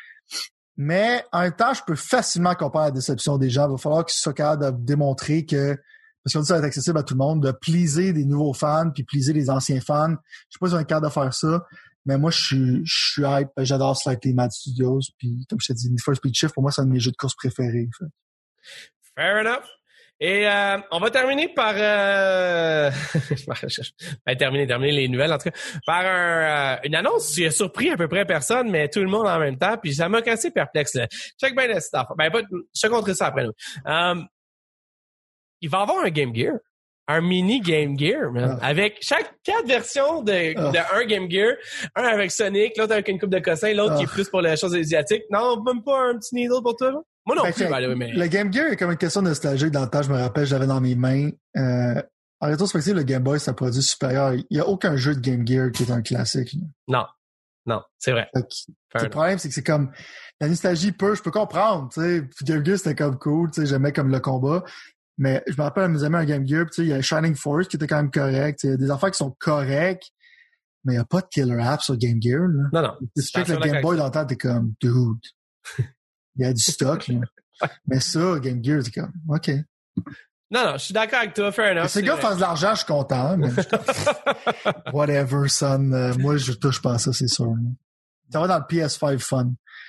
Mais en même temps, je peux facilement comparer la déception des gens. Il va falloir qu'ils soient capables de démontrer que, parce qu'on dit que ça va être accessible à tout le monde, de pleaser des nouveaux fans puis pleaser les anciens fans. Je sais pas si on est capable de faire ça, mais moi, je suis, je suis hype. J'adore Slightly Mad Studios. Puis, comme je t'ai dit, Need for Speed Shift, pour moi, c'est un de mes jeux de course préférés. Fait. Fair enough. Et euh, on va terminer par euh... ben, terminer, terminer les nouvelles en tout cas par un, euh, une annonce qui a surpris à peu près personne, mais tout le monde en même temps. Puis ça m'a cassé perplexe. Là. Check bien le stuff. Ben pas, je te montrerai ça après. Um, il va y avoir un Game Gear, un mini Game Gear, man, Ah. avec chaque quatre versions de, Ah. de un Game Gear, un avec Sonic, l'autre avec une coupe de cossins, l'autre Ah. qui est plus pour les choses asiatiques. Non, même pas un petit needle pour toi. Là? Moi non Ben, plus, fait, by the way, mais le Game Gear est comme une question nostalgique. Dans le temps, je me rappelle, je l'avais dans mes mains. Euh, en rétrospective, le Game Boy, c'est un produit supérieur. Il n'y a aucun jeu de Game Gear qui est un classique. Là. non, non, c'est vrai. Fait que, Fair le problème, c'est que c'est comme la nostalgie peut, je peux comprendre, tu sais. Game Gear, c'était comme cool, tu sais, j'aimais comme le combat. Mais je me rappelle, mes amis un Game Gear, tu sais, il y a Shining Force qui était quand même correct. Il y a des affaires qui sont correctes, mais il n'y a pas de killer app sur Game Gear. Là. Non, non. Tu check le Game Boy dans le temps, t'es comme, dude, il y a du stock, là. Mais ça, Game Gear, c'est comme, OK. Non, non, je suis d'accord avec toi, fair enough. Que ces gars fassent de l'argent, je suis content, mais whatever, son. Euh, moi, je touche pas à ça, c'est sûr. Là. Ça va dans le P S cinq fun.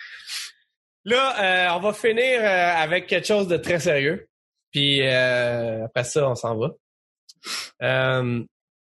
Là, euh, on va finir euh, avec quelque chose de très sérieux. Puis euh, après ça, on s'en va. Euh,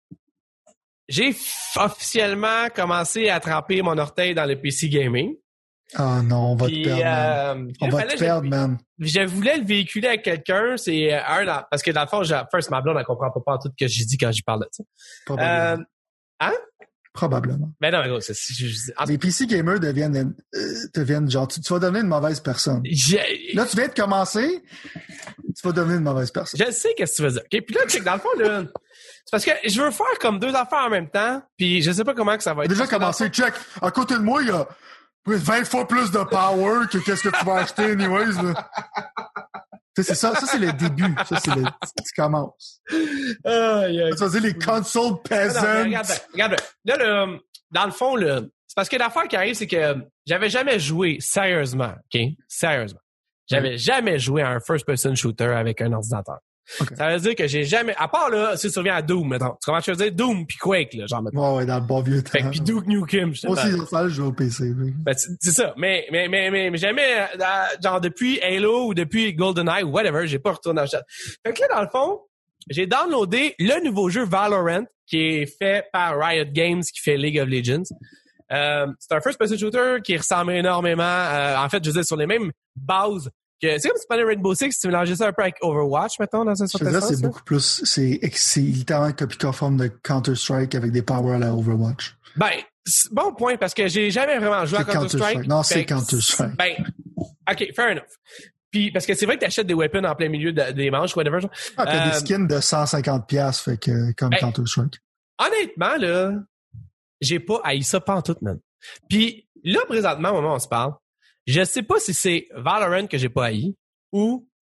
j'ai f- officiellement commencé à tremper mon orteil dans le P C gaming. Ah oh non, on va Puis, te perdre, man. euh, On là, va fallait- te perdre, man. Je voulais le véhiculer avec quelqu'un. C'est euh, un dans- parce que dans le fond, j'ai, first, ma blonde, elle comprend pas, pas tout ce que j'ai dit quand j'y parle de ça. Probablement. Euh, hein? Probablement. Ben non, mais gros, c'est, c'est, c'est, en- Les P C gamers deviennent, euh, deviennent genre, tu, tu vas devenir une mauvaise personne. j'ai- Là, tu viens de commencer, tu vas devenir une mauvaise personne. Je sais qu'est-ce que tu veux dire. OK, puis là, check, dans le fond, là, c'est parce que je veux faire comme deux affaires en même temps, puis je sais pas comment que ça va être. Déjà Parce que dans le commencé, check. À côté de moi, il y a vingt fois plus de power que qu'est-ce que tu vas acheter anyways, là. Tu sais, c'est ça, ça c'est le début. Ça, c'est le, tu commences. Aïe, aïe. Tu vas dire les consoles Ah non, mais peasants. regarde, bien, regarde. bien. Là, le, dans le fond, là, c'est parce que l'affaire qui arrive, c'est que j'avais jamais joué sérieusement, OK? Sérieusement. J'avais jamais joué à un first-person shooter avec un ordinateur. Okay. Ça veut dire que j'ai jamais... À part, là, si tu reviens à Doom, mettons. Tu commences à dire Doom puis Quake, là, genre, mettons. Ouais, ouais, dans le bon vieux temps. Fait que puis Duke Nukem, je sais Moi pas. aussi, ça, je joue au P C. Oui. Ben, c'est c'est ça. Mais, mais, mais, mais, mais jamais, euh, genre, depuis Halo ou depuis GoldenEye ou whatever, j'ai pas retourné en chat. Fait que là, dans le fond, j'ai downloadé le nouveau jeu Valorant qui est fait par Riot Games qui fait League of Legends. Euh, c'est un first-person shooter qui ressemble énormément, euh, en fait, je veux dire, sur les mêmes bases que, c'est comme si tu prenais Rainbow Six, tu mélangeais ça un peu avec Overwatch, mettons, dans un Je certain veux dire, sens. c'est là. beaucoup plus, c'est, c'est littéralement copie conforme de Counter-Strike avec des powers à la Overwatch. Ben, c'est bon point, parce que j'ai jamais vraiment joué C'est à Counter-Strike. Counter-Strike. Non, c'est Fait que, Counter-Strike. Ben, OK, fair enough. Puis, parce que c'est vrai que t'achètes des weapons en plein milieu de- des manches, whatever. genre. Ah, puis Euh, des skins de cent cinquante piastres, fait que, comme Ben, Counter-Strike. Honnêtement, là, j'ai pas haï ça pantoute, man. Puis là, présentement, au moment où on se parle, je sais pas si c'est Valorant que j'ai pas haï ou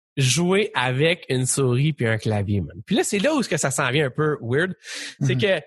jouer avec une souris puis un clavier, man. Puis là, c'est là où que ça s'en vient un peu weird. C'est mm-hmm. que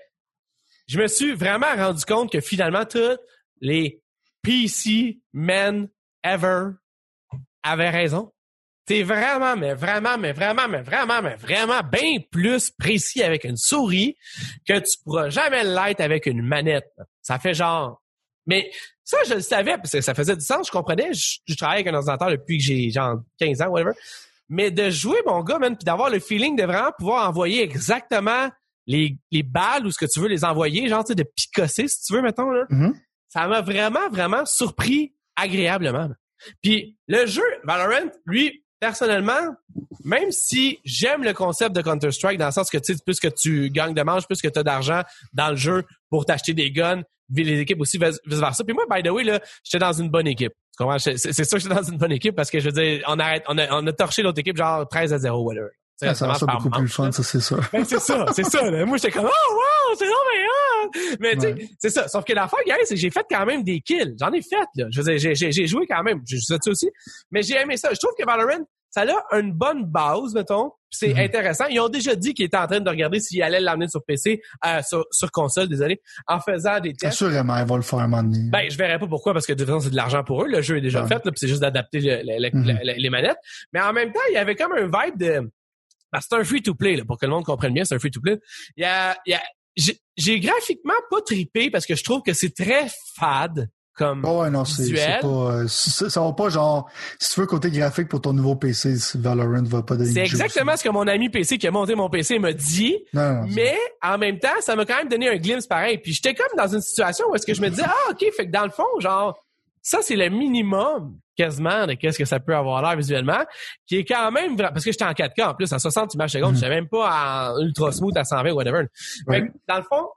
je me suis vraiment rendu compte que finalement, tous les P C men ever avaient raison. T'es vraiment, mais vraiment, mais vraiment, mais vraiment, mais vraiment bien plus précis avec une souris que tu pourras jamais l'être avec une manette. Ça fait genre... Mais ça, je le savais, parce que ça faisait du sens, je comprenais. Je, je travaille avec un ordinateur depuis que j'ai genre quinze ans, whatever. Mais de jouer, mon gars, man, puis d'avoir le feeling de vraiment pouvoir envoyer exactement les, les balles ou ce que tu veux les envoyer, genre, tu sais, de picosser, si tu veux, mettons, là. Mm-hmm. Ça m'a vraiment, vraiment surpris agréablement. Puis le jeu, Valorant, lui... Personnellement, même si j'aime le concept de Counter-Strike dans le sens que, tu sais, plus que tu gagnes de manche, plus que tu as d'argent dans le jeu pour t'acheter des guns, les équipes aussi vice-versa. Puis moi, by the way, là, j'étais dans une bonne équipe. Tu comprends? C'est, c'est sûr que j'étais dans une bonne équipe parce que, je veux dire, on, arrête, on, a, on a torché l'autre équipe genre treize à zéro, whatever. Ah, ça marche beaucoup manche, plus fun, ça, c'est ça. Ben, c'est ça, c'est ça. Là. Moi, j'étais comme, oh, wow, c'est vraiment bien. Mais, tu sais, ouais. C'est ça. Sauf que l'affaire, gars, c'est que j'ai fait quand même des kills. J'en ai fait, là. Je veux dire, j'ai, j'ai, j'ai joué quand même. J'ai joué ça aussi. Mais j'ai aimé ça. Je trouve que Valorant, ça a une bonne base, mettons. C'est mm-hmm. intéressant. Ils ont déjà dit qu'ils étaient en train de regarder s'ils allaient l'amener sur P C, euh, sur, sur console, désolé, en faisant des tests. Assurément, ils vont le faire un moment donné. Ben, je verrais pas pourquoi, parce que de toute façon, c'est de l'argent pour eux. Le jeu est déjà ouais. fait, là, puis c'est juste d'adapter le, le, le, mm-hmm. le, les manettes. Mais en même temps, il y avait comme un vibe de... Ben, c'est un free-to-play, là, pour que le monde comprenne bien, c'est un free-to-play. Il y a... Il y a j'ai, j'ai graphiquement pas trippé parce que je trouve que c'est très fade. Comme oh ouais, non, c'est, c'est pas, euh, ça, ça va pas genre, si tu veux côté graphique pour ton nouveau P C, Valorant va pas donner c'est exactement jeu, ce que mon ami P C qui a monté mon P C m'a dit, non, non, mais en même temps, ça m'a quand même donné un glimpse pareil. Puis j'étais comme dans une situation où est-ce que je me disais, ah, ok, fait que dans le fond, genre, ça, c'est le minimum quasiment de qu'est-ce que ça peut avoir l'air visuellement, qui est quand même, parce que j'étais en quatre K en plus, à soixante images secondes, mm-hmm. j'étais même pas en ultra smooth à cent vingt, whatever. Ouais. Fait que, dans le fond,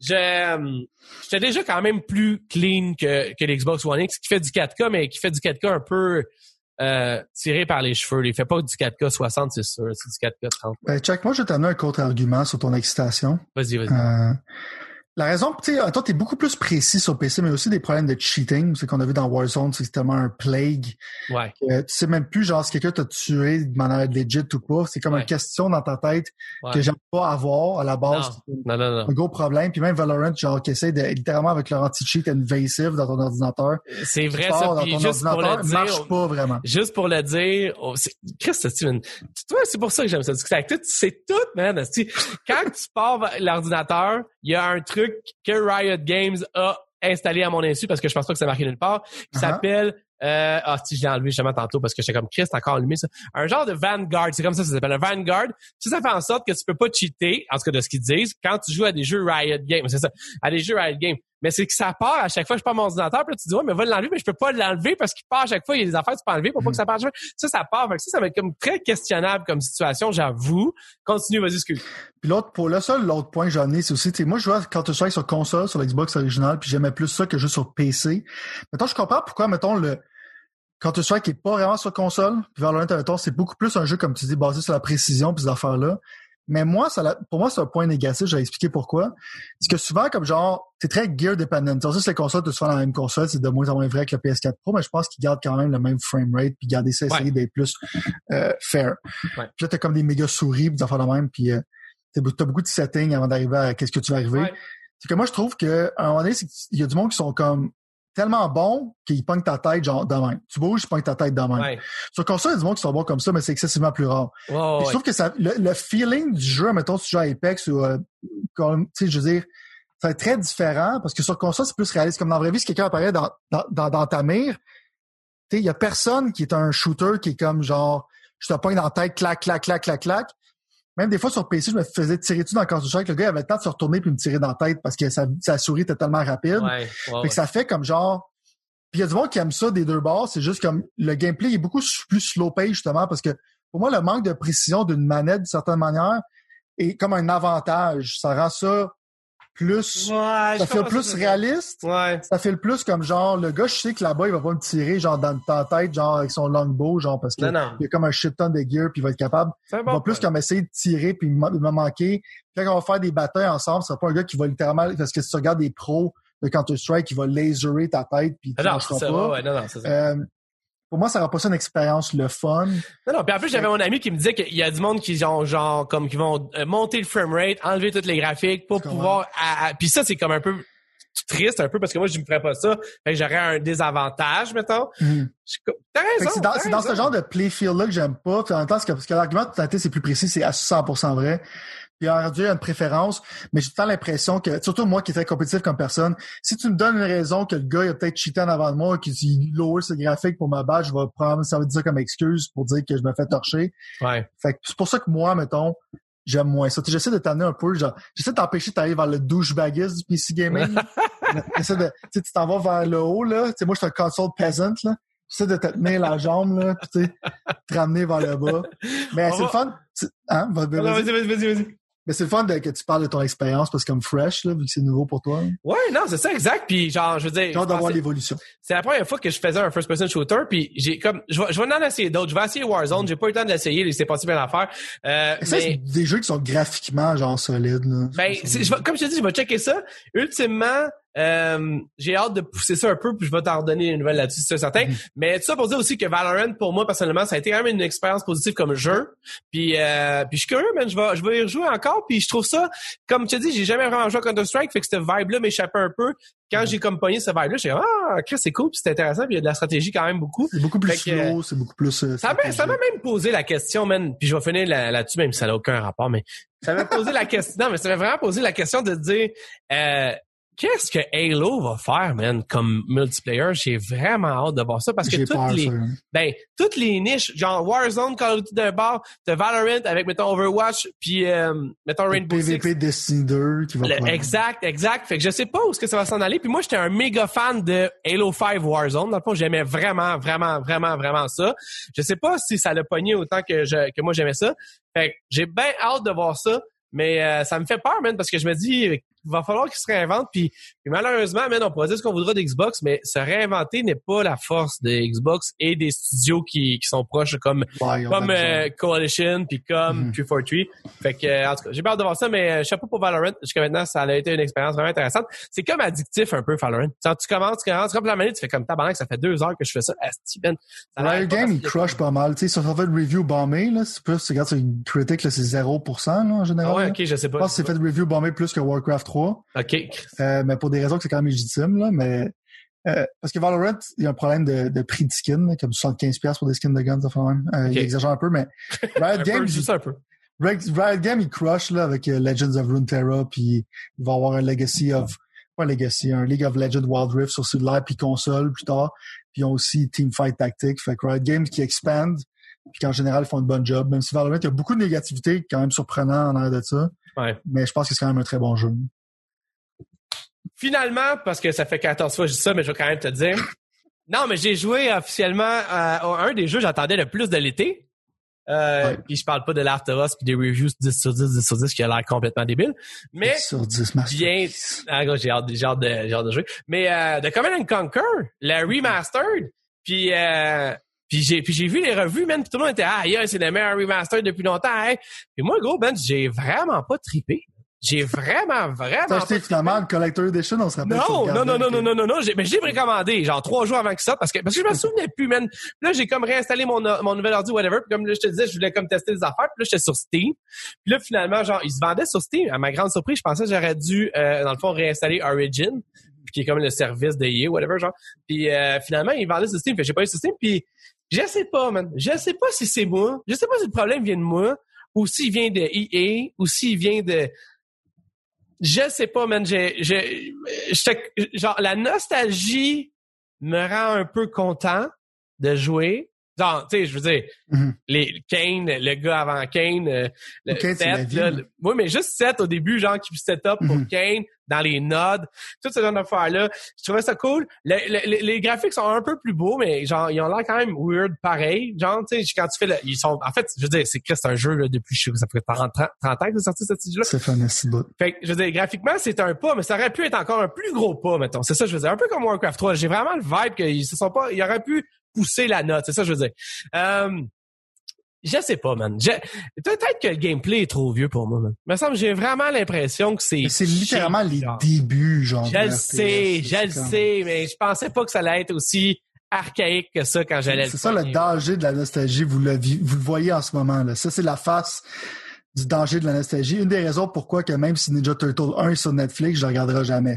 Je, j'étais déjà quand même plus clean que, que l'Xbox One X qui fait du quatre K, mais qui fait du quatre K un peu euh, tiré par les cheveux. Il fait pas du quatre K soixante, c'est sûr. C'est du quatre K trente. Ben, Chuck, moi, je vais t'amener un contre-argument sur ton excitation. Vas-y, vas-y. Euh, la raison, tu sais, toi, t'es beaucoup plus précis sur P C, mais aussi des problèmes de cheating. C'est qu'on a vu dans Warzone, c'est tellement un plague. Ouais. Euh, tu sais même plus, genre, si quelqu'un t'a tué de manière legit ou pas. C'est comme ouais. une question dans ta tête ouais. que j'aime pas avoir à la base. Non, non, non, non. Un gros problème. Puis même Valorant, genre, qui essaie de, littéralement avec leur anti-cheat invasive dans ton ordinateur. C'est vrai, ça. Puis juste pour le dire. marche pas vraiment. Juste pour le dire. Oh, c'est, Christ, c'est, une, tu vois, c'est pour ça que j'aime ça. C'est tout, c'est tout, man. C'est, quand tu pars l'ordinateur, il y a un truc que Riot Games a installé à mon insu parce que je pense pas que c'est marqué nulle part, qui uh-huh. s'appelle euh, ah si je l'ai enlevé justement tantôt parce que j'étais comme Christ encore allumé ça. Un genre de Vanguard, c'est comme ça ça s'appelle un Vanguard. Ça, ça fait en sorte que tu peux pas cheater, en tout cas de ce qu'ils disent, quand tu joues à des jeux Riot Games, c'est ça, à des jeux Riot Games. Mais c'est que ça part à chaque fois, je pars mon ordinateur, puis là, tu dis, ouais, mais va l'enlever, mais je peux pas l'enlever parce qu'il part à chaque fois, il y a des affaires que tu peux enlever pour pas que ça parte. Ça, ça part. Fait que ça, ça va être comme très questionnable comme situation, j'avoue. Continue, vas-y, excuse. Puis l'autre, pour le seul, l'autre point que j'ai amené, c'est aussi, tu sais, moi, je jouais à Counter-Strike sur console, sur l'Xbox original, puis j'aimais plus ça que juste sur P C. Mettons, je comprends pourquoi, mettons, le Counter-Strike est pas vraiment sur console, puis Valorant, mettons, c'est beaucoup plus un jeu, comme tu dis, basé sur la précision puis ces affaires-là. Mais moi, ça, pour moi, c'est un point négatif. Je vais expliquer pourquoi. C'est que souvent, comme genre, c'est très gear dependent. Tu sais, les consoles, tu souvent dans la même console, c'est de moins en moins vrai avec le P S quatre Pro, mais je pense qu'ils gardent quand même le même framerate, puis garder ça, essayer ouais. d'être plus euh, fair. Ouais. Puis là, t'as comme des méga souris, puis des affaires de même, puis euh, t'as beaucoup de settings avant d'arriver à qu'est-ce que tu vas arriver. Ouais. C'est que moi, je trouve que à un moment donné, il y a du monde qui sont comme tellement bons qu'ils pognent ta tête genre de même. Tu bouges, ils pognent ta tête de même. Ouais. Sur console, il y a du monde qui sont bons comme ça, mais c'est excessivement plus rare. Oh, ouais. Je trouve que ça, le, le feeling du jeu, mettons, si tu joues à Apex ou, euh, comme, tu sais, je veux dire, ça va être très différent parce que sur console, c'est plus réaliste. Comme dans la vraie vie, si quelqu'un apparaît dans, dans, dans, dans ta mire, tu sais, il y a personne qui est un shooter qui est comme genre, je te pogne dans la tête, clac, clac, clac, clac, clac. Même des fois sur P C, je me faisais tirer dessus dans le Counter-Strike. Le gars il avait le temps de se retourner puis me tirer dans la tête parce que sa, sa souris était tellement rapide. Ouais, ouais, fait ouais. que ça fait comme genre, puis il y a du monde qui aime ça des deux bords, c'est juste comme le gameplay est beaucoup plus slow-paced justement parce que pour moi, le manque de précision d'une manette d'une certaine manière est comme un avantage. Ça rend ça plus... Ouais, ça fait le plus réaliste. Ouais. Ça fait le plus comme genre, le gars, je sais que là-bas, il va pas me tirer genre dans ta tête, genre avec son longbow, genre parce qu'il y a comme un shit ton de gear puis il va être capable. Bon il va point. Plus comme essayer de tirer puis me, me manquer. Puis quand on va faire des batailles ensemble, ce sera pas un gars qui va littéralement... Parce que si tu regardes des pros de Counter-Strike, il va laserer ta tête puis tu non, c'est ça, pas. ouais, non, non, c'est ça. Euh, pour moi, ça rend pas ça une expérience le fun. Non, non. Puis en plus, j'avais mon ami qui me disait qu'il y a du monde qui ont genre comme qui vont monter le framerate, enlever toutes les graphiques pour pouvoir. À, à... Puis ça, c'est comme un peu triste un peu parce que moi, je ne me ferais pas ça. Fait que j'aurais un désavantage, mettons. Mm. Je... T'as raison. C'est dans, t'as c'est dans ce genre de playfield-là que j'aime pas. Puis en même temps, parce que l'argument de ta c'est plus précis, c'est à cent pour cent vrai. Puis en Dieu, il y a une préférence, mais j'ai tout le temps l'impression que, surtout moi qui est très compétitif comme personne, si tu me donnes une raison que le gars il a peut-être cheaté en avant de moi, qu'il lower ses graphiques pour ma badge, je vais prendre ça veut dire comme excuse pour dire que je me fais torcher. Ouais. Fait que c'est pour ça que moi, mettons, j'aime moins ça. T'sais, j'essaie de t'amener un peu, genre, j'essaie de t'empêcher d'arriver vers le douchebagisme du P C gaming. J'essaie de, tu t'en vas vers le haut, là. T'sais, moi, je suis un console peasant, là. J'essaie de te tenir la jambe, là, pis tu sais, te ramener vers le bas. Mais On c'est va... le fun. Hein? Vas-y, vas-y, vas-y, vas-y. vas-y. Mais c'est le fun de, que tu parles de ton expérience parce que comme fresh, là, vu que c'est nouveau pour toi. Ouais, non, c'est ça, exact. Puis genre, je veux dire. J'ai hâte d'avoir l'évolution. C'est la première fois que je faisais un first-person shooter, puis j'ai comme, je vais, je vais en essayer d'autres. Je vais essayer Warzone. J'ai pas eu le temps de l'essayer, il s'est passé plein d'affaires. Euh, ça, mais... c'est des jeux qui sont graphiquement genre solides, là. Ben, c'est, je vais, comme je te dis, je vais checker ça. Ultimement, Euh, j'ai hâte de pousser ça un peu, puis je vais t'en redonner une nouvelle là-dessus, c'est certain. Mm-hmm. Mais tout ça pour dire aussi que Valorant, pour moi, personnellement, ça a été quand même une expérience positive comme jeu. Puis, euh, puis je suis curieux, man, je vais, je vais y rejouer encore. Puis je trouve ça, comme tu as dit, j'ai jamais vraiment joué à Counter-Strike, fait que cette vibe-là m'échappait un peu. Quand mm-hmm. j'ai comme pogné cette vibe-là, j'ai dit, ah, Chris, c'est cool, puis c'est intéressant, puis il y a de la stratégie quand même beaucoup. C'est beaucoup plus slow, euh, c'est beaucoup plus. Euh, ça m'a, ça m'a même posé la question, man. Puis je vais finir là, là-dessus, même si ça n'a aucun rapport, mais ça m'a posé la question. Non, mais ça m'a vraiment posé la question de dire. Euh, Qu'est-ce que Halo va faire, man, comme multiplayer? J'ai vraiment hâte de voir ça parce que J'ai toutes peur, les, ça. ben, toutes les niches, genre Warzone, Call of Duty d'un bord, t'as Valorant avec, mettons, Overwatch, puis, euh, mettons, Rainbow P V P Six. Destiny deux qui va Le, exact, exact. Fait que je sais pas où est-ce que ça va s'en aller. Puis moi, j'étais un méga fan de Halo cinq Warzone. Dans le fond, j'aimais vraiment, vraiment, vraiment, vraiment ça. Je sais pas si ça l'a pogné autant que je, que moi j'aimais ça. Fait que j'ai bien hâte de voir ça. Mais euh, ça me fait peur, man, parce que je me dis, il va falloir qu'ils se réinventent. Puis, puis malheureusement, man, on pourrait dire ce qu'on voudra d'Xbox, mais se réinventer n'est pas la force de Xbox et des studios qui, qui sont proches comme ouais, comme euh, Coalition puis comme mm-hmm. trois cent quarante-trois. Fait que, euh, en tout cas, j'ai peur de voir ça, mais euh, chapeau pour Valorant. Jusqu'à maintenant, ça a été une expérience vraiment intéressante. C'est comme addictif un peu, Valorant. Quand tu commences, tu commences, tu la manette, tu fais comme tabarnak, ça fait deux heures que je fais ça. Asti, ben, ça Riot Game, il crush pas mal. Tu sais, sur fait review bombé, là, c'est plus, tu regardes sur une critique, là, c'est zéro pour cent, là, en général. Ah ouais, ok, je sais pas. Je pense que c'est fait review bombé plus que Warcraft trois. Ok. Euh, mais pour des raisons que c'est quand même légitime, là, mais, euh, parce que Valorant, il y a un problème de, de prix de skin, là, comme soixante-quinze dollars pour des skins de guns, enfin, même. Euh, okay. Il exagère un peu, mais Riot Game, peu, juste un peu. Riot Game, il crush, là, avec euh, Legends of Runeterra, puis il va avoir un Legacy of, pas un Legacy, un League of Legends Wild Rift sur cellulaire puis console plus tard, puis ils ont aussi Teamfight Tactics, fait que Riot Games qui expand, puis qu'en général, ils font un bon job, même si Valorant, il y a beaucoup de négativité, quand même surprenant en arrière de ça. Ouais. Mais je pense que c'est quand même un très bon jeu. Finalement, parce que ça fait quatorze fois que je dis ça, mais je vais quand même te dire. Non, mais j'ai joué officiellement à un des jeux que j'attendais le plus de l'été. Euh, ouais. Puis je parle pas de Last of Us puis des reviews dix sur dix, dix sur dix qui a l'air complètement débile. Mais dix sur dix, bien, ah, gros, j'ai hâte, j'ai hâte de, j'ai hâte de jouer. Mais euh, de Command and Conquer, la remastered, puis euh, puis j'ai puis j'ai vu les revues, man, puis tout le monde était ah, yeah, c'est le meilleur remastered depuis longtemps. Hein. Puis moi, gros, ben, j'ai vraiment pas trippé. J'ai vraiment, vraiment... T'as acheté finalement une Collector Edition, on se rappelle? Non, non, non, non, non, non, non, non, j'ai, mais j'ai précommandé, genre, trois jours avant que ça, parce que, parce que je me souvenais plus, man. Là, j'ai comme réinstallé mon, mon nouvel ordi, whatever, puis comme là, je te disais, je voulais comme tester des affaires, puis là, j'étais sur Steam. Puis là, finalement, genre, ils se vendaient sur Steam. À ma grande surprise, je pensais que j'aurais dû, euh, dans le fond, réinstaller Origin, qui est comme le service de E A, whatever, genre. Puis euh, finalement, ils vendaient sur Steam, fait que j'ai pas eu sur Steam, puis je sais pas, man. Je sais pas si c'est moi, je sais pas si le problème vient de moi, ou s'il vient de E A, ou s'il vient de... Je sais pas, man. J'ai, j'ai, j'étais, genre, la nostalgie me rend un peu content de jouer. Genre, tu sais, je veux dire, mm-hmm. les Kane, le gars avant Kane, euh, le Kane, set, là, le, oui, mais juste set au début, genre, qui set up mm-hmm. pour Kane, dans les nodes, tout ce genre d'affaires-là. Je trouvais ça cool. Le, le, les graphiques sont un peu plus beaux, mais genre, ils ont l'air quand même weird pareil. Genre, tu sais, quand tu fais le, ils sont, en fait, je veux dire, c'est c'est un jeu, là, depuis, je sais que ça fait trente, trente ans que c'est sorti, ce titre-là. C'est fun, c'est beau. Fait que, je veux dire, graphiquement, c'est un pas, mais ça aurait pu être encore un plus gros pas, mettons. C'est ça, je veux dire. Un peu comme Warcraft trois. J'ai vraiment le vibe qu'ils se sont pas, ils auraient pu pousser la note. C'est ça, je veux dire. Euh, je sais pas, man. Je, peut-être que le gameplay est trop vieux pour moi, man. Il me semble, j'ai vraiment l'impression que c'est... Mais c'est littéralement les genre. débuts, genre. Je le sais, je le sais, mais je pensais pas que ça allait être aussi archaïque que ça quand j'allais le C'est ça pogner. le danger de la nostalgie, vous le, vous le voyez en ce moment, là. Ça, c'est la face du danger de la nostalgie. Une des raisons pourquoi que même si Ninja Turtle un est sur Netflix, je le regarderai jamais.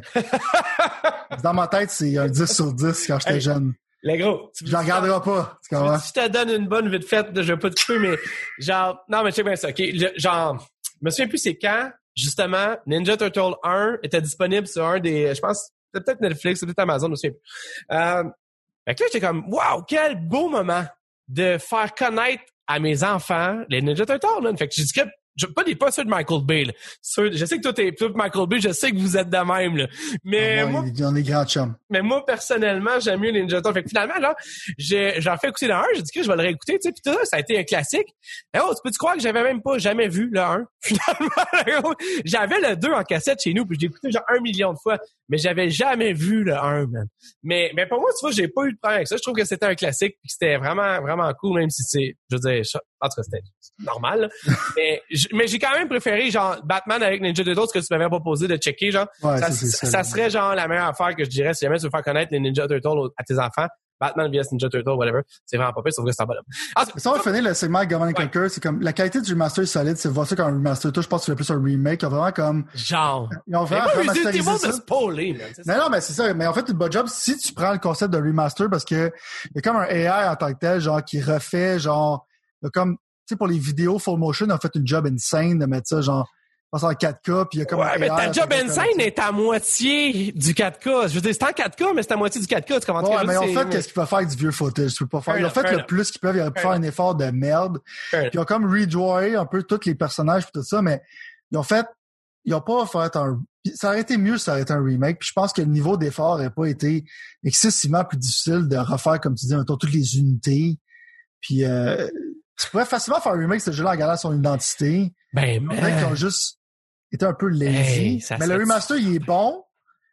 Dans ma tête, c'est un dix sur dix quand j'étais hey, jeune. Les gros, tu je le regarderai pas. Tu comprends? Si je te donne une bonne vite faite, je vais pas te couper, mais genre, non, mais check bien ça, ok? Le, genre, je me souviens plus c'est quand, justement, Ninja Turtle un était disponible sur un des, je pense, c'était peut-être Netflix, c'était peut-être Amazon, je me souviens plus. Euh, fait que là, j'étais comme, wow, quel beau moment de faire connaître à mes enfants les Ninja Turtles, là. Fait que j'ai dit que, je, pas des pas ceux de Michael Bay, là. Ceux, je sais que toi, t'es plus Michael Bay, je sais que vous êtes de même, là. Mais ah, moi, on est grands chums. Mais moi, personnellement, j'aime mieux Ninja Turtles. Fait que finalement, là, j'ai, j'en fais écouter le un, j'ai dit que je vais le réécouter, tu sais, pis tout ça, ça a été un classique. Et oh, tu peux-tu croire que j'avais même pas jamais vu le un? Finalement, j'avais le deux en cassette chez nous, puis j'ai écouté genre un million de fois, mais j'avais jamais vu le un, man. Mais, mais pour moi, tu vois, j'ai pas eu de problème avec ça. Je trouve que c'était un classique, puis que c'était vraiment, vraiment cool, même si c'est, je veux dire, en tout cas, c'était normal, là. mais, mais j'ai quand même préféré, genre, Batman avec Ninja Turtles, ce que tu m'avais proposé de checker, genre. Ouais, ça, c'est, c'est ça, ça ça, serait, genre, la meilleure affaire que je dirais si jamais tu veux faire connaître les Ninja Turtles à tes enfants. Batman vs Ninja Turtle, whatever. C'est vraiment pas pire, sauf que c'est en bas là. Ah, ça va finir le segment Governor ouais. Conquer, c'est comme, la qualité du remaster est solide, c'est voir ça comme un remaster. Toi, je pense que c'est plus un remake, ils ont vraiment comme... Genre. Ils ont vraiment remasterisé ça. De spoiler, man, non, non, mais c'est ça. Mais en fait, une bonne job, si tu prends le concept de remaster, parce que il y a comme un A I en tant que tel, genre, qui refait, genre, comme, tu sais, pour les vidéos full motion, ils ont fait une job insane de mettre ça, genre, en quatre K, puis il y a comme ouais, un mais A I ta job insane est à moitié du quatre K. Je veux dire, c'est en quatre K, mais c'est à moitié du quatre K. Tu comprends? Ouais, mais en fait, qu'est-ce qu'ils peuvent faire avec du vieux footage? Tu peux pas faire. Ils ont fait le plus qu'ils peuvent. Ils auraient pu faire un effort de merde. Puis ils ont comme redrawé un peu tous les personnages et tout ça, mais ils ont fait, ils ont pas fait un, ça aurait été mieux si ça aurait été un remake. Puis je pense que le niveau d'effort n'aurait pas été excessivement plus difficile de refaire, comme tu dis, mettons, toutes les unités. Puis, euh, tu pourrais facilement faire un remake ce jeu-là en gardant son identité. Ben, mais. Ils ont juste était un peu lazy. Hey, mais le remaster, il est bon.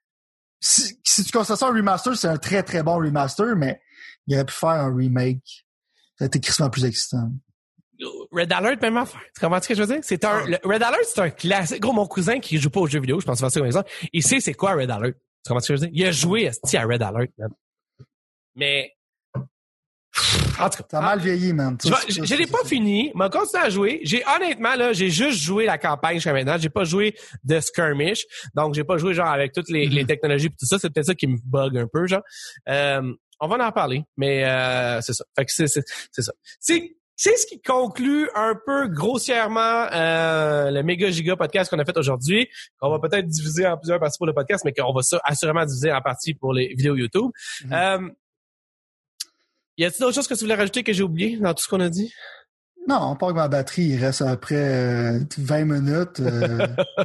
Si, si tu constates ça un remaster, c'est un très très bon remaster, mais il aurait pu faire un remake. Ça a été crissement plus excitant. Red Alert, même affaire. Tu comprends ce que je veux dire? C'est un, le Red Alert, c'est un classique. Gros, mon cousin qui joue pas aux jeux vidéo, je pense que c'est ça comme exemple, il sait c'est quoi Red Alert. Tu comprends ce que je veux dire? Il a joué à Red Alert, man. Mais, en tout cas. Ça a mal vieilli, man. Je, je, je l'ai pas fini, m'a continué à jouer. J'ai, honnêtement, là, j'ai juste joué la campagne jusqu'à maintenant. J'ai pas joué de skirmish. Donc, j'ai pas joué, genre, avec toutes les, mm-hmm. les technologies pis tout ça. C'est peut-être ça qui me bug un peu, genre. Euh, on va en parler. Mais, euh, c'est ça. Fait que c'est, c'est, c'est ça. C'est, c'est ce qui conclut un peu grossièrement, euh, le méga giga podcast qu'on a fait aujourd'hui. On va peut-être diviser en plusieurs parties pour le podcast, mais qu'on va ça assurément diviser en partie pour les vidéos YouTube. Mm-hmm. Euh, Y a-t-il d'autres choses que tu voulais rajouter que j'ai oublié dans tout ce qu'on a dit? Non, pas que ma batterie, il reste après euh, vingt minutes. Euh...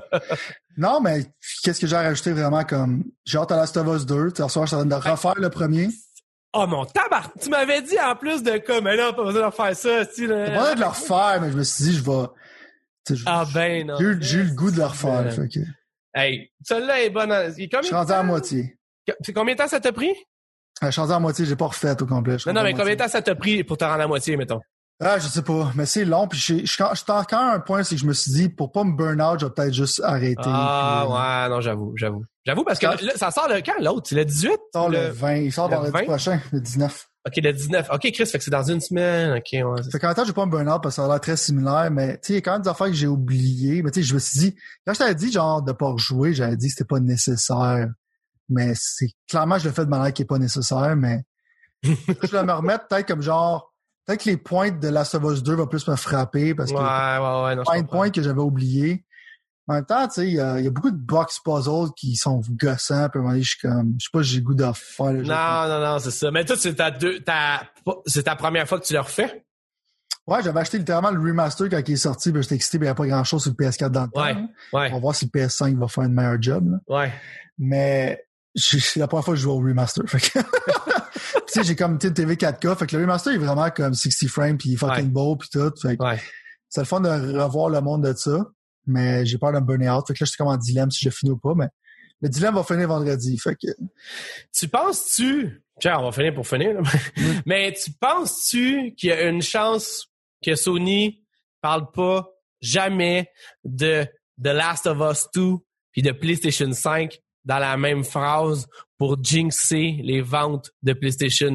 non, mais qu'est-ce que j'ai rajouté vraiment comme... J'ai hâte à Last of Us deux. Tu sais, ce soir, je suis en train de refaire le premier. Oh mon tabac! Tu m'avais dit en plus de comme, mais là, pas besoin de refaire ça. Tu là. J'ai pas besoin de le refaire, mais je me suis dit, je vais... Je, ah ben non. J'ai, j'ai eu le goût de le refaire. Fait que... Hey, celle-là est bonne. Il est je suis rendu à moitié. C'est combien de temps ça t'a pris? Je suis rendu à moitié, j'ai pas refait au complet. Non, non, mais combien de temps ça t'a pris pour te rendre à moitié, mettons? Ah, je sais pas, mais c'est long, puis je suis encore à un point, c'est que je me suis dit, pour pas me burn out, je vais peut-être juste arrêter. Ah, puis, ouais, non, j'avoue, j'avoue. J'avoue, parce que là, ça sort le quand, l'autre? C'est le dix-huit? Il sort le, le vingt, il sort vendredi prochain, le dix-neuf. OK, le dix-neuf. OK, Chris, fait que c'est dans une semaine. OK, ouais. Fait qu'en même temps, je vais pas me burn out parce que ça a l'air très similaire, mais tu sais, il y a quand même des affaires que j'ai oubliées, mais tu sais, je me suis dit, quand je t'avais dit, genre, de pas rejouer, j'avais dit que c'était pas nécessaire. Mais c'est, clairement, je le fais de manière qui est pas nécessaire, mais je vais me remettre peut-être comme genre, peut-être que les points de Last of Us deux vont plus me frapper parce que ouais, ouais, ouais, non, plein de points que j'avais oubliés. En même temps, tu sais, il y, y a beaucoup de box puzzles qui sont gossants, puis à un moment donné, je suis comme, je sais pas, j'ai le goût de faire le jeu. Non, non, non, c'est ça. Mais toi, c'est ta deux, ta, c'est ta première fois que tu le refais? Ouais, j'avais acheté littéralement le remaster quand il est sorti, ben j'étais excité, mais il n'y a pas grand chose sur le P S quatre dans le temps. Ouais, hein. ouais. On va voir si le P S cinq va faire une meilleure job, là. Ouais. Mais, c'est la première fois que je joue au remaster. Fait que tu sais, j'ai comme une T V quatre K. Fait que le remaster est vraiment comme soixante frames pis fucking ouais. beau pis tout. Fait que ouais. c'est le fun de revoir le monde de ça. Mais j'ai peur de me burner out. Fait que là, je suis comme en dilemme si je finis ou pas. Mais le dilemme va finir vendredi. Fait que. Tu penses-tu, tiens, on va finir pour finir, là. Mm. Mais tu penses-tu qu'il y a une chance que Sony parle pas jamais de The Last of Us deux puis de PlayStation cinq dans la même phrase pour jinxer les ventes de PlayStation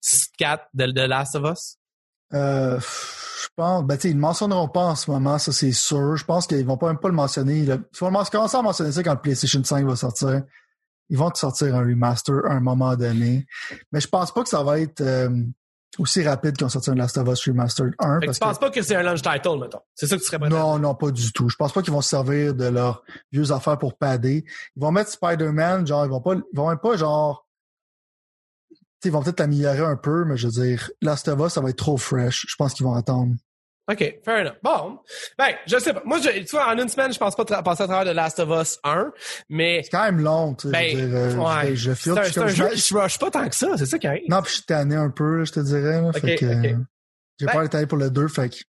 quatre de The Last of Us? Euh, je pense, ben tu sais, ils le mentionneront pas en ce moment, ça c'est sûr. Je pense qu'ils vont pas même pas le mentionner. Ils vont commencer à mentionner ça quand le PlayStation cinq va sortir. Ils vont te sortir un remaster à un moment donné. Mais je pense pas que ça va être euh, aussi rapide qu'ils ont sorti un Last of Us Remastered un. Fait que tu penses que... pas que c'est un launch title, mettons? C'est ça que tu serais prêt à dire? Non, non, pas du tout. Je pense pas qu'ils vont se servir de leurs vieux affaires pour padder. Ils vont mettre Spider-Man, genre, ils vont pas, ils vont même pas, genre, tu sais, ils vont peut-être l'améliorer un peu, mais je veux dire, Last of Us, ça va être trop fresh. Je pense qu'ils vont attendre. OK, fair enough. Bon, ben, je sais pas. Moi, je, tu vois, en une semaine, je pense pas tra- passer à travers de Last of Us un, mais... C'est quand même long, tu sais, ben, je veux dire, euh, ouais. je, je C'est un, c'est un jeu qui se rush pas tant que ça, c'est ça qui arrive. Non, puis je suis tanné un peu, là, je te dirais, là, OK, fait que, OK. euh, j'ai Ben, pas été allé pour le deux, fait que...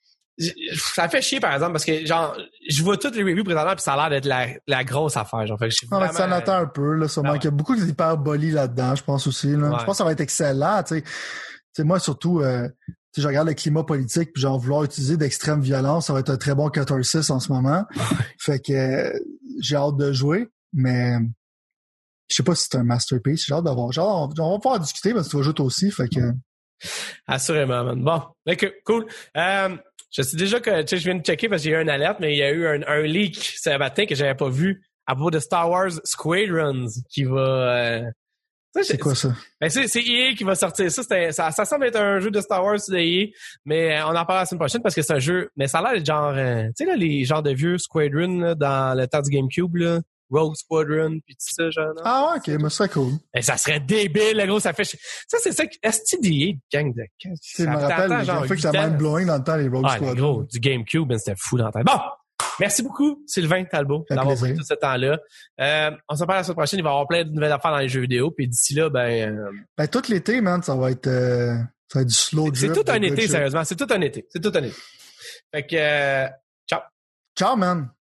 Ça fait chier, par exemple, parce que, genre, je vois toutes les reviews présentement pis ça a l'air d'être la, la grosse affaire, genre. Fait que je suis Non, mais vraiment... ça en attend un peu, là, sûrement. Ah ouais. qu'il y a beaucoup d'hyperbolie là-dedans, je pense aussi, là. Ouais. Je pense que ça va être excellent, tu sais. Tu sais, moi, surtout, euh, tu sais, je regarde le climat politique puis genre vouloir utiliser d'extrême violence, ça va être un très bon catharsis en ce moment. Fait que euh, j'ai hâte de jouer, mais je sais pas si c'est un masterpiece. J'ai hâte d'avoir. Genre, on va pouvoir discuter parce que tu vas jouer toi aussi, fait que... Assurément, man. Bon, ok, cool. Euh, je sais déjà que, tu sais, je viens de checker parce qu'il y a eu une alerte, mais il y a eu un, un leak ce matin que j'avais pas vu à propos de Star Wars Squadrons qui va... Euh, c'est quoi ça? Ben c'est, c'est E A qui va sortir ça. C'était, ça. Ça semble être un jeu de Star Wars de E A, mais on en parlera la semaine prochaine parce que c'est un jeu... Mais ça a l'air d'être genre... Euh, tu sais, là, les genres de vieux Squadron là, dans le temps du GameCube, là. Rogue Squadron, puis tout ça, genre. Non? Ah ouais, ok, mais ça serait cool. Ben, ça serait débile, le gros, ça fait... Ça, c'est ça... Est-ce que D A, gang de... Tu sais, je me rappelle, le fait que c'était mind-blowing dans le temps, les Rogue ah, Squadron. Gros, du GameCube, ben, c'était fou dans le temps. Bon! Merci beaucoup, Sylvain Talbot, d'avoir pris tout ce temps-là. Euh, on se parle la semaine prochaine. Il va y avoir plein de nouvelles affaires dans les jeux vidéo. Puis d'ici là, ben... Euh... Ben, tout l'été, man, ça va être... Euh, ça va être du slow C'est, drip. c'est tout un été, shit. sérieusement. C'est tout un été. C'est tout un été. Fait que... Euh, ciao. Ciao, man.